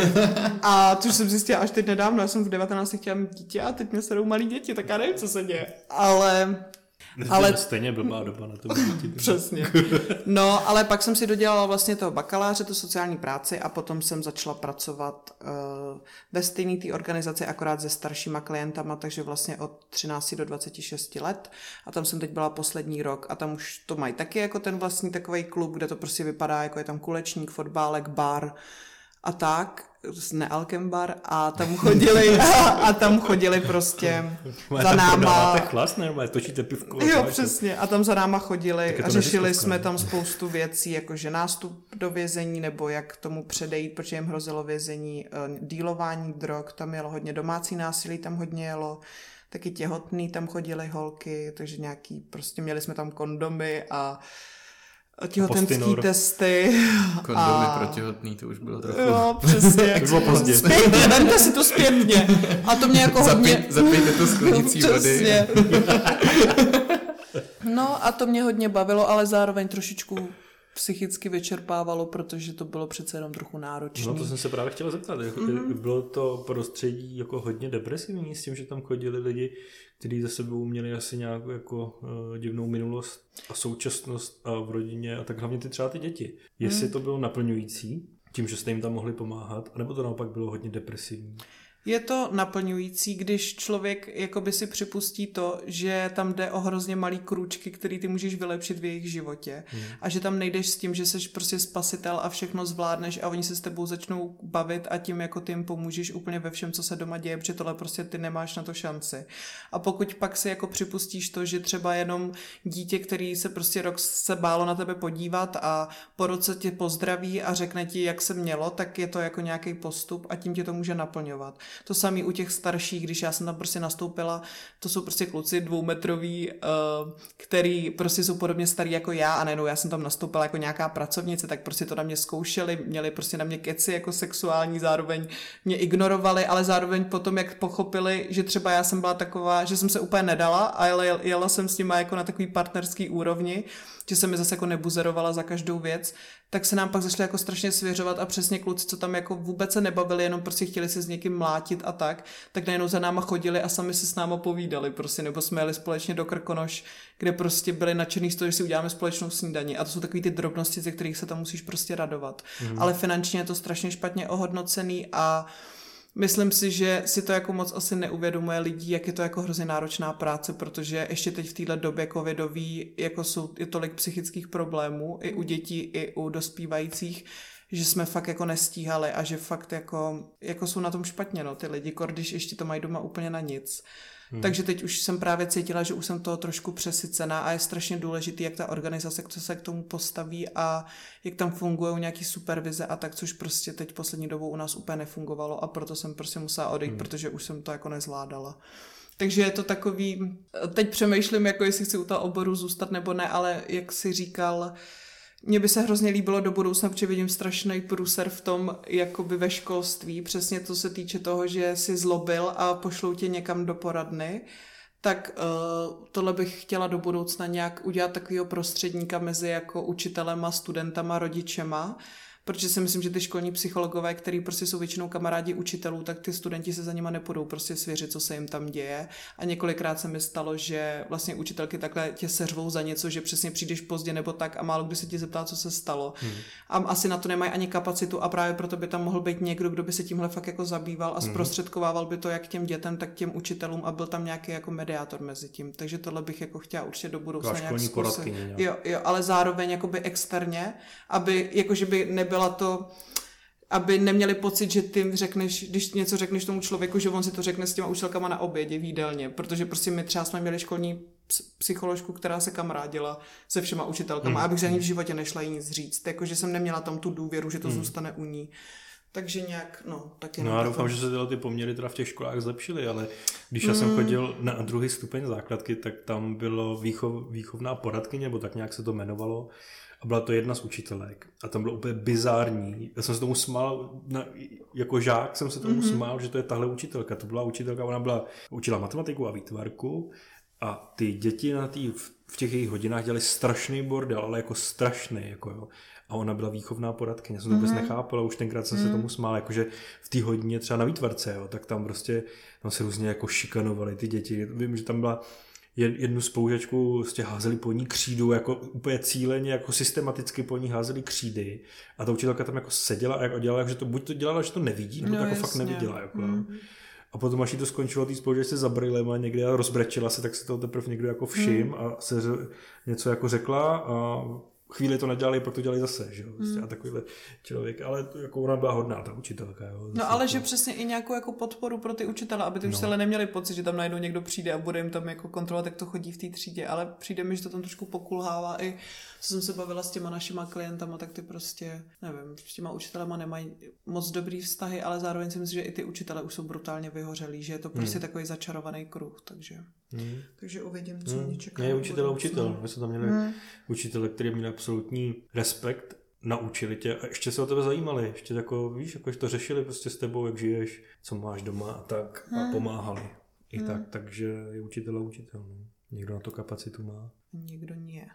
a což jsem zjistila až teď nedávno, já jsem v devatenácti chtěla mít dítě a teď mě sedou malý děti, tak já nevím, co se děje. Ale... Ale stejně blbá doba na to. Přesně. No, ale pak jsem si dodělala vlastně toho bakaláře, tu sociální práci a potom jsem začala pracovat uh, ve stejné té organizaci, akorát se staršíma klientama, takže vlastně od třinácti do dvaceti šesti let a tam jsem teď byla poslední rok a tam už to mají taky jako ten vlastní takovej klub, kde to prostě vypadá, jako je tam kulečník, fotbálek, bar a tak, Nealkem bar a tam chodili a, a tam chodili prostě za náma. Máte chlas, ne? Točíte pivko. Jo, přesně. A tam za náma chodili a řešili jsme tam spoustu věcí, jakože nástup do vězení nebo jak tomu předejít, protože jim hrozilo vězení, dílování drog, tam jelo hodně domácí násilí, tam hodně jelo, taky těhotný, tam chodili holky, takže nějaký, prostě měli jsme tam kondomy a těhotenský testy. Kondomy a... pro těhotný, to už bylo trochu... Jo, přesně. To bylo pozdě. Zpětně, vemte si to zpětně. A to mě jako hodně... Zapijte to sklenicí vody. No a to mě hodně bavilo, ale zároveň trošičku psychicky vyčerpávalo, protože to bylo přece jenom trochu náročné. No to jsem se právě chtěla zeptat. Mm-hmm. Bylo to prostředí jako hodně depresivní s tím, že tam chodili lidi, kteří za sebou měli asi nějakou jako uh, divnou minulost a současnost a v rodině a tak hlavně ty třeba ty děti. Jestli mm. to bylo naplňující tím, že jste jim tam mohli pomáhat, anebo to naopak bylo hodně depresivní? Je to naplňující, když člověk jakoby si připustí to, že tam jde o hrozně malý krůčky, který ty můžeš vylepšit v jejich životě. Hmm. A že tam nejdeš s tím, že jsi prostě spasitel a všechno zvládneš a oni se s tebou začnou bavit a tím jako ty jim pomůžeš úplně ve všem, co se doma děje, protože tohle prostě ty nemáš na to šanci. A pokud pak si jako připustíš to, že třeba jenom dítě, který se prostě rok se bálo na tebe podívat a po roce tě pozdraví a řekne ti, jak se mělo, tak je to jako nějaký postup a tím tě to může naplňovat. To samé u těch starších, když já jsem tam prostě nastoupila, to jsou prostě kluci dvoumetroví, který prostě jsou podobně starý jako já a nejenom já jsem tam nastoupila jako nějaká pracovnice, tak prostě to na mě zkoušeli, měli prostě na mě keci jako sexuální, zároveň mě ignorovali, ale zároveň potom, jak pochopili, že třeba já jsem byla taková, že jsem se úplně nedala, ale jela jsem s nima jako na takový partnerský úrovni, že se mi zase jako nebuzerovala za každou věc, tak se nám pak zašli jako strašně svěřovat a přesně kluci, co tam jako vůbec se nebavili, jenom prostě chtěli se s někým mlátit a tak, tak najednou za náma chodili a sami si s náma povídali prostě, nebo jsme jeli společně do Krkonoš, kde prostě byli nadšený z toho, že si uděláme společnou snídani a to jsou takový ty drobnosti, ze kterých se tam musíš prostě radovat. Mm. Ale finančně je to strašně špatně ohodnocený a myslím si, že si to jako moc asi neuvědomuje lidí, jak je to jako hrozně náročná práce, protože ještě teď v téhle době covidový jako jsou je tolik psychických problémů i u dětí, i u dospívajících, že jsme fakt jako nestíhali a že fakt jako, jako jsou na tom špatně, no, ty lidi, když ještě to mají doma úplně na nic. Hmm. Takže teď už jsem právě cítila, že už jsem toho trošku přesycená a je strašně důležitý, jak ta organizace se k tomu postaví a jak tam fungují nějaký supervize a tak, což prostě teď poslední dobou u nás úplně nefungovalo a proto jsem prostě musela odejít, hmm. protože už jsem to jako nezvládala. Takže je to takový, teď přemýšlím, jako jestli chci u toho oboru zůstat nebo ne, ale jak si říkal, mně by se hrozně líbilo do budoucna, protože vidím strašný průser v tom, jakoby ve školství, přesně to se týče toho, že jsi zlobil a pošlou tě někam do poradny, tak uh, tohle bych chtěla do budoucna nějak udělat takového prostředníka mezi jako učitelema, studentama, rodičema, protože si myslím, že ty školní psychologové, který prostě jsou většinou kamarádi učitelů, tak ty studenti se za nima nepůjdou prostě svěřit, co se jim tam děje. A několikrát se mi stalo, že vlastně učitelky takhle tě seřvou za něco, že přesně přijdeš pozdě nebo tak a málo kdy se ti zeptá, co se stalo. Hmm. A asi na to nemají ani kapacitu a právě proto by tam mohl být někdo, kdo by se tímhle fakt jako zabýval a zprostředkovával by to jak těm dětem, tak těm učitelům a byl tam nějaký jako mediátor mezi tím. Takže tohle bych jako chtěla určitě do budoucna nějak zkusit. Jo, jo, ale zároveň jakoby externě, aby jakože by nebyl byla to, aby neměli pocit, že ty řekneš, když něco řekneš tomu člověku, že on si to řekne s těma učitelkama na obědě v jídelně, protože prostě my třeba jsme měli školní psycholožku, která se kamarádila se všema učitelkama, mm. abych za ní v životě nešla jí nic říct, jakože jsem neměla tam tu důvěru, že to mm. zůstane u ní. Takže nějak, no, taky. No já doufám, že se tyhle ty poměry teda v těch školách zlepšily, ale když mm. já jsem chodil na druhý stupeň základky, tak tam bylo výchov, výchovná poradkyně, nebo tak nějak se to jmenovalo. A byla to jedna z učitelek. A tam bylo úplně bizární. Já jsem se tomu smál, na, jako žák jsem se tomu mm-hmm. smál, že to je tahle učitelka. To byla učitelka, ona byla, učila matematiku a výtvarku a ty děti na tý, v, v těch jejich hodinách dělali strašný bordel, ale jako strašný. Jako jo. A ona byla výchovná poradkyně. Já jsem to vůbec mm-hmm. nechápala, už tenkrát jsem mm-hmm. se tomu smál, jakože v té hodině třeba na výtvarce, jo, tak tam prostě tam se různě jako šikanovali ty děti. Vím, že tam byla jednu spolužačku prostě házeli po ní křídu, jako úplně cíleně, jako systematicky po ní házeli křídy a ta učitelka tam jako seděla a jako dělala, že to buď to dělala, že to nevidí, nebo no, to jako jasně. fakt neviděla. Jako, mm. A potom, až jí to skončilo, tý spolužačce za brýlema někde a rozbrečila se, tak se to teprve někdo jako všim mm. a se něco jako řekla a chvíli to nedělali, pak to dělali zase, že jo, prostě, a takovýhle člověk, ale to, jako ona byla hodná, ta učitelka, jo. No ale to... že přesně i nějakou jako podporu pro ty učitele, aby ty no. učitele neměli pocit, že tam najednou někdo přijde a bude jim tam jako kontrolovat, jak to chodí v té třídě, ale přijde mi, že to tam trošku pokulhává i, co jsem se bavila s těma našima klientama, tak ty prostě, nevím, s těma učitelema nemají moc dobrý vztahy, ale zároveň si myslím, že i ty učitele už jsou brutálně vyhořelí, že je to prostě hmm. takový začarovaný kruh, takže, hmm. takže uvidím, co hmm. mě čeká. Ne, učitel a učitel, my jsme tam měli hmm. učitele, který měli absolutní respekt, naučili tě a ještě se o tebe zajímali, ještě jako, víš, jako to řešili prostě s tebou, jak žiješ, co máš doma a tak hmm. a pomáhali. I hmm. tak, takže je učitel a učitel. No. Někdo na to kapacitu má. Někdo nie.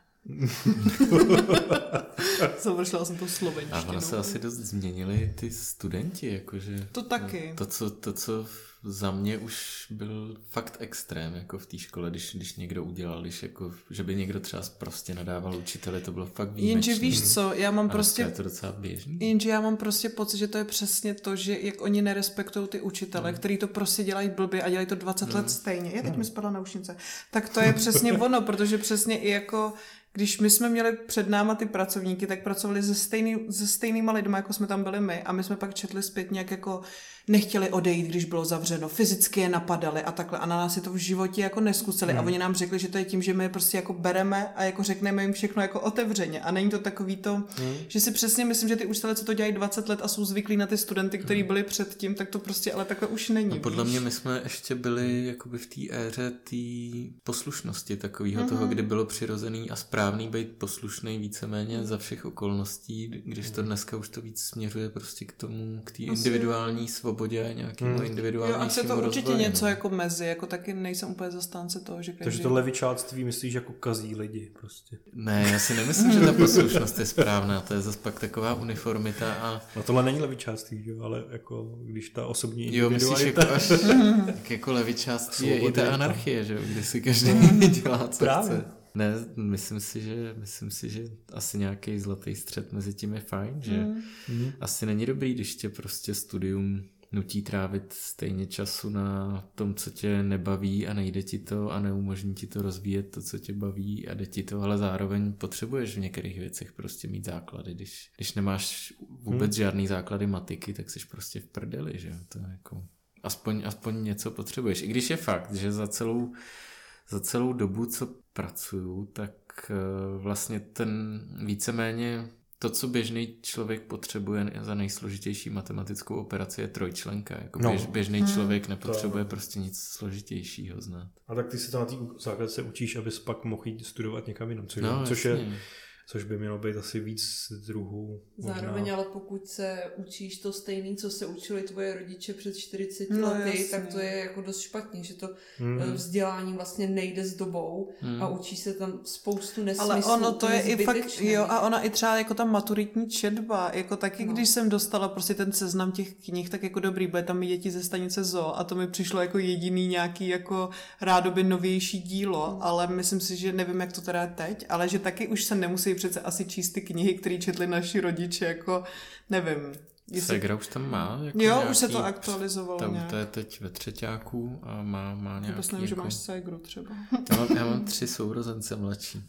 Završila jsem to slovenštinou. A ono se asi dost změnili ty studenti, jakože... To taky. To, co, to, co za mě už byl fakt extrém, jako v té škole, když, když někdo udělal, když jako, že by někdo třeba prostě nadával učiteli, to bylo fakt výjimečný. Jenže víš co, já mám prostě... je to docela běžný. Jenže já mám prostě pocit, že to je přesně to, že jak oni nerespektují ty učitele, hmm. který to prostě dělají blbě a dělají to dvacet hmm. let stejně. Já teď hmm. mi spadla naušnice. Tak to je přesně ono, protože přesně i jako... Když my jsme měli před náma ty pracovníky, tak pracovali se, stejný, se stejnýma lidma, jako jsme tam byli my a my jsme pak četli zpět nějak jako nechtěli odejít, když bylo zavřeno, fyzicky je napadali a takhle a na nás si to v životě jako neskusili hmm. a oni nám řekli, že to je tím, že my je prostě jako bereme a jako řekneme jim všechno jako otevřeně a není to takový to, hmm. že si přesně myslím, že ty učitelé, co to dělají dvacet let a jsou zvyklí na ty studenty, kteří byli předtím, tak to prostě ale takhle už není. No, podle mě my jsme ještě byli jakoby v té éře té poslušnosti takového hmm. toho, kdy bylo přirozený a správný být poslušný víceméně za všech okolností, když to dneska už to víc směřuje prostě k tomu, k té individuální svobodě a nějakému hmm. individuálnějšímu rozvoji. Jo, a to určitě něco jako mezi, jako taky nejsem úplně zastánce toho, že každý... Takže to levičáctví myslíš jako kazí lidi prostě. Ne, já si nemyslím, že ta poslušnost je správná, to je zase pak taková uniformita a... No tohle není levičáctví, jo, ale jako když ta osobní individualita... Jo, myslíš jako až tak jako levičáství je i ta anarchie, že jo, kde si každý dělá co právě. Chce. Ne, myslím si, že myslím si, že asi nějaký zlatý střed mezi tím je fajn, že mm. asi není dobrý, když tě prostě studium nutí trávit stejně času na tom, co tě nebaví a nejde ti to a neumožní ti to rozvíjet to, co tě baví a jde ti to, ale zároveň potřebuješ v některých věcech prostě mít základy. Když, když nemáš vůbec hmm. žádný základy matiky, tak jsi prostě v prdeli, že to je jako aspoň, aspoň něco potřebuješ. I když je fakt, že za celou, za celou dobu, co pracuju, tak vlastně ten víceméně to, co běžný člověk potřebuje za nejsložitější matematickou operaci, je trojčlenka. Jako no. běž, běžný hmm. člověk nepotřebuje to... prostě nic složitějšího znát. A tak ty se to na té základce učíš, abys pak mohl jít studovat někam jinam, což, no, což je... Což by mělo být asi víc druhů. Zároveň možná. Ale pokud se učíš to stejný, co se učili tvoje rodiče před čtyřiceti no, lety, jasně. tak to je jako dost špatně, že to hmm. vzdělání vlastně nejde s dobou hmm. a učí se tam spoustu nesmyslů. Ale ono to je i fakt, jo, a ona i třeba jako ta maturitní četba, jako taky, no. když jsem dostala prostě ten seznam těch knih, tak jako dobrý, bude tam i děti ze stanice Zoo a to mi přišlo jako jediný nějaký jako rádoby novější dílo, hmm. ale myslím si, že nevím, jak to teda je teď, ale že taky už se nemusí přece asi číst ty knihy, které četli naši rodiče, jako nevím. Jestli... Segra už tam má. Jako jo, nějaký, už se to aktualizovalo ta, nějak. To je teď ve třetíku a má, má nějaký... Vůbec nevím, jako... že máš ségru třeba. Já mám, já mám tři sourozence mladší.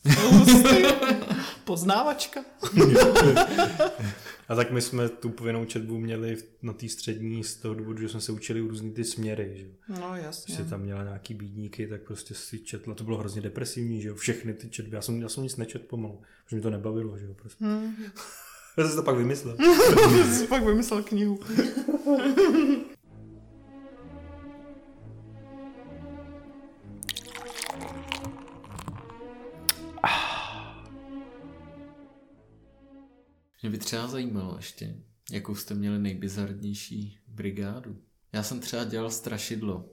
Poznávačka. A tak my jsme tu povinnou četbu měli na té střední z toho důvodu, že jsme se učili různý ty směry. Že? No jasně. Když jsi tam měla nějaký bídníky, tak prostě si četla. To bylo hrozně depresivní, že jo? Všechny ty četby. Já jsem, já jsem nic nečet pomalu, protože mi to nebavilo, že jo? Prostě. Hmm. Já jsem to pak vymyslel. Já jsem pak vymyslel knihu. Mě by třeba zajímalo ještě, jakou jste měli nejbizarnější brigádu. Já jsem třeba dělal strašidlo.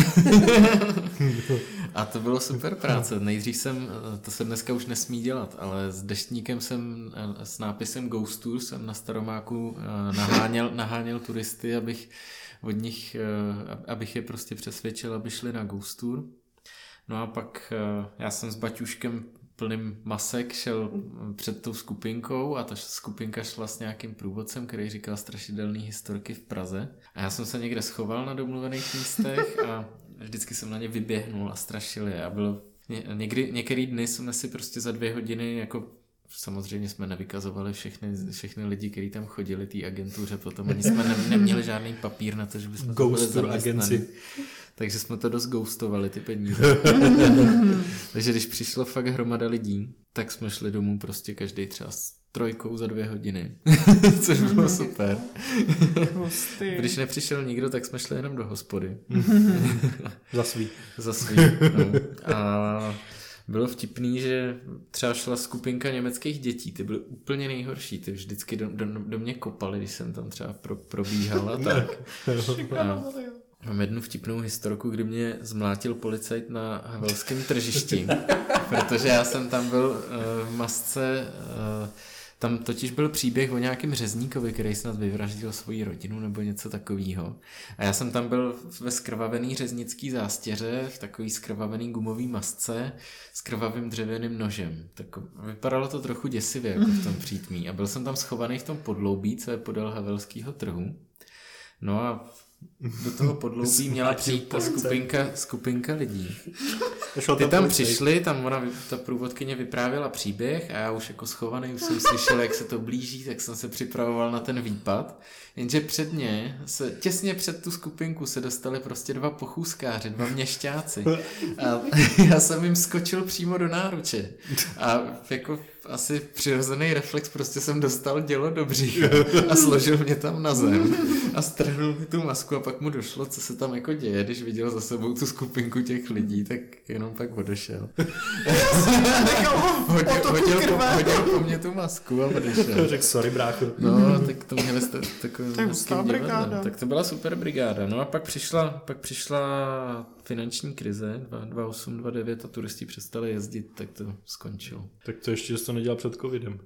A to bylo super práce. Nejdřív jsem, to se dneska už nesmí dělat, ale s deštníkem jsem, s nápisem Ghost Tour jsem na Staromáku naháněl, naháněl turisty, abych od nich, abych je prostě přesvědčil, aby šli na Ghost Tour. No a pak já jsem s baťuškem plným masek šel před tou skupinkou a ta skupinka šla s nějakým průvodcem, který říkal strašidelný historky v Praze. A já jsem se někde schoval na domluvených místech a vždycky jsem na ně vyběhnul a strašil je. A bylo někdy, některý dny jsme si prostě za dvě hodiny jako samozřejmě jsme nevykazovali všechny, všechny lidi, kteří tam chodili, té agentuře, potom ani jsme ne, neměli žádný papír na to, že bychom to byli zaměstnaní. Takže jsme to dost ghostovali, ty peníze. Takže když přišlo fakt hromada lidí, tak jsme šli domů prostě každý třeba s trojkou za dvě hodiny. Což bylo super. Když nepřišel nikdo, tak jsme šli jenom do hospody. Za svý. Za svý, no. A bylo vtipný, že třeba šla skupinka německých dětí, ty byly úplně nejhorší, ty vždycky do, do, do mě kopali, když jsem tam třeba pro, probíhal a tak. A mám jednu vtipnou historku, kdy mě zmlátil policajt na havelském tržišti, protože já jsem tam byl uh, v masce, uh, tam totiž byl příběh o nějakém řezníkovi, který snad vyvraždil svoji rodinu nebo něco takového. A já jsem tam byl ve skrvavený řeznický zástěře, v takový skrvavený gumový masce s krvavým dřevěným nožem. Tak vypadalo to trochu děsivě jako v tom přítmí. A byl jsem tam schovaný v tom podloubí, co je podél havelského trhu. No a do toho podloubí měla přijít ta skupinka, skupinka lidí. Ty tam přišli, tam ona, ta průvodkyně vyprávěla příběh a já už jako schovaný už jsem slyšel, jak se to blíží, tak jsem se připravoval na ten výpad. Jenže před ně, se, těsně před tu skupinku se dostali prostě dva pochůzkáři, dva měšťáci. A já jsem jim skočil přímo do náruče. A jako asi přirozený reflex, prostě jsem dostal dělo do břicha a složil mě tam na zem a strhnul mi tu masku a pak mu došlo, co se tam jako děje, když viděl za sebou tu skupinku těch lidí, tak jenom pak odešel. hodil, hodil, po, hodil po mně tu masku a odešel. Řekl sorry, brácho. No, tak to měli jste takovým brigáda. Tak to byla super brigáda. No a pak přišla, pak přišla finanční krize dva osm dva devět a turisti přestali jezdit, tak to skončilo. Tak to ještě jsi to nedělal před covidem.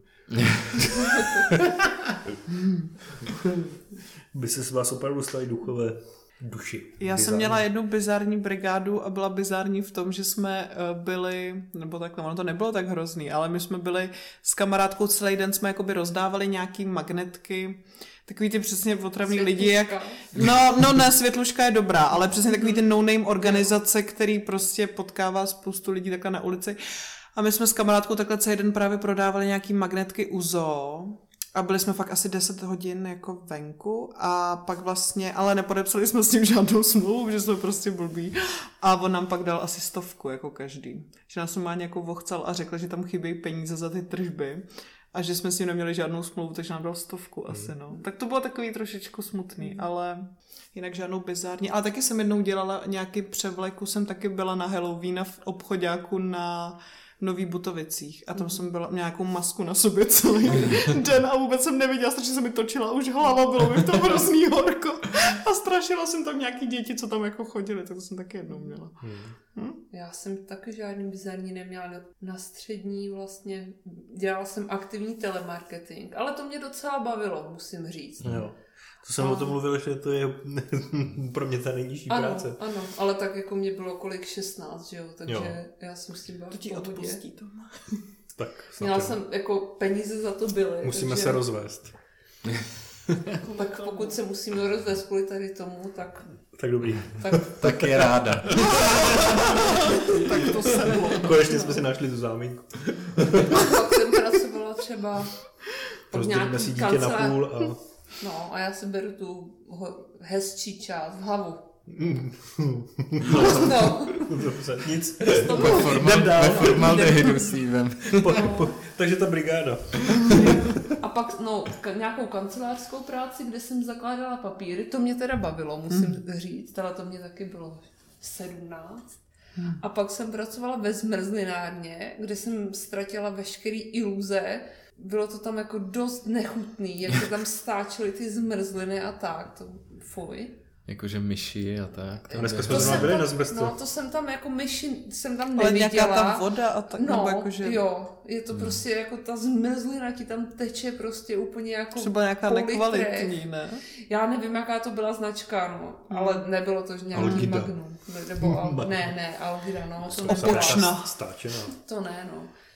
By se z vás opravdu stali duchové duši. Já jsem měla jednu bizarní brigádu a byla bizarní v tom, že jsme byli, nebo takhle, ono to nebylo tak hrozný, ale my jsme byli s kamarádkou celý den, jsme jakoby rozdávali nějaký magnetky, takový ty přesně otravní lidi, jak... No, no ne, Světluška je dobrá, ale přesně takový ty no-name organizace, který prostě potkává spoustu lidí takhle na ulici. A my jsme s kamarádkou takhle celý den právě prodávali nějaký magnetky u zoo a byli jsme fakt asi deset hodin jako venku a pak vlastně, ale nepodepsali jsme s tím žádnou smlouvu, že jsme prostě blbí a on nám pak dal asi stovku jako každý. Že nás normálně jako vochcal a řekl, že tam chybějí peníze za ty tržby a že jsme s ním neměli žádnou smlouvu, takže nám dal stovku hmm. asi, no. Tak to bylo takový trošičku smutný, hmm. ale jinak žádnou bizární. Ale taky jsem jednou dělala nějaký převleku, jsem taky byla na Halloween v obchoďáku na Nový Butovicích a tam jsem byla nějakou masku na sobě celý den a vůbec jsem neviděla, strašně se mi točila už hlava, bylo mi v tom hrozný horko a strašila jsem tam nějaký děti, co tam jako chodili, tak to jsem taky jednou měla. Hmm. Hm? Já jsem taky žádný bizarní neměla na střední, vlastně dělala jsem aktivní telemarketing, ale to mě docela bavilo, musím říct. Jo. To jsem a... o tom mluvil, že to je pro mě ta nejnižší ano, práce. Ano, ale tak jako mě bylo kolik šestnáct, že jo, takže jo. Já jsem s tím byla to ti odpustí to. Tak, měla jsem, jako peníze za to byly. Musíme takže... se rozvést. Tak pokud se musíme rozvést kvůli tady tomu, tak... Tak dobrý. Tak, tak je ráda. Tak to se bylo. Konečně jsme si našli tu záminku. Pak jsem pracovala třeba rozdělíme si dítě na půl a... No a já si beru tu ho- hezčí část, hlavu. No. Dobře, nic. Ve formaldehydu slívem. Takže ta brigáda. A pak no, k- nějakou kancelářskou práci, kde jsem zakládala papíry, to mě teda bavilo, musím hmm. říct, ale to mě taky bylo sedmnáct. Hmm. A pak jsem pracovala ve zmrzlinárně, kde jsem ztratila veškerý iluze. Bylo to tam jako dost nechutný, jak se tam stáčely ty zmrzliny a tak, to fuj. Jakože myši a tak. A dneska jsme tam byli na zmrzce. No to jsem tam jako myši, jsem tam ale neviděla. Ale nějaká ta voda a tak. No, jakože... jo, je to hmm. prostě jako ta zmrzlina ti tam teče prostě úplně jako třeba nějaká nekvalitní, ne? Já nevím, jaká to byla značka, no, hmm. ale nebylo to nějaký Algida. Magnum, nebo al, ne, ne, Algida, no. To Opočna. Stáčená. To ne, no.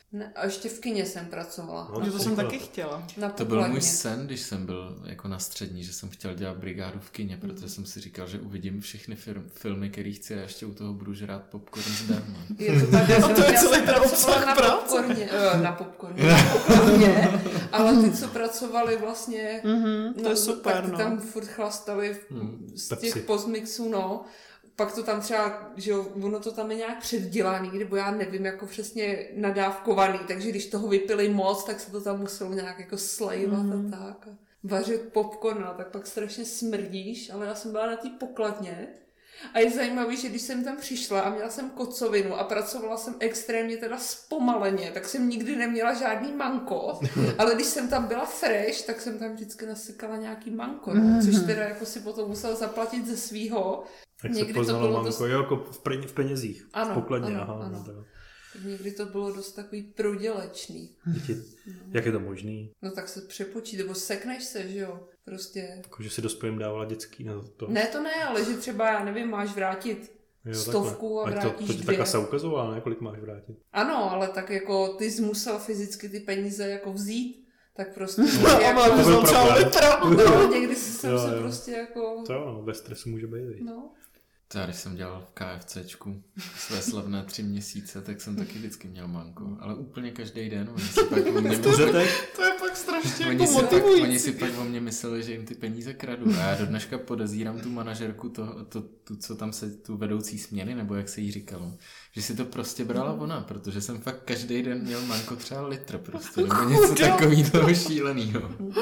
Ne, a ještě v kině jsem pracovala. No, to jsem taky chtěla. Na to byl můj sen, když jsem byl jako na střední, že jsem chtěl dělat brigádu v kině, protože mm. jsem si říkal, že uvidím všechny firm, filmy, který chci a ještě u toho budu žrát popcorn zdarma. Je to tak, já jsem, to je celý ten obsah na popcorně, na popcorně, na popcorně, ale ty, co pracovali vlastně, mm-hmm, to no, je super, tak ty no. tam furt chlastali mm, z Pepsi. těch postmixů, no. Pak to tam třeba, že jo, ono to tam je nějak předdělaný, nebo já nevím, jako přesně nadávkovaný, takže když toho vypili moc, tak se to tam muselo nějak jako slejvat mm. a tak. A vařit popcorn, a tak pak strašně smrdíš, ale já jsem byla na té pokladně. A je zajímavé, že když jsem tam přišla a měla jsem kocovinu a pracovala jsem extrémně teda zpomaleně, tak jsem nikdy neměla žádný manko, ale když jsem tam byla fresh, tak jsem tam vždycky nasekala nějaký manko, no, což teda jako si potom musela zaplatit ze svýho. Jak někdy se poznalo to bylo manko, dost... jo, jako v, pre, v penězích, ano, v pokladně, ano, aha. Ano. No, někdy to bylo dost takový prodělečný. Díky. No. Jak je to možný? No tak se přepočí, nebo sekneš se, že jo, prostě. Jako, že si dospělým dávala dětský na to. Ne, to ne, ale že třeba, já nevím, máš vrátit jo, stovku takhle. A vrátíš to, to dvě. Tak se ukazovala, ne, kolik máš vrátit. Ano, ale tak jako ty jsi musel fyzicky ty peníze jako vzít, tak prostě... No, jako, to byl problém. No, někdy jsem jo, se jo. prostě jako... To jo, no, bez stresu může být. No. To já, když jsem dělal v KFCčku své slavné tři měsíce, tak jsem taky vždycky měl manko. Ale úplně každý den. Oni si pak o mě to, je, to je pak strašně oni jako si motivující. Pak, oni si pak o mě mysleli, že jim ty peníze kradu. A já do dneška podezírám tu manažerku, to, to, tu, co tam se, tu vedoucí směny, nebo jak se jí říkalo, že si to prostě brala ona, protože jsem fakt každý den měl manko třeba litr prostě, nebo něco takového šílenýho.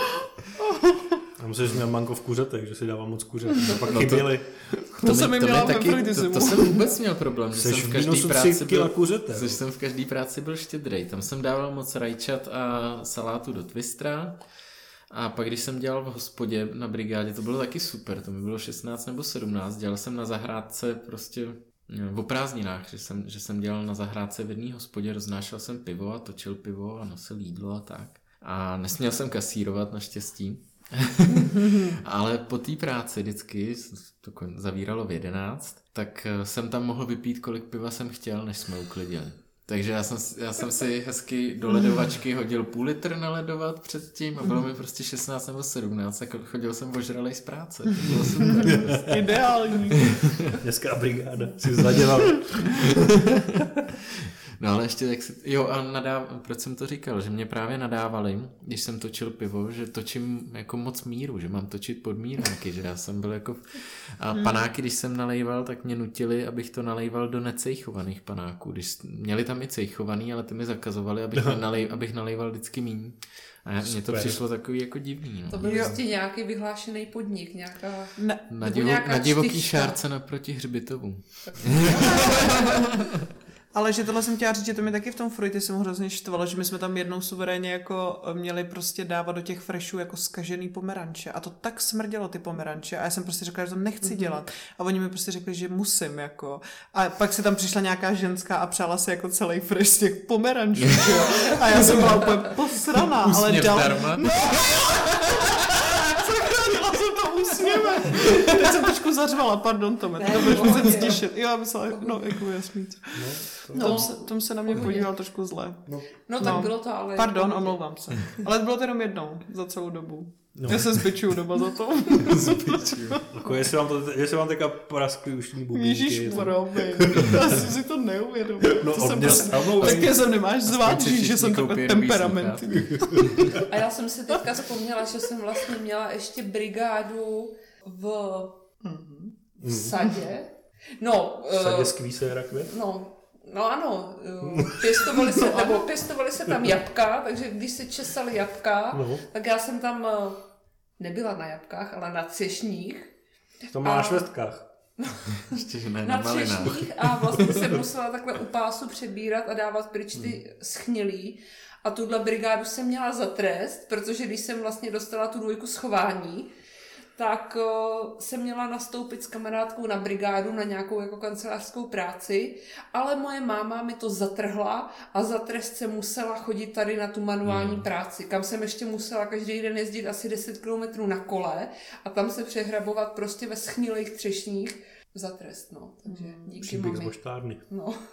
A musíš měl manko v kuřetech, že si dával moc kuřet. To pak no chyběli. To, to, jsem mi měla taky, to, to jsem vůbec měl problém, že jsem v každý práci byl, že jsem v každý práci byl štědrej. Tam jsem dával moc rajčat a salátu do twistra. A pak, když jsem dělal v hospodě na brigádě, to bylo taky super, to mi bylo šestnáct nebo sedmnáct, dělal jsem na zahrádce prostě o prázdninách, že jsem, že jsem dělal na zahrádce v jedné hospodě, roznášel jsem pivo a točil pivo a nosil jídlo a tak. A nesměl jsem kasírovat naštěstí. Ale po té práci vždycky, to zavíralo v jedenáct, tak jsem tam mohl vypít, kolik piva jsem chtěl, než jsme uklidili. Takže já jsem, já jsem si hezky do ledovačky hodil půl litr naledovat předtím a bylo mi prostě šestnáct nebo sedmnáct a chodil jsem ožralej z práce. To bylo super. Ideální. Dneska brigáda si zadělal. No ale ještě jak si... Jo a nadáv... proč jsem to říkal, že mě právě nadávali, když jsem točil pivo, že točím jako moc míru, že mám točit pod míranky, že já jsem byl jako... A panáky, když jsem nalejval, tak mě nutili, abych to nalejval do necejchovaných panáků. Když měli tam i cejchovaný, ale ty mi zakazovali, abych, nalej... abych nalejval vždycky míň. A mně to přišlo takový jako divný. No. To byl prostě nějaký vyhlášený podnik, nějaká... Ne. Na, divo... na divoký šárce naproti hřbitovu. Ale že tohle jsem chtěla říct, že to mi taky v tom Fruity jsem hrozně štvalo, že my jsme tam jednou suverénně jako měli prostě dávat do těch freshů jako zkažený pomeranče a to tak smrdělo ty pomeranče a já jsem prostě řekla, že to nechci dělat a oni mi prostě řekli, že musím jako a pak se tam přišla nějaká ženská a přála si jako celý fresh z těch pomerančů a já jsem byla úplně posraná, ale dal... No, zachránila jsem to úsměvem. Teď jsem trošku zařvala, pardon Tome, to budeš muset stišit. Jo, já myslela, no, jako jasmít. No, tom, se, tom se na mě podíval trošku zle. No, no tak no. Bylo to ale... Pardon, omlouvám se. Ale bylo to jenom jednou za celou dobu. No. Já se zbičuju doba za to. Zbičuju. Jako jestli vám, to, jestli vám teďka praskli ušní bubínky. Ježíš promiň. Já jsem si to neuvědomil. No to mě jsem taky jsem nemáš zvát, že jsem takový temperamentní. A já jsem si teďka vzpomněla, že jsem vlastně měla ještě brigádu v, v sadě. No, v sadě skvíse rakve? No, No ano, pěstovali se, nebo pěstovali se tam jabka, takže když se česaly jabka, no. tak já jsem tam nebyla na jabkách, ale na třešních. To máš na švestkách. Ještě, že ne, na na třešních a vlastně jsem musela takhle u pásu přebírat a dávat pryč ty hmm. schnilý. A tuhle brigádu jsem měla za trest, protože když jsem vlastně dostala tu dvojku schování, tak uh, jsem měla nastoupit s kamarádkou na brigádu na nějakou jako kancelářskou práci, ale moje máma mi to zatrhla a za trest jsem musela chodit tady na tu manuální hmm. práci, kam jsem ještě musela každý den jezdit asi deset kilometrů na kole a tam se přehrabovat prostě ve schnilých třešních za trest, no. Takže díky Příběh mami. z boštárny. No.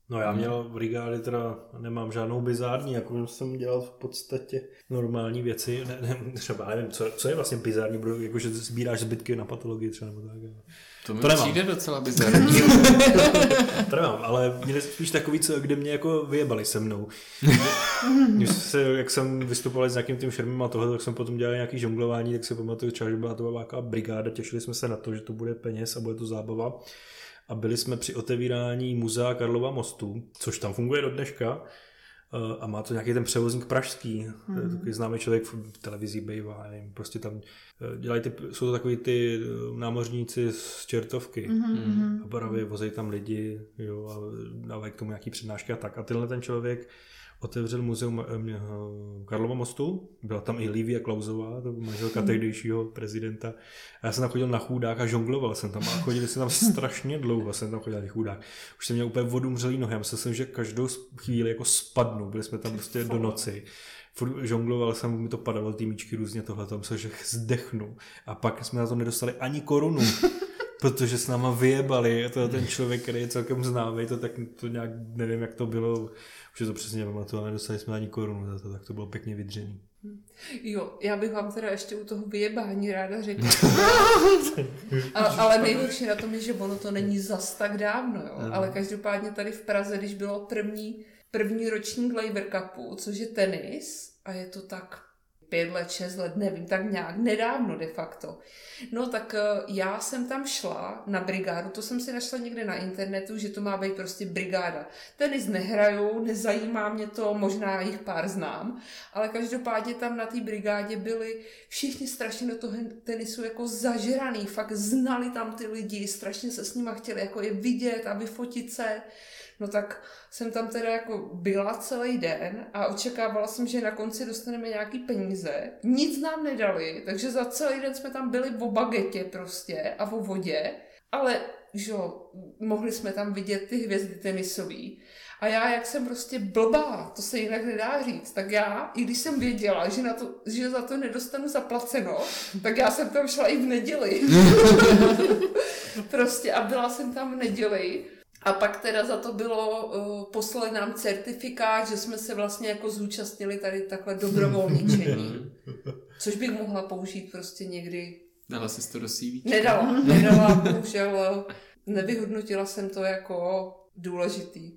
No já měl v brigády teda, nemám žádnou bizární, jako jsem dělal v podstatě normální věci, ne, ne, třeba nevím, co, co je vlastně bizární, jakože sbíráš zbytky na patologii třeba nebo tak. To mi to přijde docela bizární. To nemám, ale měli spíš takový, co, kde mě jako vyjebali se mnou. Když se, jak jsem vystupoval s nějakým tím šermem a tohle, tak jsem potom dělal nějaký žonglování, tak si pamatuju třeba, že byla to nějaká brigáda, těšili jsme se na to, že to bude peněz a bude to zábava. A byli jsme při otevírání muzea Karlova mostu, což tam funguje do dneška. A má to nějaký ten převozník pražský, mm. takový známý člověk v televizi bývá, nevím, prostě tam dělají ty, jsou to takový ty námořníci z Čertovky mm. a právě vozejí tam lidi, jo, a dávají k tomu nějaký přednášky a tak. A tenhle ten člověk otevřel muzeum Karlova mostu, byla tam i Lívia Klausová, to manželka tehdejšího prezidenta. A já jsem tam chodil na chůdák a žongloval jsem tam a chodili jsme tam strašně dlouho, jsem tam chodil na chůdák. Už jsem měl úplně vodumřelý nohy, já myslel jsem, že každou chvíli jako spadnu, byli jsme tam prostě do noci. Furt žongloval jsem, mi to padalo ty míčky různě tohle, tam se, že zdechnu. A pak jsme na to nedostali ani korunu. Protože s náma vyjebali, to ten člověk, který je celkem známý, to tak to nějak, nevím, jak to bylo, už je to přesně pamatuju, ale nedostali jsme ani korunu za to, tak to bylo pěkně vydřený. Jo, já bych vám teda ještě u toho vyjebání ráda řekla. ale, ale nejhorší na tom je, že ono to není zas tak dávno, jo. No. Ale každopádně tady v Praze, když bylo první, první ročník Laver Cupu, což je tenis, a je to tak pět let, šest let, nevím, tak nějak nedávno de facto. No tak já jsem tam šla na brigádu, to jsem si našla někde na internetu, že to má být prostě brigáda. Tenis nehraju, nezajímá mě to, možná jich pár znám, ale každopádně tam na té brigádě byli všichni strašně do toho tenisu jako zažraný, fakt znali tam ty lidi, strašně se s nima chtěli jako je vidět a vyfotit se. No tak jsem tam teda jako byla celý den a očekávala jsem, že na konci dostaneme nějaký peníze. Nic nám nedali, takže za celý den jsme tam byli o bagetě prostě a o vodě, ale že mohli jsme tam vidět ty hvězdy tenisový. A já, jak jsem prostě blbá, to se jinak nedá říct, tak já, i když jsem věděla, že, na to, že za to nedostanu zaplaceno, tak já jsem tam šla i v neděli. Prostě a byla jsem tam v neděli. A pak teda za to bylo, uh, poslali nám certifikát, že jsme se vlastně jako zúčastnili tady takhle dobrovolničení. Což bych mohla použít prostě někdy. Dala jsi to do C V? Nedala, nedala, bohužel nevyhodnotila jsem to jako důležitý.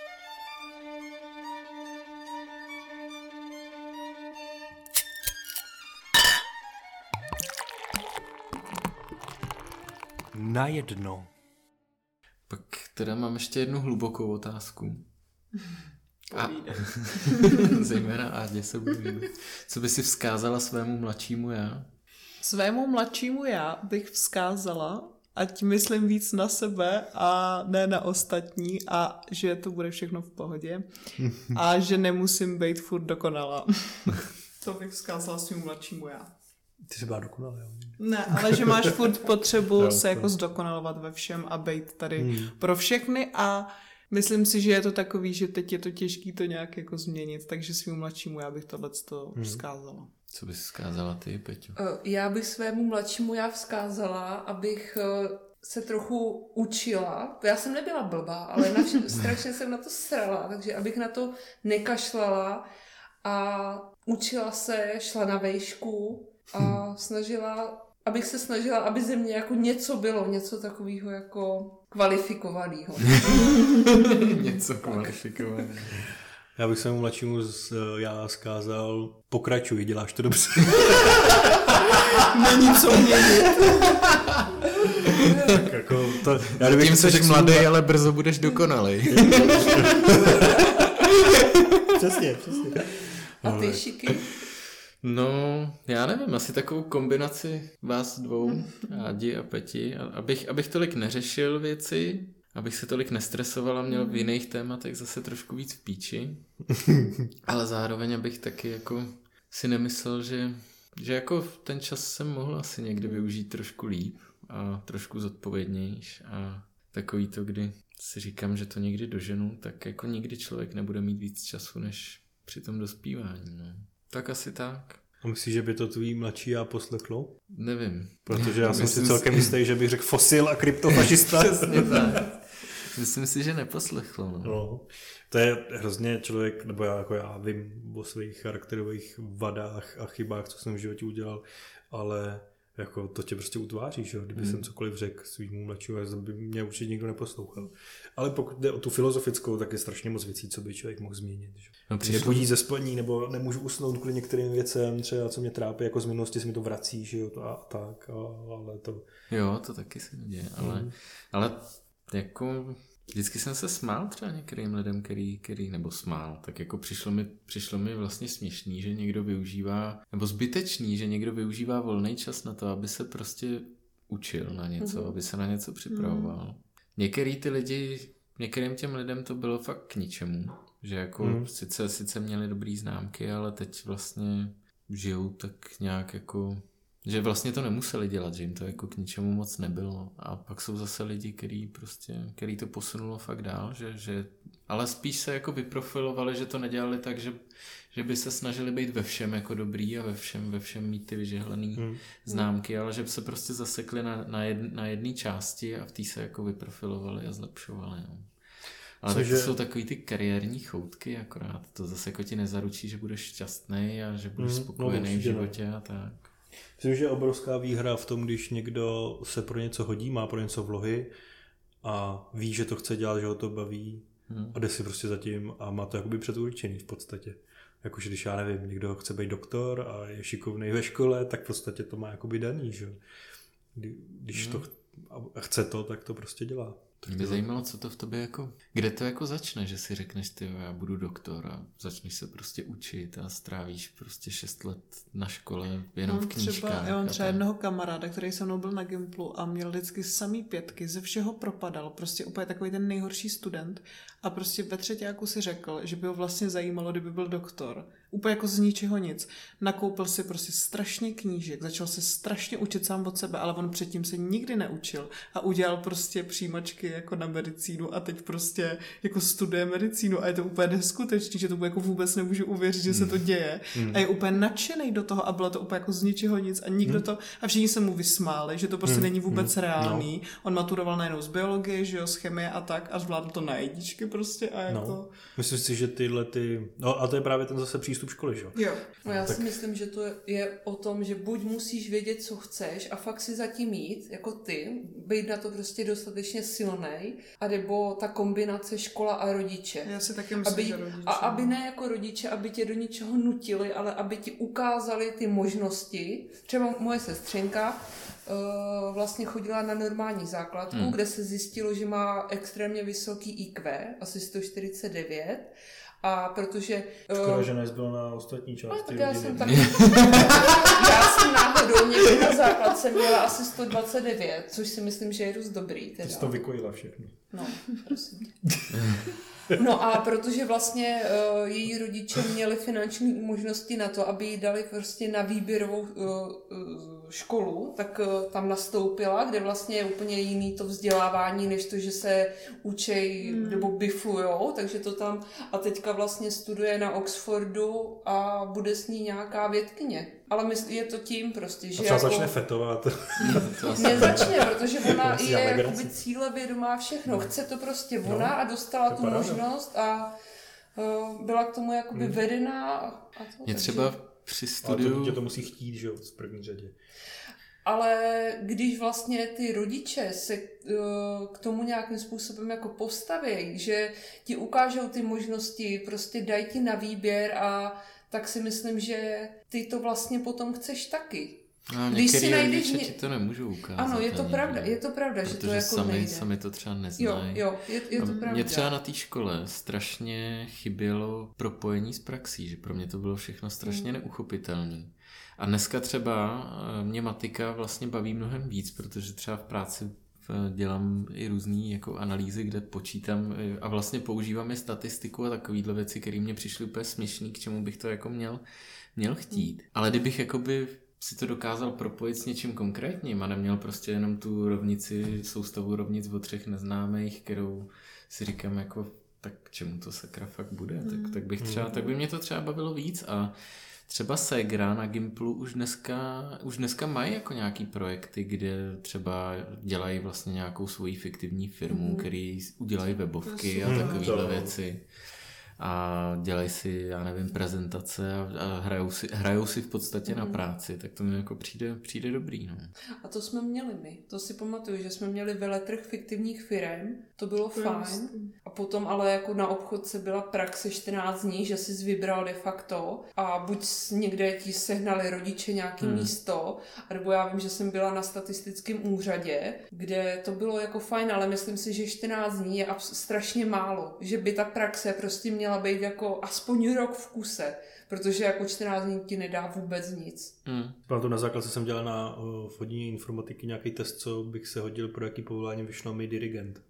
Najednou. Pak teda mám ještě jednu hlubokou otázku. A zejména Ádě se budu. Co by si vzkázala svému mladšímu já? Svému mladšímu já bych vzkázala, ať myslím víc na sebe a ne na ostatní a že to bude všechno v pohodě a že nemusím být furt dokonalá. To bych vzkázala svému mladšímu já. Ty jsi byla dokonalá, jo? Ne, ale že máš furt potřebu se jako zdokonalovat ve všem a být tady hmm. pro všechny a myslím si, že je to takový, že teď je to těžký to nějak jako změnit, takže svým mladšímu já bych tohleto hmm. vzkázala. Co bys vzkázala ty, Peťo? Já bych svému mladšímu já vzkázala, abych se trochu učila. Já jsem nebyla blbá, ale na vš- strašně jsem na to srala, takže abych na to nekašlala a učila se, šla na vejšku a snažila, abych se snažila, aby ze mě jako něco bylo, něco takového jako kvalifikovaného. Něco kvalifikovaného. Já bych svému mladšímu z, já zkázal, pokračuj, děláš to dobře. Není co měnit. Tak jako to, já tím jsi mladý, svůj... ale brzo budeš dokonalý. Přesně, přesně. A ty, Šiky? No, já nevím, asi takovou kombinaci vás dvou, Ádi a Peti, abych, abych tolik neřešil věci, abych se tolik nestresoval a měl v jiných tématech zase trošku víc v píči, ale zároveň abych taky jako si nemyslel, že, že jako ten čas jsem mohl asi někdy využít trošku líp a trošku zodpovědnějš a takový to, kdy si říkám, že to někdy doženu, tak jako nikdy člověk nebude mít víc času než při tom dospívání, no. Tak asi tak. A myslíš, že by to tvý mladší já poslechlo? Nevím. Protože já jsem si celkem jistý, že bych řekl fosil a kryptofašista. Přesně tak. Myslím si, že neposlechl. No. No, to je hrozně člověk, nebo já, jako já vím o svých charakterových vadách a chybách, co jsem v životě udělal, ale jako to tě prostě utváří, že jo? Kdyby hmm. jsem cokoliv řekl svýmu mladšímu, by mě určitě nikdo neposlouchal. Ale pokud jde o tu filozofickou, tak je strašně moc věcí, co by člověk mohl změnit. Že? No, přišlo... Nebudí ze spaní, nebo nemůžu usnout kvůli některým věcem, třeba co mě trápí, jako z minulosti se mi to vrací, že jo, to a tak, a, ale to... Jo, to taky se děje, ale, hmm. ale jako... Vždycky jsem se smál třeba některým lidem, který, který, nebo smál, tak jako přišlo mi, přišlo mi vlastně směšný, že někdo využívá, nebo zbytečný, že někdo využívá volný čas na to, aby se prostě učil na něco, mm-hmm. aby se na něco připravoval. Mm. Některý ty lidi, některým těm lidem to bylo fakt k ničemu, že jako mm. sice, sice měli dobrý známky, ale teď vlastně žijou tak nějak jako... Že vlastně to nemuseli dělat, že jim to jako k ničemu moc nebylo. A pak jsou zase lidi, který prostě, který to posunulo fakt dál, že, že, ale spíš se jako vyprofilovali, že to nedělali tak, že, že by se snažili být ve všem jako dobrý a ve všem, ve všem mít ty vyžehlený hmm. známky, ale že by se prostě zasekli na, na, jed, na jedné části a v té se jako vyprofilovali a zlepšovali. No. Ale tak to jsou takový ty kariérní choutky akorát. To zase jako ti nezaručí, že budeš šťastný a že budeš hmm. spokojený no, v životě a tak. Myslím, že je obrovská výhra v tom, když někdo se pro něco hodí, má pro něco vlohy a ví, že to chce dělat, že ho to baví hmm. a jde si prostě za tím a má to jakoby předurčený v podstatě. Jakože když já nevím, někdo chce být doktor a je šikovnej ve škole, tak v podstatě to má jakoby daný, že? Když hmm. to chce to, tak to prostě dělá. Mě by zajímalo, co to v tobě jako, kde to jako začne, že si řekneš, ty já budu doktor a začneš se prostě učit a strávíš prostě šest let na škole jenom mám v knížkách. Třeba, já mám třeba jednoho kamaráda, který se mnou byl na Gimplu a měl vždycky samý pětky, ze všeho propadal, prostě úplně takový ten nejhorší student a prostě ve třetíku si řekl, že by ho vlastně zajímalo, kdyby byl doktor. Úplně jako z ničeho nic. Nakoupil si prostě strašně knížek, začal se strašně učit sám od sebe, ale on předtím se nikdy neučil a udělal prostě přijímačky jako na medicínu a teď prostě jako studuje medicínu a je to úplně neskutečný, že to jako vůbec nemůžu uvěřit, že se to děje mm. a je úplně nadšený do toho a bylo to úplně jako z ničeho nic a nikdo mm. to, a všichni se mu vysmáli, že to prostě mm. není vůbec mm. reálný. No. On maturoval najednou z biologie, že jo, z chemie a tak a zvládl to na jedničky prostě a jako... No. Myslím si, že tyhle ty... No a to je právě ten zase přístup školy, že jo? No já tak... si myslím, že to je o tom, že buď musíš vědět, co chceš a fakt si zatím jít, jako ty, být na to prostě dostatečně silnej, a nebo ta kombinace škola a rodiče. Já si taky myslím, aby, že rodiče. A aby ne jako rodiče, aby tě do ničeho nutili, ale aby ti ukázali ty možnosti. Třeba moje sestřenka uh, vlastně chodila na normální základku, hmm. kde se zjistilo, že má extrémně vysoký í kvé, asi sto čtyřicet devět. A protože... Škoda, uh, že nezbyl na ostatní části rodiny. Já jsem, taky, já jsem náhodou někdy na základce měla asi sto dvacet devět, což si myslím, že je dost dobrý. Teda. Ty jsi to vykojila všechno. No, prosím. No a protože vlastně uh, její rodiče měli finanční možnosti na to, aby jí dali prostě na výběrovou uh, uh, školu, tak uh, tam nastoupila, kde vlastně je úplně jiný to vzdělávání, než to, že se učej mm. nebo biflujou, takže to tam a teďka vlastně studuje na Oxfordu a bude s ní nějaká vědkyně. Ale mysl, je to tím prostě, že... A třeba jako... začne fetovat. Nezačne, protože ona je jakoby cílevědomá všechno. Chce to prostě ona no, a dostala tu možnost a uh, byla k tomu jakoby hmm. vedená. A to, je takže... třeba při studiu... Ale to, to musí chtít, že jo, v první řadě. Ale když vlastně ty rodiče se uh, k tomu nějakým způsobem jako postaví, že ti ukážou ty možnosti, prostě dají ti na výběr a tak si myslím, že ty to vlastně potom chceš taky. No, když si najdeš rodiče ti to nemůžou ukázat. Ano, je to pravda, je to pravda, že to jako sami, nejde. sami to třeba neznají. Jo, jo, je, je to pravda. Mě třeba na té škole strašně chybělo propojení s praxí, že pro mě to bylo všechno strašně mm. neuchopitelné. A dneska třeba mě matika vlastně baví mnohem víc, protože třeba v práci dělám i různý jako analýzy, kde počítám a vlastně používám i statistiku a takovýhle věci, které mě přišly úplně směšný, k čemu bych to jako měl, měl chtít. Ale kdybych jakoby si to dokázal propojit s něčím konkrétním a neměl prostě jenom tu rovnici, soustavu rovnic o třech neznámých, kterou si říkám jako tak čemu to sakra fakt bude, tak, tak bych třeba, tak by mě to třeba bavilo víc a třeba Segra na Gimplu už dneska, už dneska mají jako nějaký projekty, kde třeba dělají vlastně nějakou svoji fiktivní firmu, mm. který udělají webovky a takovéhle věci. A dělají si, já nevím, prezentace a, a hrajou, si, hrajou si v podstatě mm. na práci, tak to mi jako přijde, přijde dobrý. No. A to jsme měli my. To si pamatuju, že jsme měli veletrh fiktivních firem, to bylo fajn. A potom ale jako na obchodce byla praxe čtrnáct dní, že jsi vybral de facto a buď někde ti sehnali rodiče nějaký mm. místo, nebo já vím, že jsem byla na statistickém úřadě, kde to bylo jako fajn, ale myslím si, že čtrnáct dní je strašně málo. Že by ta praxe prostě měla být jako aspoň rok v kuse, protože jako čtrnáct dní ti nedá vůbec nic. Hmm. Proto na základce jsem dělal na uh, vhodní informatiky nějaký test, co bych se hodil, pro jaký povolání vyšlo mi dirigent.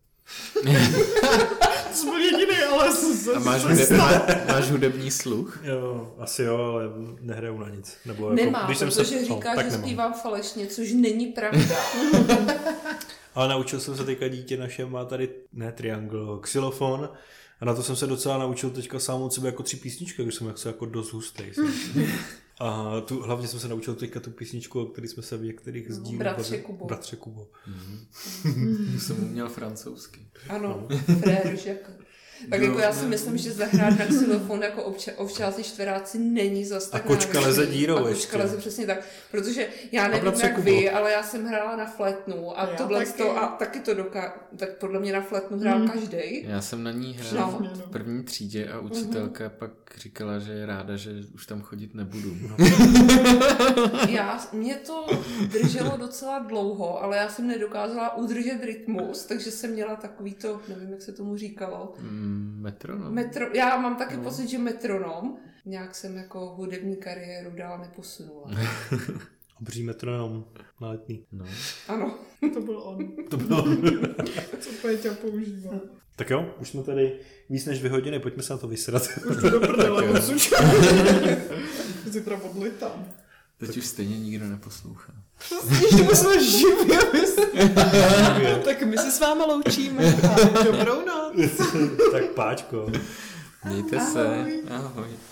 Jsme jediný, ale a máš, hudeb, máš hudební sluch? Jo, asi jo, ale nehraju na nic. Nebo Nemá, jako, když protože jsem se... říká, no, že nemám. zpívám falešně, což není pravda. Ale naučil jsem se teďka, dítě naše má tady, ne triangl, xylofon. A na to jsem se docela naučil teďka sám od sebe jako tři písničky, když jsem jako, jako dost hustej. A tu, hlavně jsem se naučil teďka tu písničku, o který jsme se v některých sdílech... Bratře Kubo. Bratře Kubo. Mm-hmm. jsem uměl francouzsky. Ano, frère Jacques. Tak jako já si myslím, že zahrát na xylofon jako obča- ovčáci čtveráci není zas tak A kočka leze dírou A kočka ještě. leze přesně tak, protože já nevím jak Kubo. vy, ale já jsem hrála na flétnu a Já tohle taky. to a taky to doká... Tak podle mě na flétnu hrál Hmm. každej. Já jsem na ní hrál No. v první třídě a učitelka uh-huh. pak říkala, že je ráda, že už tam chodit nebudu. No. Já, mě to drželo docela dlouho, ale já jsem nedokázala udržet rytmus, takže jsem měla takový to, nevím, jak se tomu říkalo. Mm, metronom. Metro, já mám taky No. pocit, že metronom. Nějak jsem jako hudební kariéru dál neposunula. Obří metronom na Letný. No. Ano. To byl on. To bylo... Co Péťa používal. Tak jo, už jsme tady víc než dvě hodiny, pojďme se na to vysrat. Už to do prdele odsučil. Zítra odlitám. Teď už stejně nikdo neposlouchá. Ještě my jsme živě, tak my se s váma loučíme. Dobrou noc. Tak páčko. Mějte se. Ahoj. Ahoj.